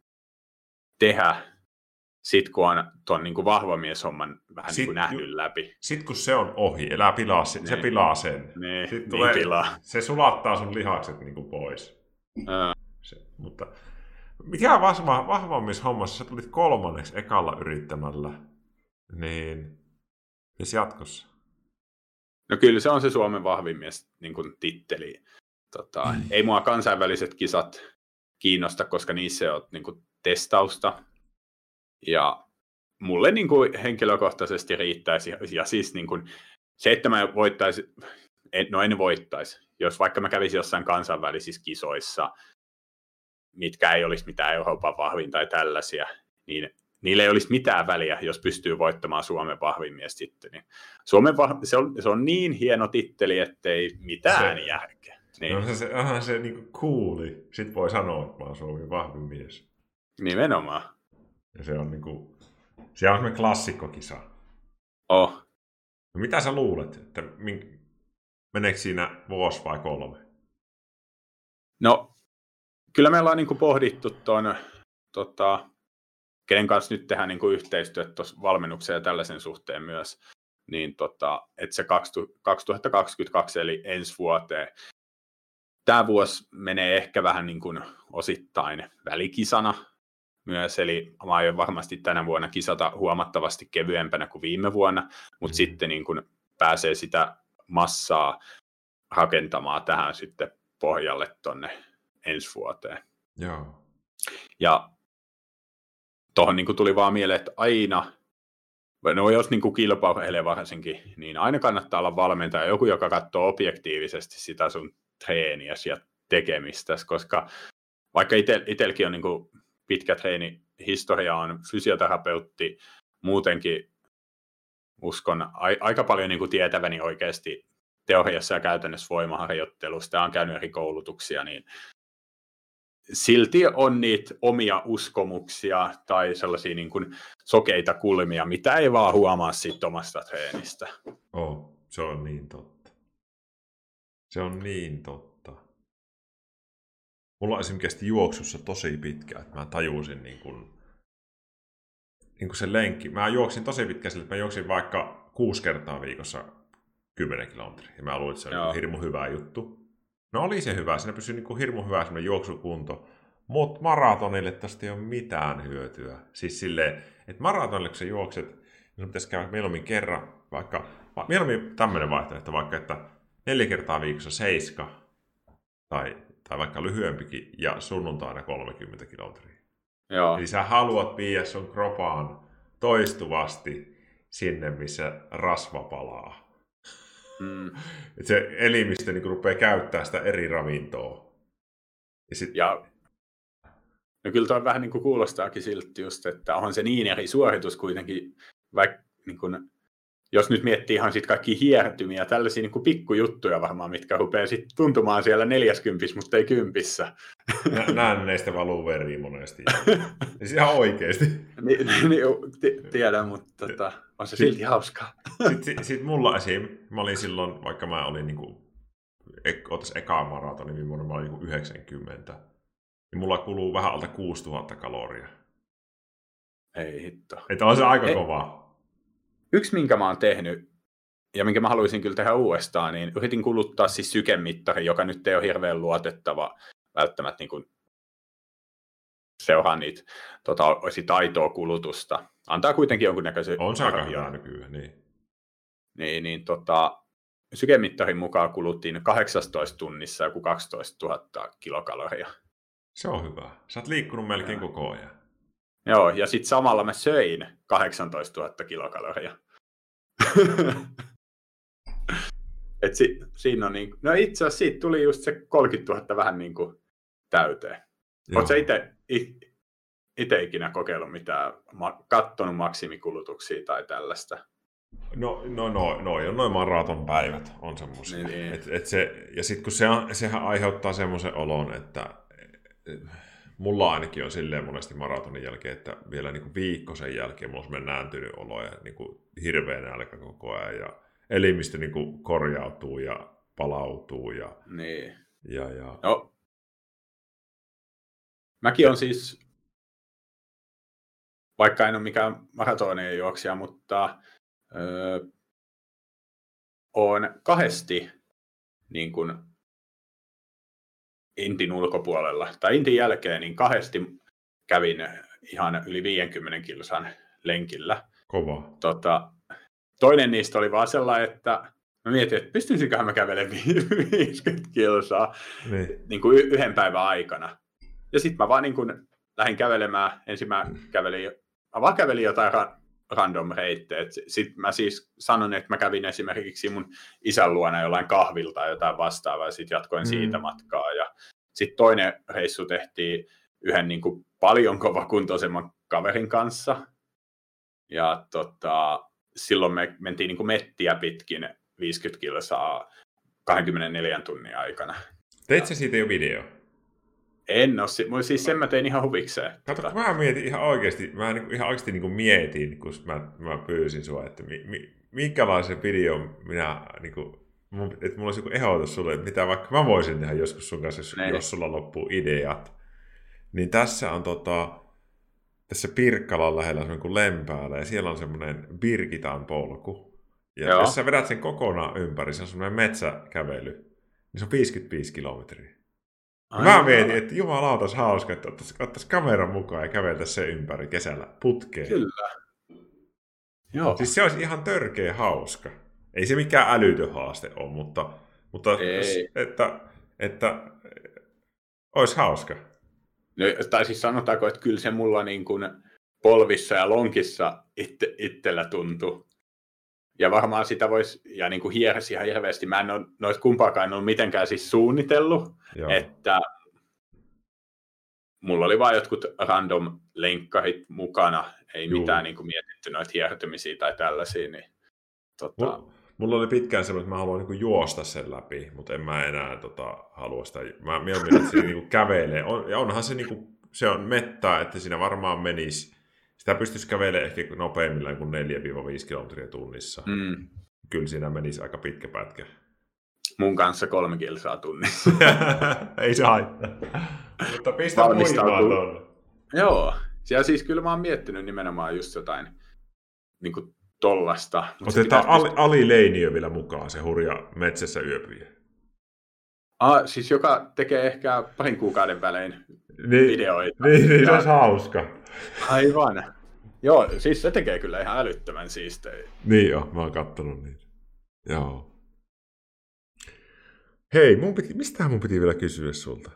tehdä, sit kun on tuon niin vahvamieshomman vähän niin nähnyt ju- läpi. Sitten kun se on ohi, elää pilaa, se, se pilaa sen. Niin, niin tulee, pilaa. Se sulattaa sun lihakset niin kuin pois. Ää. Se, mutta mikä vahva, vahvamishommassa, sä tulit kolmanneksi ekalla yrittämällä, niin missä jatkossa? No kyllä se on se Suomen vahvin mies niin kuin titteli. Tota, mm. Ei mua kansainväliset kisat kiinnosta, koska niissä on niin kuin testausta. Ja mulle niin kuin henkilökohtaisesti riittäisi. Ja siis niin kuin, se, että mä voittaisi, no en voittaisi. Jos vaikka mä kävisin jossain kansainvälisissä kisoissa, mitkä ei olisi mitään Euroopan vahvin tai tällaisia, niin niillä ei olisi mitään väliä, jos pystyy voittamaan Suomen vahvin mies titteli. Suomen vah- se, on, se on niin hieno titteli, ettei mitään se, järkeä. Niin. No se, onhan se niinku cooli. Sitten voi sanoa, että mä oon Suomen vahvin mies. Nimenomaan. Ja se on niinku, se on semmoinen klassikkokisa. Oh. No mitä sä luulet, että mink, meneekö siinä vuosi vai kolme? No, kyllä me ollaan niinku pohdittu tuon, tota, kenen kanssa nyt tehdään niinku yhteistyötä tuossa valmennuksen ja tällaisen suhteen myös, niin tota, että se kaksituhattakaksikymmentäkaksi eli ensi vuoteen. Tämä vuosi menee ehkä vähän niin kuin osittain välikisana myös, eli mä aion varmasti tänä vuonna kisata huomattavasti kevyempänä kuin viime vuonna, mutta mm. sitten niin kuin pääsee sitä massaa rakentamaan tähän sitten pohjalle tonne ensi vuoteen. Joo. Ja tuohon niin kuin tuli vaan mieleen, että aina, no jos niin kuin kilpailee varsinkin, niin aina kannattaa olla valmentaja, joku, joka katsoo objektiivisesti sitä sun treeniä ja tekemistä, koska vaikka itselläkin on niin kuin pitkä treenihistoria, on fysioterapeutti, muutenkin uskon a- aika paljon niin kuin tietäväni oikeasti teoriassa ja käytännössä voimaharjoittelusta ja on käynyt eri koulutuksia, niin silti on niitä omia uskomuksia tai sellaisia niin kuin sokeita kulmia, mitä ei vaan huomaa siitä omasta treenistä. Oh, se on niin totta. Se on niin totta. Mulla esimerkiksi kesti juoksussa tosi pitkään, että mä tajusin niin kuin, niin kuin se lenkki. Mä juoksin tosi pitkään sille, että mä juoksin vaikka kuusi kertaa viikossa kymmenen kilometriä. Ja mä luulen, että se on niin hirmu hyvä juttu. No oli se hyvä, siinä pysyi niin kuin hirmu hyvä semmoinen juoksukunto. Mutta maratonille tästä ei ole mitään hyötyä. Siis silleen, että maratonille kun sä juokset, niin sun pitäisi käydä mieluummin kerran, vaikka, mieluummin tämmöinen vaihtoehto, vaikka että neljä kertaa viikossa seiska, tai, tai vaikka lyhyempikin, ja sunnuntaina kolmekymmentä kilometriä. Joo. Eli sä haluat viiä sun kropaan toistuvasti sinne, missä rasva palaa. Mm. Et se elimistö niin rupeaa käyttämään sitä eri ravintoa. Ja sit... ja... No kyllä toi vähän niin kuin kuulostaakin siltä just, että onhan se niin eri suoritus kuitenkin, vaikka niin kuin, jos nyt miettii ihan sit kaikkia hiertymiä, tällaisia niin kuin pikkujuttuja varmaan, mitkä rupeaa sitten tuntumaan siellä neljäskympissä, mutta ei kympissä. Nänneistä valuu veri monesti. Siis ihan oikeesti. Ni, ni, t- tiedän, mutta tota, on se silti hauskaa. Sitten sit, sit mulla esim, mä olin silloin, vaikka mä olin niinku, ek, otas eka maratoni, niin mä olin niinku yhdeksänkymmentä. Niin mulla kuluu vähän alta kuusituhatta kaloria. Ei hitto. Että on se aika Ei. kova. Yksi, minkä mä oon tehnyt, ja minkä mä haluaisin kyllä tehdä uudestaan, niin yritin kuluttaa siis sykemittari, joka nyt ei ole hirveän luotettava välttämättä niin kuin seuraa niitä tota, sit aitoa kulutusta. Antaa kuitenkin jonkunnäköisen... On se aika hyvä nykyään, niin. Niin, niin tota, sykemittarin mukaan kuluttiin kahdeksantoista tunnissa joku kaksitoistatuhatta kilokaloria. Se on hyvä. Sä oot liikkunut melkein ja. koko ajan. Joo, ja sitten samalla mä söin kahdeksantoistatuhatta kilokaloria. Et si, siinä on niin, no itse asiassa siitä tuli just se kolmekymmentätuhatta vähän niin kuin täyteen. Oletko itse itse ikinä kokeillut mitään, kattonut maksimikulutuksia tai tällaista? No, no, no, no, no noin maratonpäivät on semmoisia. Niin, niin. Et, et se, ja sitten kun se, sehän aiheuttaa semmoisen olon, että et, mulla ainakin on silleen monesti maratonin jälkeen, että vielä niin kuin viikko sen jälkeen mulla on semmoinen nääntynyt olo ja niin kuin hirveä nälkä koko ajan ja elimistö niin kuin korjautuu ja palautuu. Ja, niin. ja, ja... No. Mäkin on siis, vaikka en ole mikään maratonien juoksija, mutta öö, olen kahdesti niin kuin Intin ulkopuolella, tai Intin jälkeen, niin kahdesti kävin ihan yli viidenkymmenen kilsan lenkillä. Kova. Tota, toinen niistä oli vaan sellainen, että mä mietin, että pystyisinköhän mä kävelemään viisikymmentä kilsaa niin. Niin kuin yhden päivän aikana. Ja sitten mä vaan niin kuin lähdin kävelemään. Ensin mä kävelin, mä vaan kävelin jotain ra- random reittejä. Sitten mä siis sanon, että mä kävin esimerkiksi mun isän luona jollain kahvilta tai jotain vastaavaa, ja sitten jatkoin mm. siitä matkaa. Ja sitten toinen reissu tehtiin yhden niin kuin paljon kovakuntoisemman kaverin kanssa. Ja tota, silloin me mentiin niin kuin mettiä pitkin viisikymmentä kilsaa kaksikymmentäneljä tunnin aikana. Teit sä siitä jo video? En ole. Siis sen mä tein ihan huvikseen. Kato, kun mä mietin ihan oikeasti, mä niin, ihan oikeasti niin kuin mietin, kun mä, mä pyysin sua, että mi, mi, minkälaisen videon minä, niin kuin, mun, että mulla olisi joku ehdotus sulle, että mitä vaikka mä voisin tehdä joskus sun kanssa, jos, jos sulla loppuu ideat. Niin tässä on tota, tässä Pirkkalan lähellä semmoinen kuin Lempäällä, ja siellä on semmoinen Birgitan polku. Ja Joo. jos sä vedät sen kokonaan ympäri, se on semmoinen metsäkävely, niin se on viisikymmentäviisi kilometriä. Mä mietin, että jumalautas hauska, että ottaisi, ottaisi kameran mukaan ja käveltäisi se ympäri kesällä putkeen. Kyllä. Joo. Siis se olisi ihan törkeä hauska. Ei se mikään älytön haaste ole, mutta, mutta että, että olisi hauska. No, tai siis sanotaanko, että kyllä se mulla niin kuin polvissa ja lonkissa itse, itsellä tuntui. Ja varmaan sitä voisi, ja niin kuin hiersi ihan hirveästi. Mä en ole noita kumpaakaan ollut mitenkään siis suunnitellut, Joo. että mulla oli vain jotkut random lenkkarit mukana, ei Juu. mitään niin kuin mietitty noita hiertymisiä tai tällaisia. Niin, tota... mulla, mulla oli pitkään semmoinen, että mä haluan niin kuin juosta sen läpi, mutta en mä enää tota, halua sitä. Mä mieluummin, että se niin kuin kävelee. On, ja onhan se, niin kuin, se on mettää, että siinä varmaan menisi. Sitä pystyisi kävelemään ehkä nopeimmillaan kuin neljä viisi kilometriä tunnissa. Mm. Kyllä siinä menisi aika pitkä pätkä. Mun kanssa kolme kilsaa tunnissa. Ei se haittaa. Mutta pistä voimaa tuonne. Joo. Ja siis kyllä mä oon miettinyt nimenomaan just jotain niin kuin tollasta. Otetaan Ali, Ali Leiniö vielä mukaan, se hurja metsässä yöpyjä. Ah, siis joka tekee ehkä parin kuukauden välein niin, videoita. Niin, niin se olisi hauska. Aivan. Joo, siis se tekee kyllä ihan älyttömän siistejä. Niin jo, mä oon kattonut niitä. Joo. Hei, mun piti, mistähän mun piti vielä kysyä sulta?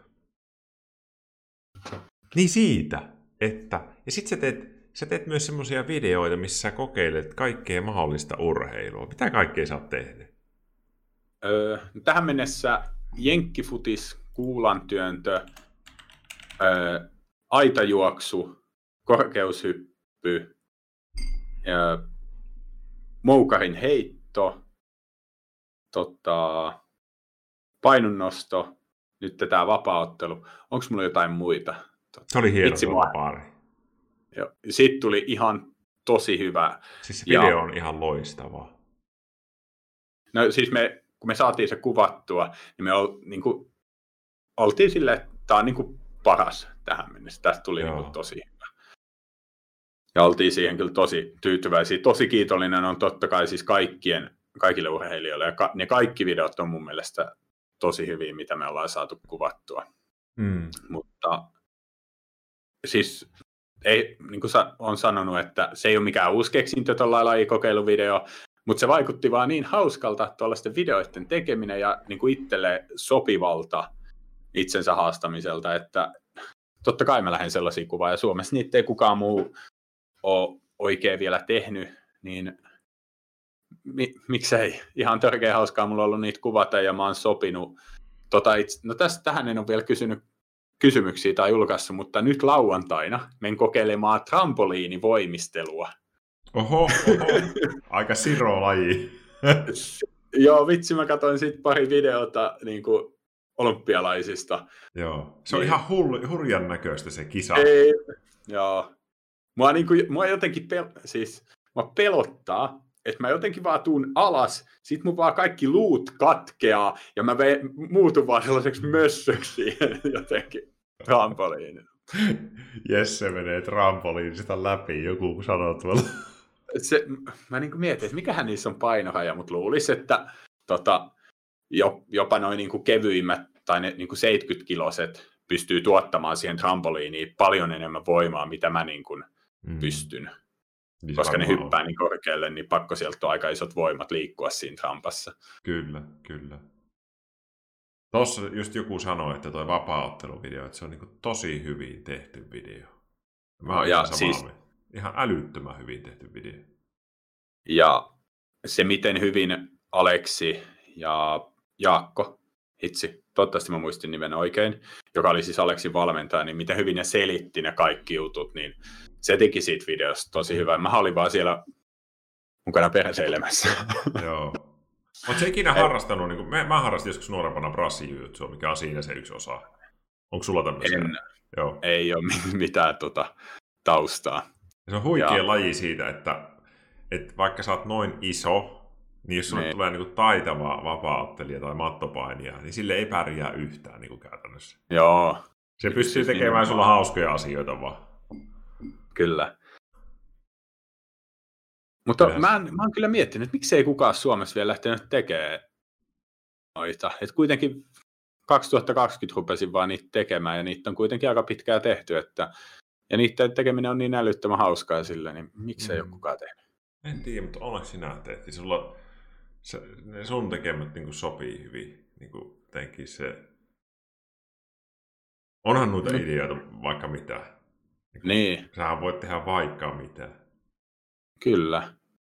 Niin siitä, että... Ja sit sä teet, sä teet myös semmosia videoita, missä sä kokeilet kaikkea mahdollista urheilua. Mitä kaikkea sä oot tehnyt? Öö, tähän mennessä jenkkifutis, kuulantyöntö, öö, aitajuoksu, korkeushyppy, öö, moukarin heitto, tota, painonnosto, nyt tämä vapaaottelu. Onko mulla jotain muita? Tota, se oli hieno tuolla pari. Sitten tuli ihan tosi hyvä. Siis se video ja, on ihan loistava. No siis me, kun me saatiin se kuvattua, niin me ol, niin kuin, oltiin silleen, että tämä on niin kuin paras tähän mennessä. Tästä tuli niin kuin tosi hyvä. Ja oltiin siihen kyllä tosi tyytyväisiä. Tosi kiitollinen on totta kai siis kaikkien, kaikille urheilijoille. Ja ka, ne kaikki videot on mun mielestä tosi hyviä, mitä me ollaan saatu kuvattua. Mm. Mutta siis ei, niin kuin olen sanonut, että se ei ole mikään uusi keksintö tuolla lajikokeiluvideo, mutta se vaikutti vaan niin hauskalta tuollaisten videoiden tekeminen ja niin kuin itselle sopivalta itsensä haastamiselta, että totta kai mä lähden sellaisia kuvaa ja Suomessa niitä ei kukaan muu ole oikein vielä tehnyt, niin mi, miksei, ihan törkeä hauskaa, mulla on ollut niitä kuvata ja mä oon sopinut, tota itse, no tästä tähän en ole vielä kysynyt kysymyksiä tai julkaissut, mutta nyt lauantaina menen kokeilemaan trampoliinivoimistelua. Oho, oho. Aika siro-laji. Joo, vitsi, mä katsoin siitä pari videota niin kuin olympialaisista. Joo, se on niin. Ihan hull, hurjan näköistä se kisa. Ei, joo. Mua, niin kuin, mua jotenkin pel- siis, mua pelottaa, että mä jotenkin vaan tuun alas, sit mun vaan kaikki luut katkeaa, ja mä ve- muutun vaan sellaiseksi mössöksi jotenkin trampoliin. Jesse menee trampoliinista läpi, joku sanoo tuolla. Se, mä niin kuin mietin, että mikähän niissä on painoraja, mutta luulisi, että tota, jo, jopa noin niin kuin kevyimmät tai ne niin kuin seitsemänkymmentä-kiloiset pystyy tuottamaan siihen trampoliiniin paljon enemmän voimaa, mitä mä niin kuin mm. pystyn. Niin koska ne hyppää on. Niin korkealle, niin pakko sieltä on aika isot voimat liikkua siinä trampassa. Kyllä, kyllä. Tuossa just joku sanoi, että tuo vapaa-otteluvideo, että se on niin kuin tosi hyvin tehty video. Mä oon ihan siis... Ihan älyttömän hyvin tehty video. Ja se, miten hyvin Aleksi ja Jaakko, hitsi, toivottavasti mä muistin nimen oikein, joka oli siis Aleksin valmentaja, niin miten hyvin ne selitti ne kaikki jutut, niin se teki siitä videosta tosi hyvää. Mä olin vaan siellä mukana perseilemässä. Joo. Oletko sä ikinä harrastanut, niin kuin, mä, mä harrastin joskus nuorempana brassijujutsu, mikä on siinä se yksi osa. Onko sulla tämmöisiä? En, Joo. Ei ole mitään tota, taustaa. Se on huikea ja. laji siitä, että, että vaikka sä oot noin iso, niin jos sulle tulee niin kuin taitava vapaa-ottelija tai mattopainija, niin sille ei pärjää yhtään niin kuin käytännössä. Joo. Se pystyy tekemään niin sulla hauskoja asioita vaan. Kyllä. Mutta mä, en, mä oon kyllä miettinyt, että miksei kukaan Suomessa vielä lähtenyt tekemään noita. Että kuitenkin kaksituhattakaksikymmentä rupesin vaan niitä tekemään, ja niitä on kuitenkin aika pitkään tehty, että ja niiden tekeminen on niin älyttömän hauskaa sille, niin miksei mm. ole kukaan tehnyt? En tiedä, mutta onneksi sinä tehtiin. Sulla, se, ne sun tekemät niin kuin sopii hyvin. Niin kuin se... Onhan noita mm. ideoita vaikka mitä. Niin. niin. Sähän voit tehdä vaikka mitä. Kyllä.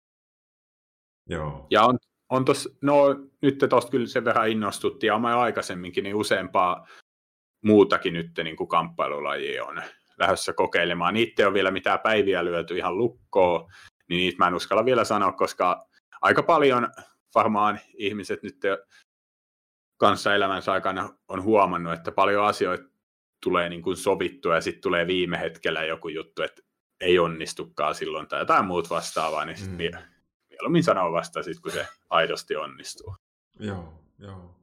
Joo. Ja on, on tossa, no nyt tosta kyllä sen verran innostuttiin, ja mä aikaisemminkin niin useampaa muutakin nyt niin kuin kamppailulajia on lähdössä kokeilemaan. Niitä ei ole vielä mitään päiviä lyöty ihan lukkoon, niin niitä mä en uskalla vielä sanoa, koska aika paljon varmaan ihmiset nyt kanssa elämänsä aikana on huomannut, että paljon asioita tulee niin kuin sovittua ja sitten tulee viime hetkellä joku juttu, että ei onnistukaan silloin tai jotain muut vastaavaa, niin sitten mm. mieluummin sanoo vasta sit, kun se aidosti onnistuu. Joo, joo.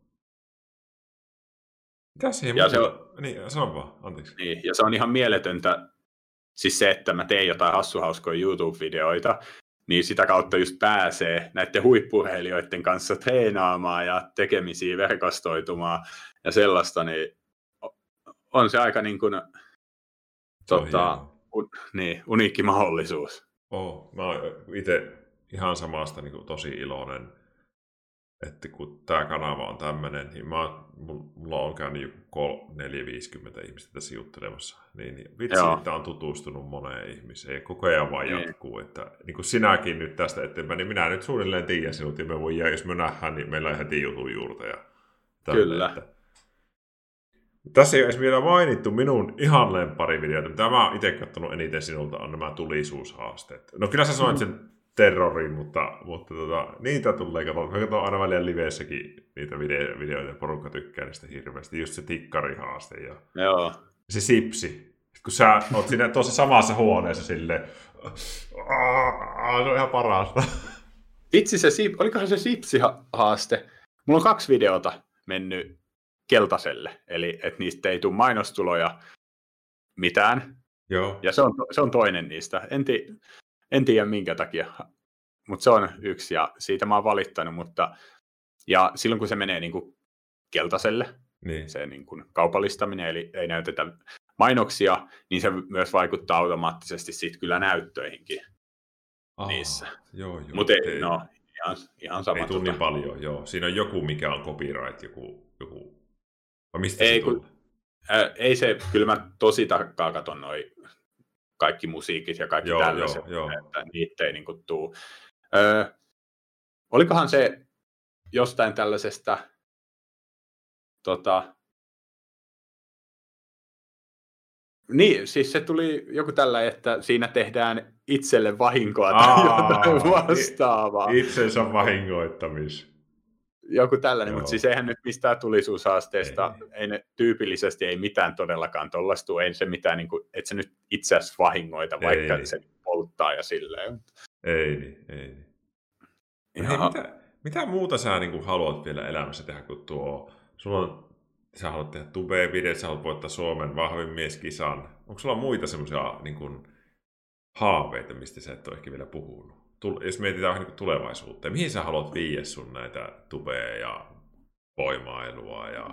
Tässä ei ja muuta. se on, niin, sano vaan, anteeksi. Niin, ja se on ihan mieletöntä, siis se, että mä teen jotain hassuhauskoja YouTube-videoita, niin sitä kautta just pääsee näiden huippu-urheilijoiden kanssa treenaamaan ja tekemisiä verkostoitumaan ja sellaista, niin on se aika niin kuin, tota, un, niin, uniikki mahdollisuus. Oh, mä oon itse ihan samasta niin kuin tosi iloinen, että kun tämä kanava on tämmöinen, niin mä, mulla on käynyt joku neljä viisikymmentä ihmistä tässä juttelemassa, niin, niin vitsi, että on tutustunut moneen ihmiseen ja koko ajan vaan jatkuu, niin. Että niin kuin sinäkin nyt tästä eteenpäin, niin minä nyt suunnilleen tiedän sinut, ja me voi, ja jos me nähdään, niin meillä on heti jutun juurta. Ja tälle, Kyllä. Että... Tässä ei ole edes vielä mainittu minun ihan lempparivideota, mitä mä oon itse katsonut eniten sinulta, on nämä tulisuushaasteet. No kyllä sä sanoit sen terroriin, mutta, mutta tota, niitä tulee katsoa. Mä katson aina välillä liveissäkin niitä video- videoita ja porukka tykkää niistä hirveästi. Just se tikkarihaaste ja Joo. se sipsi. Kun sä oot siinä tuossa samassa huoneessa silleen, se on ihan parasta. Vitsi, se, olikohan se sipsihaaste? Mulla on kaksi videota mennyt keltaiselle, eli että niistä ei tule mainostuloja mitään. Joo. Ja se on, se on toinen niistä. En, tii, en tiedä minkä takia, mutta se on yksi ja siitä mä oon valittanut. Mutta, ja silloin kun se menee niin kuin keltaiselle, niin. se niin kuin kaupallistaminen, eli ei näytetä mainoksia, niin se myös vaikuttaa automaattisesti sit kyllä näyttöihinkin Aa, niissä. Joo, joo. Mutta no, ihan, ihan sama. Ei tule niin paljon, joo. Siinä on joku, mikä on copyright, joku... joku... Vai mistä ei, se tulee? Ää, ei se, kyllä mä tosi tarkkaan katon noi kaikki musiikit ja kaikki joo, tällaiset, joo, joo. että niitä ei niin kuin tuu. Öö, olikohan se jostain tällaisesta, tota, niin, siis se tuli joku tällä, että siinä tehdään itselle vahinkoa tai jotain vastaavaa. Itsensä vahingoittamis. Joku tällainen, mutta siis eihän nyt mistään tulisuushaasteesta, ei. ei ne tyypillisesti ei mitään todellakaan tollastu, ei se mitään, niin kuin, että se nyt itse asiassa vahingoita, vaikka ei. Se polttaa ja silleen. Ei niin, ei niin. Hei, mitä, mitä muuta sä niin kuin haluat vielä elämässä tehdä, kun tuo, sulla on, sä haluat tehdä tube-videot, sä haluat voittaa Suomen vahvin mieskisan. Onko sulla muita semmoisia niin kuin haaveita, mistä sä et ole ehkä vielä puhunut? Jos mietitään vähän niin tulevaisuutta, mihin sä haluat viiä sun näitä tubeja ja voimailua? Ja...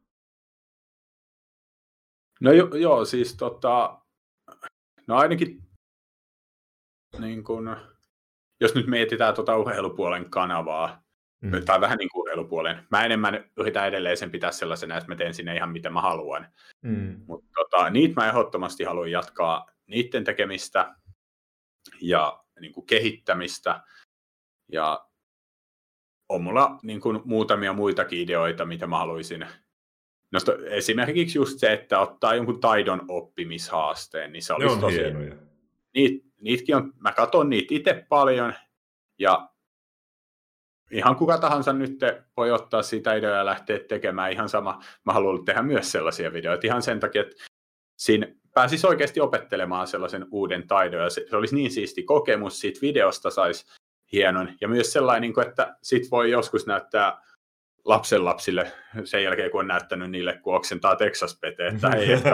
No jo, joo, siis tota, no ainakin, niin kun, jos nyt mietitään tota urheilupuolen kanavaa, mm. tai vähän niin kuin urheilupuolen, mä enemmän yritän edelleen sen pitää sellaisena, että mä teen sinne ihan mitä mä haluan. Mm. Mutta tota, niitä mä ehdottomasti haluan jatkaa niiden tekemistä ja niin kuin kehittämistä, ja on mulla niin kuin muutamia muitakin ideoita, mitä mä haluaisin. No, esimerkiksi just se, että ottaa jonkun taidon oppimishaasteen, niin se olisi tosi... Niit, niitkin on, mä katson niitä itse paljon, ja ihan kuka tahansa nyt voi ottaa siitä ideoja ja lähteä tekemään ihan sama. Mä haluan tehdä myös sellaisia videoita ihan sen takia, että siinä pääsisi oikeasti opettelemaan sellaisen uuden taidon, ja se, se olisi niin siisti kokemus, siitä videosta saisi hienon, ja myös sellainen, että sit voi joskus näyttää lapsenlapsille sen jälkeen, kun on näyttänyt niille, kun oksentaa Texas-pete, että hei, että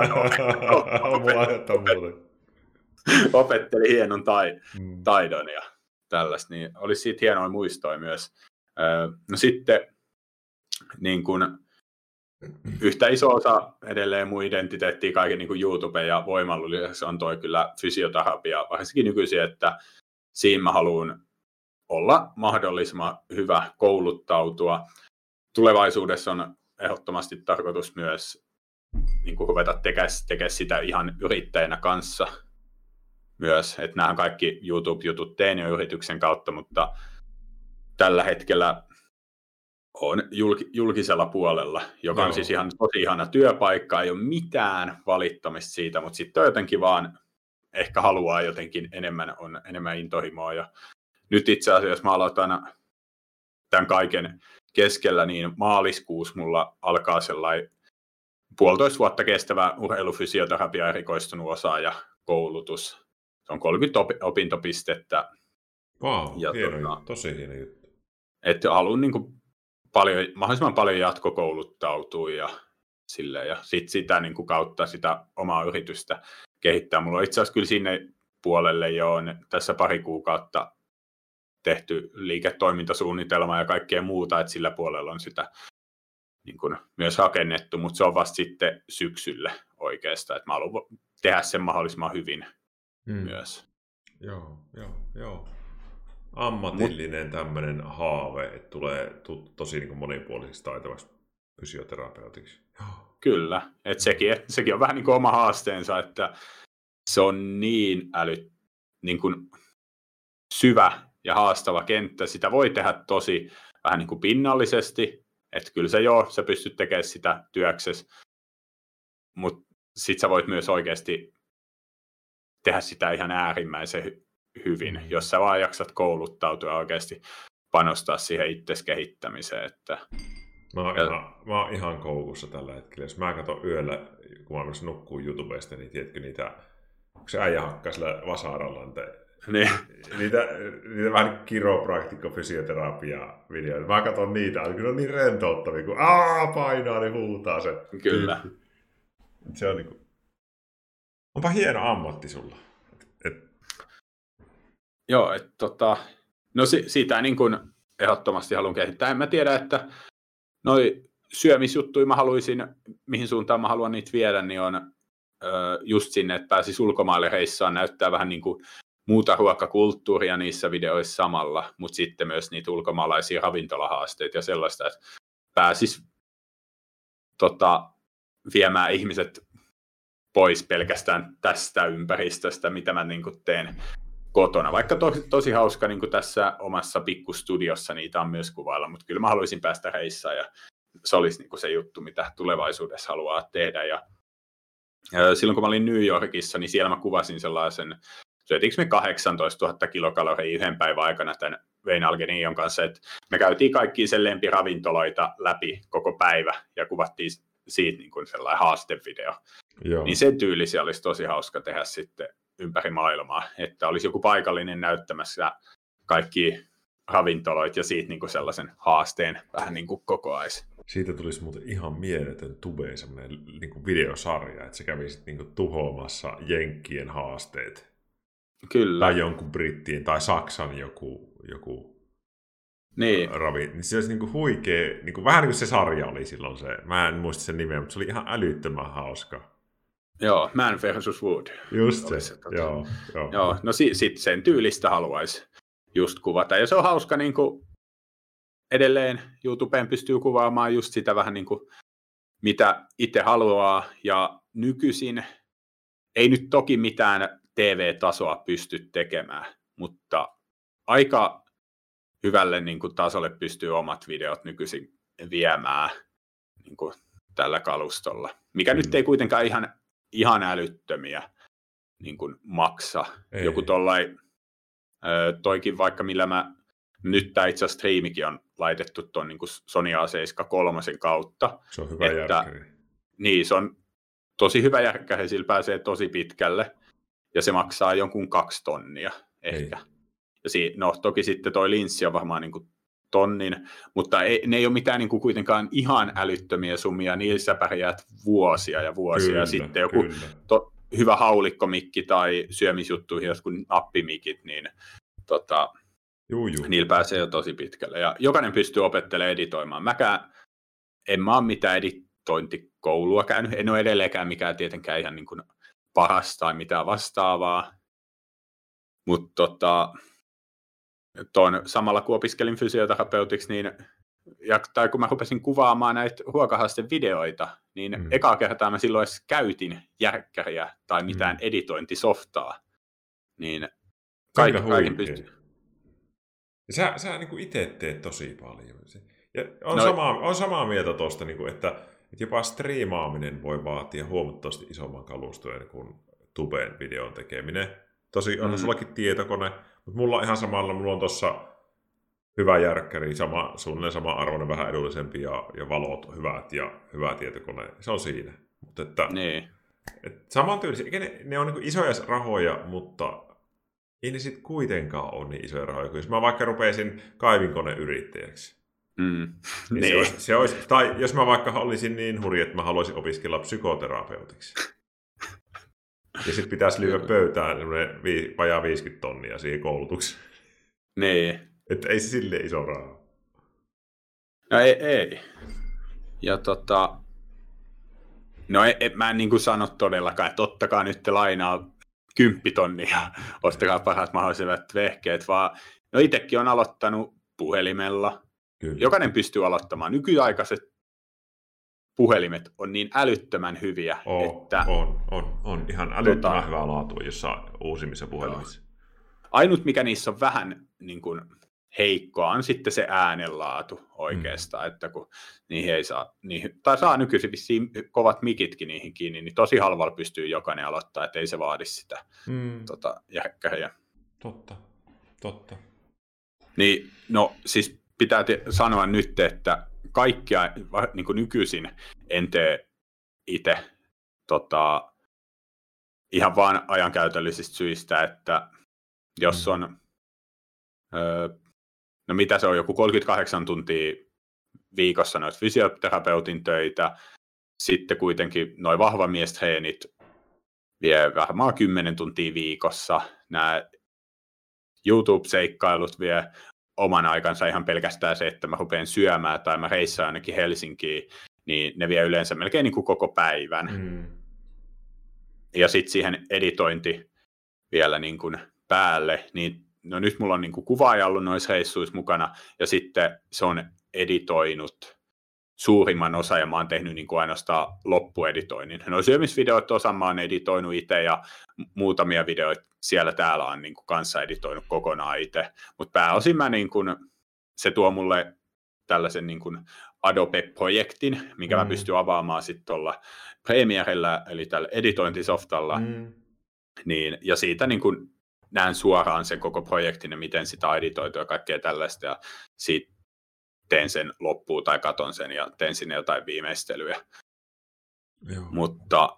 opetteli hienon tai, taidon ja tällaista, niin olisi siitä hienoja muistoja myös. No sitten niin kun, yhtä iso osa edelleen mun identiteettiä kaiken niin kuin YouTube ja voimailu on toi kyllä fysioterapia, varsinkin nykyisin, että siinä mä haluan olla mahdollisimman hyvä kouluttautua. Tulevaisuudessa on ehdottomasti tarkoitus myös niin kuin ruveta tekemään teke sitä ihan yrittäjänä kanssa myös, että nämä kaikki YouTube-jutut teen jo yrityksen kautta, mutta tällä hetkellä on julkisella puolella, joka on Joo. siis ihan tosi ihana työpaikka, ei ole mitään valittamista siitä, mutta sitten jotenkin vaan ehkä haluaa jotenkin enemmän, on enemmän intohimoa. Ja nyt itse asiassa mä aloitan tämän kaiken keskellä, niin maaliskuussa mulla alkaa sellainen puolitoista vuotta kestävä urheilufysioterapia erikoistunut osaaja koulutus. Se on kolmekymmentä opintopistettä. Wow, ja hieno, tuota, tosi hieno juttu. Että haluan niin kuin paljon, mahdollisimman paljon jatkokouluttautua ja silleen, ja sit sitä niin kuin kautta sitä omaa yritystä kehittää. Mulla on itse asiassa kyllä sinne puolelle jo on tässä pari kuukautta tehty liiketoimintasuunnitelma ja kaikkea muuta, että sillä puolella on sitä niin kuin myös rakennettu, mutta se on vasta sitten syksyllä oikeastaan, että mä haluan tehdä sen mahdollisimman hyvin hmm. myös. Joo, joo, joo. Ammatillinen Mut, tämmöinen haave, että tulee to, tosi niin kuin monipuoliseksi taitavaksi fysioterapeutiksi. Kyllä, että sekin, et, sekin on vähän niin kuin oma haasteensa, että se on niin äly, niin kuin syvä ja haastava kenttä. Sitä voi tehdä tosi vähän niin kuin pinnallisesti, että kyllä se joo, sä pystyt tekemään sitä työksesi, mutta sit sä voit myös oikeasti tehdä sitä ihan äärimmäisen hyvin, mm. jos sä vaan jaksat kouluttautua ja oikeasti panostaa siihen itsesi kehittämiseen. Että... Mä, oon ja... ihan, mä oon ihan koukussa tällä hetkellä. Jos mä katson yöllä, kun mä myös nukkuu YouTubesta, niin tiedätkö niitä, onko se äijä hakkaa sillä vasaralla, niitä, niin. niitä, niitä vähän kiropraktikko-fysioterapia-videoita. Mä katson niitä, kun ne on niin rentouttavia, kun aah, painaa, niin huutaa se. Kyllä. Se on niinku... Onpa hieno ammatti sulla. Et... Joo, että tota... No si- sitä niin kuin ehdottomasti haluan kehittää. En mä tiedä, että noi syömisjuttuja mä haluaisin, mihin suuntaan mä haluan niitä viedä, niin on ö, just sinne, että pääsis ulkomaille reissaan, näyttää vähän niin kuin muuta ruokakulttuuria niissä videoissa samalla, mutta sitten myös niitä ulkomaalaisia ravintolahaasteita ja sellaista, että pääsis tota, viemään ihmiset pois pelkästään tästä ympäristöstä, mitä mä niin kuin teen kotona. Vaikka to, tosi hauska niin kuin tässä omassa pikkustudiossa niitä on myös kuvailla, mutta kyllä mä haluaisin päästä reissaan ja se olisi niin kuin se juttu, mitä tulevaisuudessa haluaa tehdä. Ja, ja silloin kun mä olin New Yorkissa, niin siellä mä kuvasin sellaisen, syötiinkö me kahdeksantoistatuhatta kilokaloria yhden päivän aikana tämän Wayne Algenion kanssa, että me käytiin kaikkia sen lempiravintoloita läpi koko päivä ja kuvattiin siitä niin kuin sellainen haastevideo. Joo. Niin sen tyylisiä olisi tosi hauska tehdä sitten ympäri maailmaa, että olisi joku paikallinen näyttämässä kaikki ravintoloit ja siitä niin kuin sellaisen haasteen vähän niin kuin kokoaisi. Siitä tulisi muuten ihan mieletön tube, semmoinen niin kuin videosarja, että se kävisi niin kuin tuhoamassa Jenkkien haasteet. Kyllä. Tai jonkun brittien tai Saksan joku, joku niin. ravi. Niin se olisi niin kuin huikea, niin kuin, vähän niin kuin se sarja oli silloin se. Mä en muista sen nimeä, mutta se oli ihan älyttömän hauska. Joo, Man versus Wood. Just se, se tota. joo, joo. joo. No si- sitten sen tyylistä haluaisi just kuvata. Ja se on hauska niin kuin edelleen YouTubeen pystyy kuvaamaan just sitä vähän niin kuin mitä itse haluaa. Ja nykyisin ei nyt toki mitään T V-tasoa pysty tekemään, mutta aika hyvälle niin kuin tasolle pystyy omat videot nykyisin viemään niin kuin tällä kalustolla. Mikä mm. nyt ei kuitenkaan ihan, ihan älyttömiä niin kuin maksa. Ei. Joku tollai, toikin vaikka millä mä, nyt tämä itse asiassa striimikin on laitettu tuon niin kuin Sony A seitsemän kolme kautta. Se on hyvä järkkäri. Niin, se on tosi hyvä järkkäri, sillä pääsee tosi pitkälle. Ja se maksaa jonkun kaksi tonnia ehkä. Ei. Ja si- no toki sitten toi linssi on varmaan niin kuin tonnin, mutta ei, ne ei ole mitään niin kuin kuitenkaan ihan älyttömiä summia, niissä pärjäät vuosia ja vuosia. Kyllä, ja sitten joku to, hyvä haulikkomikki tai syömisjuttuihin jotkut nappimikit, niin tota, juu, juu. niillä pääsee jo tosi pitkälle. Ja jokainen pystyy opettelemaan editoimaan. Mäkään en mä ole mitään editointikoulua käynyt, en ole edelleenkään mikään tietenkään ihan niin kuin paras tai mitään vastaavaa, mutta tota, tuon samalla kun opiskelin fysioterapeutiksi, niin, ja, tai kun mä rupesin kuvaamaan näitä ruokahaastevideoita, niin mm. ekaa kertaa mä silloin edes käytin järkkäriä tai mitään mm. editointisoftaa, niin kaikki, kaiken pystyy. Sä, sä niin kuin itse teet tosi paljon. Ja on, no, samaa, on samaa mieltä tuosta, niin kuin, että, että jopa striimaaminen voi vaatia huomattavasti isomman kalustojen kuin tuben videon tekeminen. Tosi on mm. sullakin tietokone, mutta mulla on ihan samalla, mulla on tuossa hyvä järkkäri, sama, suunnilleen sama arvoinen, vähän edullisempi ja, ja valot hyvät ja hyvä tietokone. Se on siinä. Mutta että, niin. että samantyylisiä, ne, ne on niin isoja rahoja, mutta ei ne sitten kuitenkaan ole niin isoja rahoja. Jos mä vaikka rupeisin kaivinkoneyrittäjäksi, mm. niin se olisi, se olisi, tai jos mä vaikka olisin niin hurja, että mä haluaisin opiskella psykoterapeutiksi. Ja sitten pitäisi lyödä pöytään vi, vajaa viisikymmentä tonnia siihen koulutukseen. Niin. Että ei se silleen iso raha. No ei, ei. Ja tota... No ei, ei, mä en niin kuin sano todellakaan, että ottakaa nyt lainaa kymppitonnia ja ostakaa parhaat mahdolliset vehkeet, vaan no itsekin on aloittanut puhelimella. Kyllä. Jokainen pystyy aloittamaan. Nykyaikaiset puhelimet on niin älyttömän hyviä, oh, että... On, on, on. Ihan älyttömän tota, hyvää laatua jossain uusimmissa puhelimissa. Ainut, mikä niissä on vähän niin kuin heikkoa, on sitten se äänenlaatu oikeastaan, mm. että kun niihin ei saa, niihin, tai saa nykyisin vissiin kovat mikitkin niihin kiinni, niin tosi halvalla pystyy jokainen aloittaa, että ei se vaadi sitä mm. tota, järkkäriä. Totta, totta. Niin, no siis pitää te- sanoa nyt, että kaikkia niin kuin nykyisin en tee itse tota, ihan vaan ajankäytöllisistä syistä, että jos on, öö, no mitä se on, joku kolmekymmentäkahdeksan tuntia viikossa noita fysioterapeutin töitä, sitten kuitenkin noin vahvamiestreenit vie varmaan kymmenen tuntia viikossa, nämä YouTube-seikkailut vie oman aikansa ihan pelkästään se, että mä rupean syömään tai mä reissaan ainakin Helsinkiin, niin ne vie yleensä melkein niin kuin koko päivän. Mm. Ja sitten siihen editointi vielä niin kuin päälle, niin no nyt mulla on niin kuin kuvaaja ollut noissa reissuissa mukana, ja sitten se on editoinut suurimman osa, ja mä oon tehnyt niin kuin ainoastaan loppueditoinnin. No syömisvideot osa mä oon editoinut itse, ja muutamia videoita siellä täällä on niin kuin kanssa editoinut kokonaan itse, mutta pääosin mä niin kuin, se tuo mulle tällaisen niin kuin Adobe-projektin, minkä mm. mä pystyn avaamaan sitten tuolla Premierellä, eli tällä editointisoftalla, mm. niin, ja siitä niin kuin näen suoraan sen koko projektin ja miten sitä editoitu ja kaikkea tällaista, ja siitä teen sen loppuun tai katon sen ja teen sinne jotain viimeistelyä. Joo. Mutta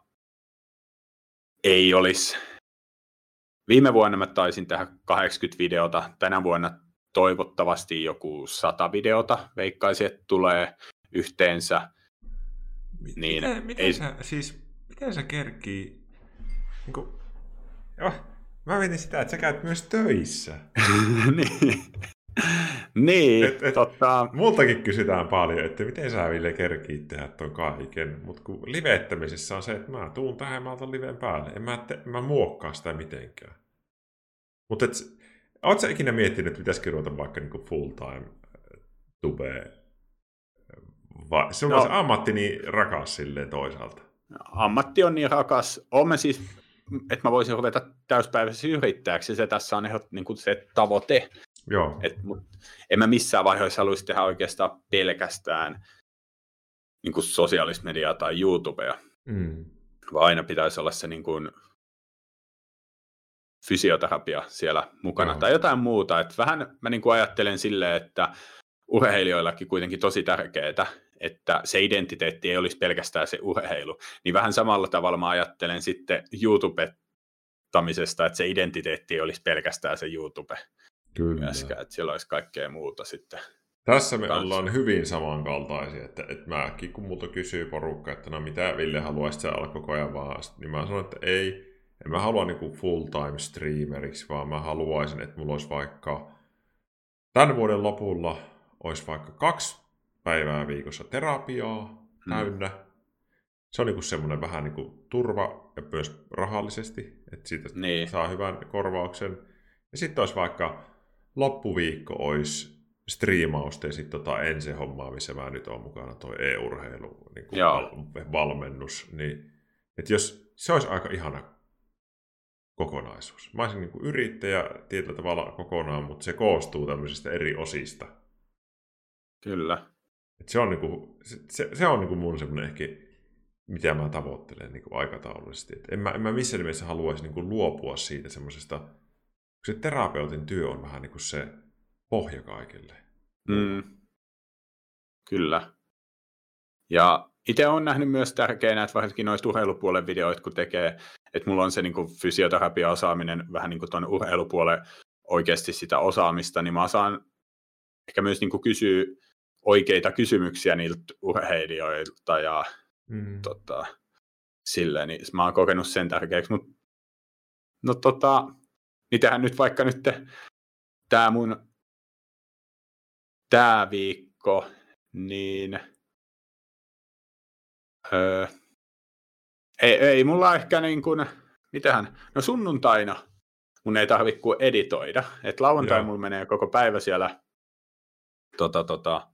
ei olisi. Viime vuonna mä taisin tehdä kahdeksankymmentä videota, tänä vuonna toivottavasti joku sata videota, veikkaisin, että tulee yhteensä. Miten, niin miten, ei... sä, siis, miten sä kerkii? Niin kuin... oh, mä mietin sitä, että sä käyt myös töissä. niin. niin et, et, totta. Multakin kysytään paljon, että miten sä Ville kerkii tehdä ton kaiken, mutta kun livettämisessä on se, että mä tuun tähän, mä otan liven päälle. En mä, te, mä muokkaa sitä mitenkään. Mutta oot sä ikinä miettinyt, että pitäisikö ruveta vaikka niinku full time tubeen? Vai, se on no. se ammatti niin rakas silleen toisaalta. Ammatti on niin rakas. Olen siis, että mä voisin ruveta täyspäiväisesti yrittäjäksi. Se tässä on ehdot, niin kuin se tavoite. Joo. Et, mut, en mä missään vaiheessa haluaisi tehdä oikeastaan pelkästään niin kuin sosiaalista mediaa tai YouTubea. Mm. Vaan aina pitäisi olla se niin kuin fysioterapia siellä mukana Joo. tai jotain muuta. Et vähän mä niin kuin ajattelen silleen, että urheilijoillakin kuitenkin tosi tärkeää, että se identiteetti ei olisi pelkästään se urheilu. Niin vähän samalla tavalla mä ajattelen sitten YouTubetamisesta, että se identiteetti ei olisi pelkästään se YouTube. Kyllä. Myöskään, että siellä olisi kaikkea muuta sitten. Tässä me kanssa ollaan hyvin samankaltaisia, että, että mäkin kun multa kysyy porukka, että no mitä Ville haluaisit sä olla koko ajan vaan, niin mä sanon, että ei, en mä halua niinku full-time streameriksi, vaan mä haluaisin, että mulla olisi vaikka tämän vuoden lopulla olisi vaikka kaksi päivää viikossa terapiaa täynnä. Hmm. Se on niinku semmoinen vähän niinku turva ja myös rahallisesti, että siitä niin. saa hyvän korvauksen. Ja sitten olisi vaikka loppuviikko olisi striimausta ja sitten tota ensi hommaa, missä mä nyt olen mukana, toi e-urheilu, niin kuin val- valmennus. Niin, että jos se olisi aika ihana kokonaisuus. Mä olisin niin kuin yrittäjä tietyllä tavalla kokonaan, mutta se koostuu tämmöisistä eri osista. Kyllä. Et se on, niin kuin, se, se on niin kuin mun semmoinen ehkä, mitä mä tavoittelen niin kuin aikataulullisesti. Et en, mä, en mä missään nimessä haluaisi niin kuin luopua siitä semmoisesta. Se terapeutin työ on vähän niin kuin se pohja kaikille. Mm. Kyllä. Ja itse olen nähnyt myös tärkeänä, että varsinkin noista urheilupuolen videoita, kun tekee, että mulla on se niin kuin fysioterapia-osaaminen vähän niin kuin tuon urheilupuolen oikeasti sitä osaamista, niin mä osaan ehkä myös niin kuin kysyä oikeita kysymyksiä niiltä urheilijoilta ja mm. tota, silleen, niin mä oon kokenut sen tärkeäksi. Mut, no tota... Niin tehdään nyt vaikka nyt tämä mun tämä viikko, niin öö, ei, ei mulla ehkä niin kuin, mitähän, no sunnuntaina mun ei tarvitse kuin editoida. Että lauantai Joo. mulla menee koko päivä siellä tota, tota,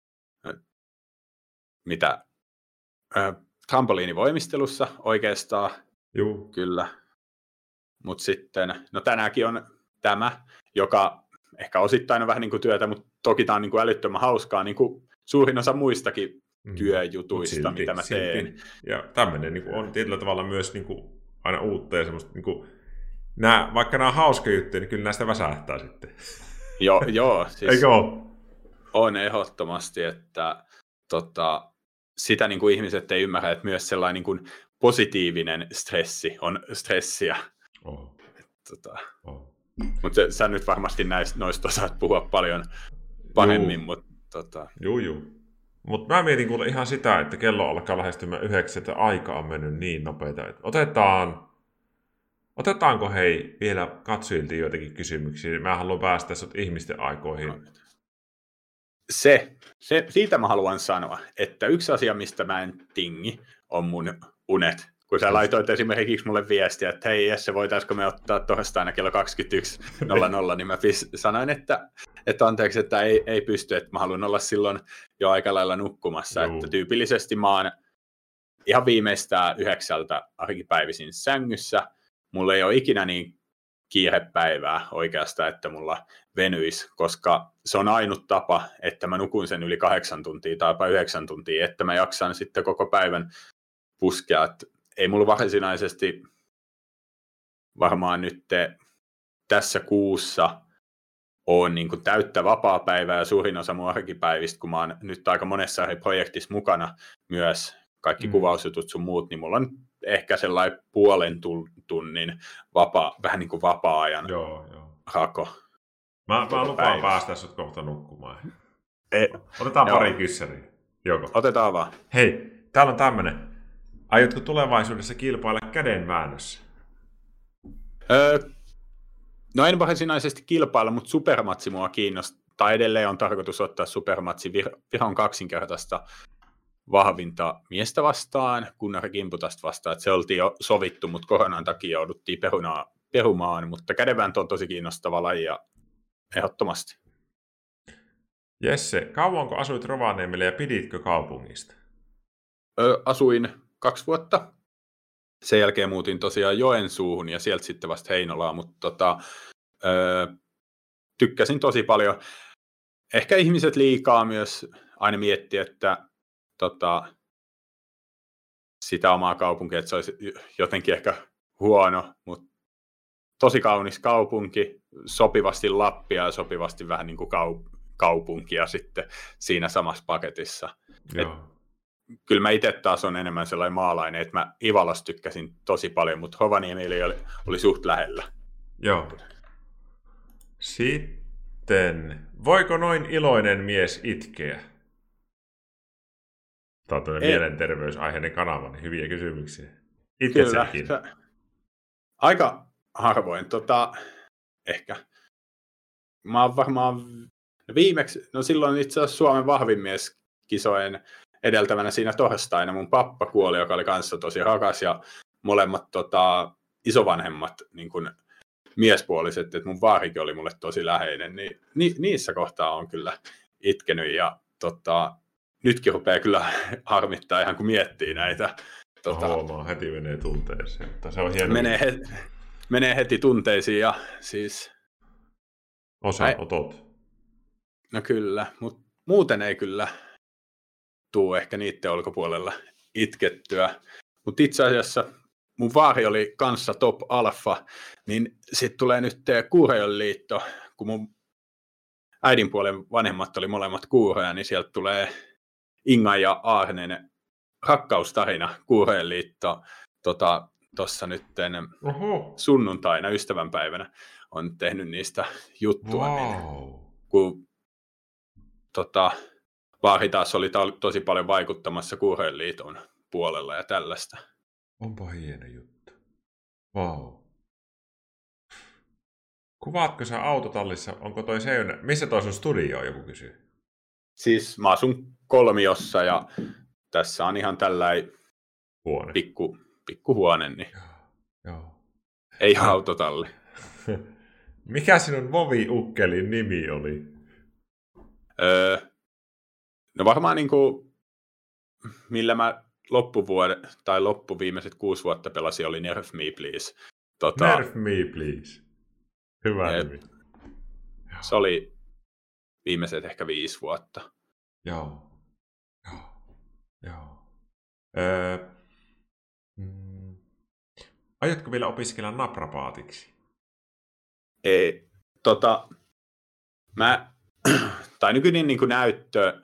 mitä, öö, trampoliinivoimistelussa oikeastaan, Joo. kyllä. Mutta sitten, no tänäänkin on tämä, joka ehkä osittain on vähän niin kuin työtä, mutta toki tämä on niin kuin älyttömän hauskaa, niin kuin suurin osa muistakin mm. työjutuista, silti, mitä mä silti. teen. Ja tämmöinen niin kuin on tietyllä tavalla myös niin kuin aina uutta ja semmoista, niin kuin, nämä, vaikka nämä on hauska juttuja, niin kyllä näistä väsähtää sitten. Joo, joo siis Eikö ole? On ehdottomasti, että tota, sitä niin kuin ihmiset ei ymmärrä, että myös sellainen niin kuin positiivinen stressi on stressiä. Oh. Tota, oh. Mutta sä nyt varmasti näistä, noista osaat puhua paljon paremmin. Mut, tota... Joo, joo. Mutta mä mietin kuule ihan sitä, että kello alkaa lähestymään yhdeksän, että aika on mennyt niin nopeita. Että otetaan, otetaanko hei vielä katsojilta joitakin kysymyksiä? Mä haluan päästä sut ihmisten aikoihin. Se, se, siitä mä haluan sanoa, että yksi asia, mistä mä en tingi, on mun unet. kun sä laitoit esimerkiksi mulle viestiä, että hei Jesse, voitaisiko me ottaa torstaina kello kaksikymmentäyksi nolla nolla, niin mä pis, sanoin, että, että anteeksi, että ei, ei pysty, että mä haluan olla silloin jo aika lailla nukkumassa, Juu. että tyypillisesti mä oon ihan viimeistään yhdeksältä arkipäivisin sängyssä, mulla ei ole ikinä niin kiirepäivää oikeastaan, että mulla venyisi, koska se on ainut tapa, että mä nukun sen yli kahdeksan tuntia tai jopa yhdeksän tuntia, että mä jaksan sitten koko päivän puskea. Että ei mulla varsinaisesti varmaan nyt tässä kuussa ole niin kuin täyttä vapaa-päivää ja suurin osa mun arkipäivistä, kun mä oon nyt aika monessa eri projektissa mukana myös, kaikki mm. kuvausjutut sun muut, niin mulla on ehkä sellainen puolen tunnin vapaa, vähän niin kuin vapaa-ajan joo, joo. rako. Mä, mä lupaan päästä sut kohta nukkumaan. E, Otetaan joo. pari kyssäriä. Joko? Otetaan vaan. Hei, täällä on tämmönen. Aiotko tulevaisuudessa kilpailla kädenväännössä? Öö, no en varsinaisesti kilpailla, mutta supermatsi mua kiinnostaa. Tai edelleen on tarkoitus ottaa supermatsi Vir- Viron kaksinkertaista vahvinta miestä vastaan, Gunnar Kimputasta vastaan. Että se oltiin jo sovittu, mutta koronan takia jouduttiin perunaa, perumaan. Mutta kädenvääntö on tosi kiinnostava laji ja ehdottomasti. Jesse, kauanko asuit Rovaniemellä ja piditkö kaupungista? Ö, asuin kaksi vuotta. Sen jälkeen muutin tosiaan Joensuuhun ja sieltä sitten vasta Heinolaan, mutta tota, ö, tykkäsin tosi paljon. Ehkä ihmiset liikaa myös aina miettii, että tota, sitä omaa kaupunkia, että se olisi jotenkin ehkä huono, mutta tosi kaunis kaupunki, sopivasti Lappia ja sopivasti vähän niin kuin kaup- kaupunkia sitten siinä samassa paketissa. Et, kyllä mä itse taas on enemmän sellainen maalainen, että mä Ivalasta tykkäsin tosi paljon, mutta Rovaniemi oli, oli suht lähellä. Joo. Sitten, voiko noin iloinen mies itkeä? Tämä on tuollainen mielenterveysaiheinen kanava, niin hyviä kysymyksiä. Itket senkin. Aika harvoin. Tota, ehkä. Mä oon varmaan viimeksi, no silloin itse asiassa Suomen vahvin mies kisojen edeltävänä siinä torstaina mun pappa kuoli, joka oli kanssa tosi rakas, ja molemmat tota, isovanhemmat niin kun miespuoliset, että mun vaarikin oli mulle tosi läheinen, niin ni, niissä kohtaa on kyllä itkenyt, ja tota, nytkin rupeaa kyllä harmittaa ihan kun miettii näitä. Tota, Huomaa, heti menee tunteisiin, mutta se on hieno. Menee, he, menee heti tunteisiin, ja siis osanotot. No kyllä, mutta muuten ei kyllä tuu ehkä niiden ulkopuolella itkettyä. Mutta itse asiassa mun vaari oli kanssa top alfa, niin sitten tulee nyt Kuurejon liitto, kun mun äidinpuolen vanhemmat oli molemmat kuureja, niin sieltä tulee Inga ja Aarnen rakkaustarina Kuurejon liitto tuossa tota, nytten sunnuntaina ystävänpäivänä on tehnyt niistä juttua. Wow. Niin, kun tota, vaari taas oli ta- tosi paljon vaikuttamassa Kuurejon liiton puolella ja tällaista. Onpa hieno juttu. Vau. Wow. Kuvaatko sä autotallissa, onko toi Seijona, missä toi sun studio, joku kysyy? Siis mä asun kolmiossa ja tässä on ihan tällainen huone. Pikku, pikku huone, niin joo, joo. Ei ah. autotalli. Mikä sinun Vovi-ukkelin nimi oli? Öö, no varmaan niin kuin, millä mä loppuvuoden, tai loppuviimeiset kuusi vuotta pelasin, oli Nerf Me Please. Tota, Nerf Me Please. Hyvä et, nimi. Se oli viimeiset ehkä viisi vuotta. Joo. Joo. Joo. Öö, mm, aiotko vielä opiskella naprapaatiksi? Ei. Tota, mä, tai nykyinen niin kuin näyttö,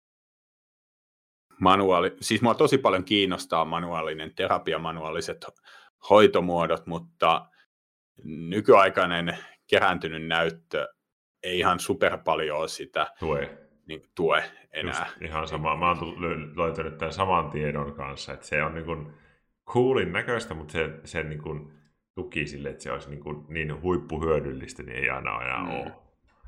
manuaali, siis mua tosi paljon kiinnostaa manuaalinen terapia, manuaaliset hoitomuodot, mutta nykyaikainen kerääntynyt näyttö ei ihan super paljon ole sitä tue, niin, tue enää. Just ihan sama. Mä oon löytänyt tämän saman tiedon kanssa, että se on niin kuin coolin näköistä, mutta se, se niin kuin tuki sille, että se olisi niin, kuin niin huippuhyödyllistä, niin ei aina enää mm. ole.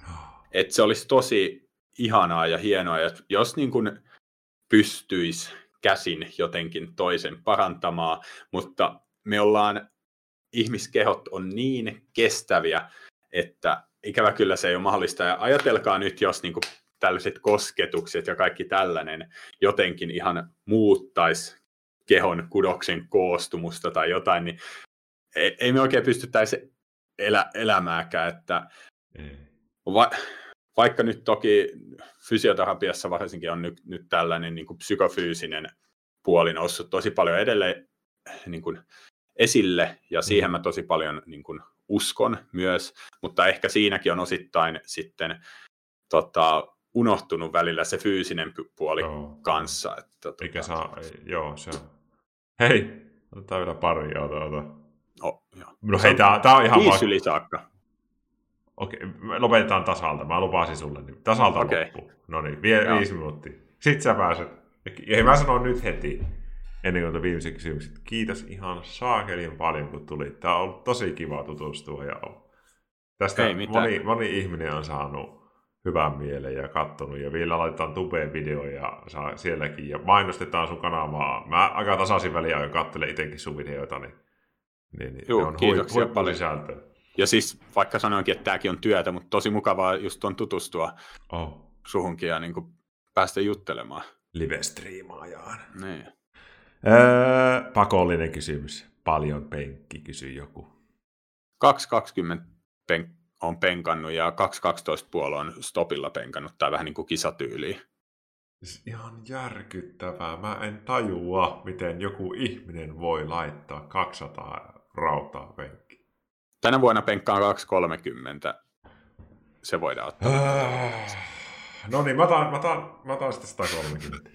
Että se olisi tosi ihanaa ja hienoa, ja jos niin kuin pystyisi käsin jotenkin toisen parantamaan, mutta me ollaan, ihmiskehot on niin kestäviä, että ikävä kyllä se ei ole mahdollista. Ja ajatelkaa nyt, jos niin kuin tällaiset kosketukset ja kaikki tällainen jotenkin ihan muuttaisi kehon kudoksen koostumusta tai jotain, niin ei, ei me oikein pystyttäisi elä, elämääkään. Että va, vaikka nyt toki fysioterapiassa varsinkin on nyt, nyt tällainen niin kuin psykofyysinen puoli noussut tosi paljon edelleen niin kuin esille, ja siihen mä tosi paljon niin kuin uskon myös, mutta ehkä siinäkin on osittain sitten tota, unohtunut välillä se fyysinen puoli joo. kanssa. Että, Mikä tota... saa, joo, se on. Hei, otetaan vielä pari, ota, ota. Oh, joo. No hei, tää, tää on ihan viisi yli saakka. Okei, me lopetetaan tasalta, mä lupasin sulle, niin tasalta okay. Loppuu. No niin, vie, viisi minuuttia. Sitten sä pääset. Ja mä sanon nyt heti, ennen kuin viimeisen kysymyksen. Kiitos ihan saakelin paljon, kun tulit. Tämä on ollut tosi kiva tutustua. Ja tästä moni, moni ihminen on saanut hyvän mielen ja katsonut. Ja vielä laitetaan tubeen videoja saa sielläkin. Ja mainostetaan sun kanavaa. Mä aika tasaisin väliä jo katselen itsekin sun videoita. Niin, niin, niin Joo, on kiitoksia hui, paljon. Sisältöä. Ja siis vaikka sanoinkin, että tämäkin on työtä, mutta tosi mukavaa just on tutustua oh. suhunkin ja niin kuin päästä juttelemaan. Live-striimaajaan. Niin. Öö, pakollinen kysymys. Paljon penkki, kysyy joku. kaksi kaksikymmentä pen- on penkannut ja kaksi kaksitoista puoli on stopilla penkannut, tai vähän niin kuin kisatyyliin. Ihan järkyttävää. Mä en tajua, miten joku ihminen voi laittaa kaksisataa rautaa penkkiin. Tänä vuonna penkkaan kaksi kolmekymmentä. Se voidaan ottaa. Öö, no niin, mä otan, mä otan, mä otan sitten sata kolmekymmentä.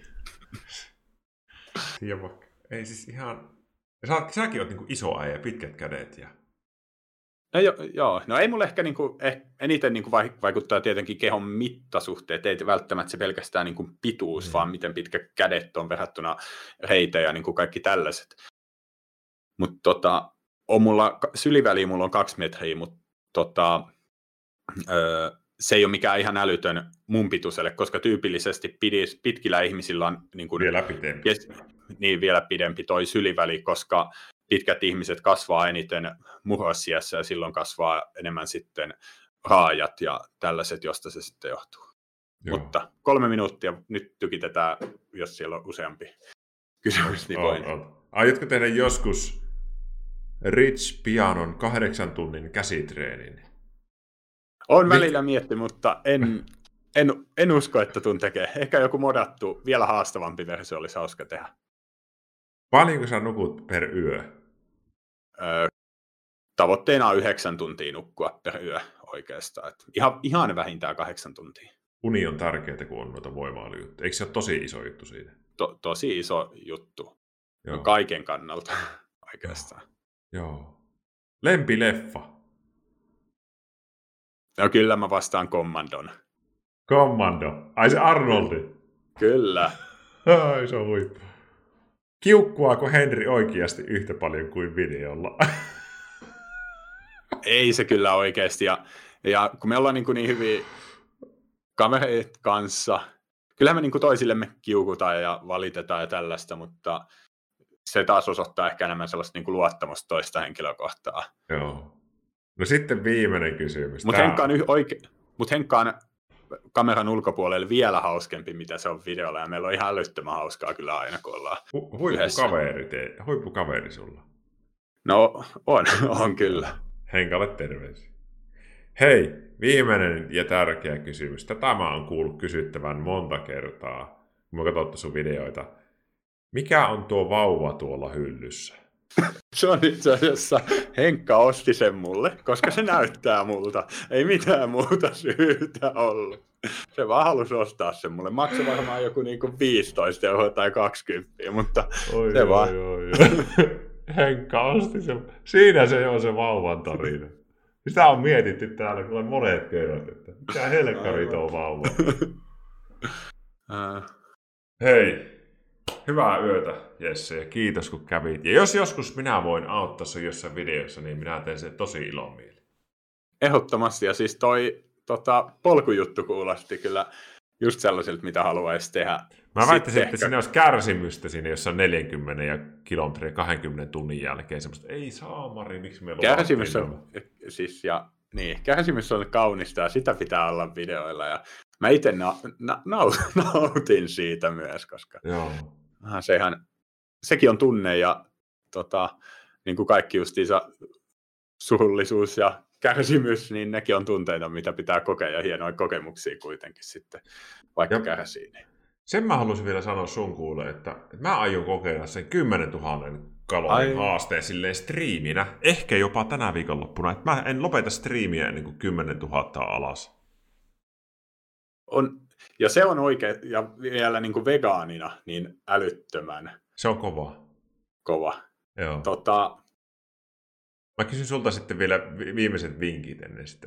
Tiedä vaikka. Ei siis ihan... Sä, säkin oot niinku iso äijä, pitkät kädet ja... No jo, joo, no ei mulle ehkä niinku, eh, eniten niinku vaikuttaa tietenkin kehon mittasuhteet, ei välttämättä se pelkästään niinku pituus, mm. vaan miten pitkä kädet on verrattuna reitä ja niinku kaikki tällaiset. Mutta tota, on mulla, syliväliä mulla on kaksi metriä, mutta tota, öö, se ei ole mikään ihan älytön mun pituiselle, koska tyypillisesti pidis, pitkillä ihmisillä on niin kuin, vielä pidempi. Yes, niin, vielä pidempi toi syliväli, koska pitkät ihmiset kasvaa eniten murrosiässä ja silloin kasvaa enemmän sitten raajat ja tällaiset, josta se sitten johtuu. Joo. Mutta kolme minuuttia nyt tykitetään, jos siellä on useampi kysymys. Niin on, on. Aiotko tehdä joskus Rich Pianon kahdeksan tunnin käsitreenin? Olen välillä miettinyt, mutta en, en, en usko, että tuun tekee. Ehkä joku modattu, vielä haastavampi versio olisi hauska tehdä. Paljonko sä nukut per yö? Öö, tavoitteena on yhdeksän tuntia nukkua per yö oikeastaan. Et ihan, ihan vähintään kahdeksan tuntia. Uni on tärkeää, kun on noita voimailijuttuja. Eikö se ole tosi iso juttu siitä? To, tosi iso juttu. Joo. Kaiken kannalta oikeastaan. Joo. Lempileffa? No kyllä mä vastaan Commandon. Commando. Ai se Arnoldi. Kyllä. Ai se on huippu. Kiukkuaako Henri oikeasti yhtä paljon kuin videolla? Ei se kyllä oikeasti. Ja, ja kun me ollaan niin, niin hyviä kavereita kanssa, kyllähän me niin toisillemme kiukutaan ja valitetaan ja tällaista, mutta se taas osoittaa ehkä enemmän sellaista niin luottamusta toista henkilöä kohtaan. Joo. No sitten viimeinen kysymys. Mutta Henkka on, yh- oike- Mut Henkka on kameran ulkopuolelle vielä hauskempi, mitä se on videolla, ja meillä on ihan älyttömän hauskaa kyllä aina, kun ollaan Hu- huippukaveri, te- huippukaveri sulla. No, on, on kyllä. Henkalle terveisiä. Hei, viimeinen ja tärkeä kysymys. Tätä mä oon kuullut kysyttävän monta kertaa, kun mä katsottu sun videoita. Mikä on tuo vauva tuolla hyllyssä? Se on itse asiassa, Henkka osti sen mulle, koska se näyttää multa. Ei mitään muuta syytä ollut. Se vaan halusi ostaa sen mulle. Maksoi varmaan joku niinku viisitoista euroa tai kaksikymmentä, mutta oi, se oi, vaan. Oi, oi. Henkka osti sen. Siinä se on se vauvan tarina. Sitä on mietitty täällä kyllä monet kerrat, että mikä helkkari tuo vauva. Hei. Hyvää yötä, Jesse, ja kiitos kun kävit. Ja jos joskus minä voin auttaa sinua jossain videossa, niin minä teen sen tosi ilomieli. Ehdottomasti, ja siis toi tota, polkujuttu kuulosti kyllä just sellaiselta, mitä haluaisi tehdä Mä väittäisin, että ehkä... siinä olisi kärsimystä siinä jossain neljäkymmentä kilometriä kahdenkymmenen tunnin jälkeen. Semmoista, ei saamari, miksi me Kärsimys on, siis, ja, niin, kärsimys on kaunista ja sitä pitää olla videoilla. Ja mä itse na, na, na, nautin siitä myös, koska Joo. Se ihan, sekin on tunne ja tota, niin kuin kaikki justiinsa surullisuus ja kärsimys, niin nekin on tunteita, mitä pitää kokea ja hienoja kokemuksia kuitenkin sitten, vaikka ja kärsii. Niin. Sen mä haluaisin vielä sanoa sun kuulle, että, että mä aion kokeilla sen kymmenen tuhatta kalorin haasteen silleen striiminä, ehkä jopa tänä viikonloppuna, että mä en lopeta striimiä ennen kuin kymmenen tuhatta alas. On, ja se on oikein, ja vielä niin kuin vegaanina, niin älyttömän. Se on kova. Kova. Joo. Tota, Mä kysyn sulta sitten vielä viimeiset vinkit ennen sitä.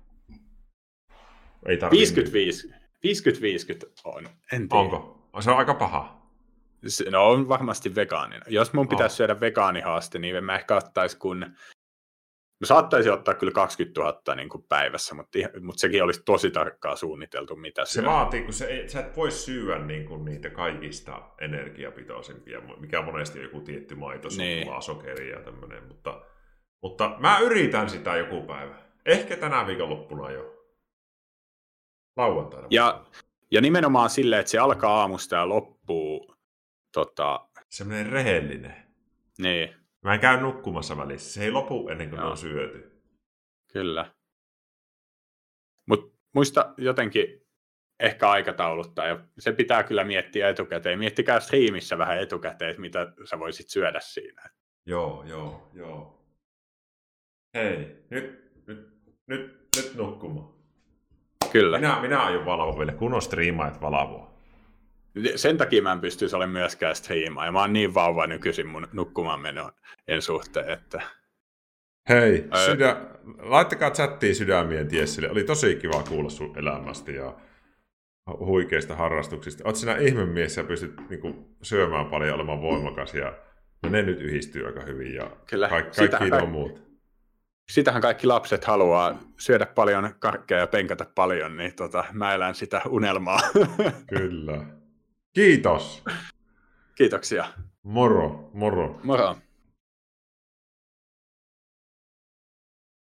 Ei viisikymmentäviisi viisikymmentä on, en tiedä. Onko? Se on aika paha. Se, no on varmasti vegaanina. Jos mun pitäisi oh. syödä vegaanihaaste, niin mä ehkä ottaisi kun... Mä saattaisin ottaa kyllä kaksikymmentätuhatta niin kuin päivässä, mutta, mutta sekin olisi tosi tarkkaan suunniteltu, mitä se vaatii, kun se, sä et voi syödä niin kuin niitä kaikista energiapitoisimpia, mikä monesti on joku tietty maito, niin. Suklaa, sokeri ja tämmöinen, mutta, mutta mä yritän sitä joku päivä. Ehkä tänä viikonloppuna jo. Lauantaina. Ja, ja nimenomaan silleen, että se alkaa aamusta ja loppuu. Tota... Semmoinen rehellinen. Niin. Mä en käy nukkumassa välissä. Se ei lopu ennen kuin Joo. ne on syöty. Kyllä. Mutta muista jotenkin ehkä aikatauluttaa. Ja se pitää kyllä miettiä etukäteen. Miettikää striimissä vähän etukäteen, mitä sä voisit syödä siinä. Joo, joo, joo. Hei, nyt, nyt, nyt, nyt nukkumaan. Kyllä. Minä, minä aion valvoa vielä, kun on striimaajat valvoa. Sen takia mä en pystyisi olemaan myöskään striimaa. Ja mä oon niin vauva nykyisin mun nukkumaan menoon en suhteen, että... Hei, öö... sydä... laittakaa chattiin sydämien tiessille. Oli tosi kiva kuulla sun elämästä ja huikeista harrastuksista. Oot sinä ihmemies ja pystyt niinku syömään paljon, olemaan voimakas ja ne nyt yhdistyy aika hyvin ja Kyllä. Ka- kaikki on muut. Sitähän kaikki lapset haluaa syödä paljon karkkeja ja penkata paljon, niin tota, mä elän sitä unelmaa. Kyllä. Kiitos. Kiitoksia. Moro, moro. Moro.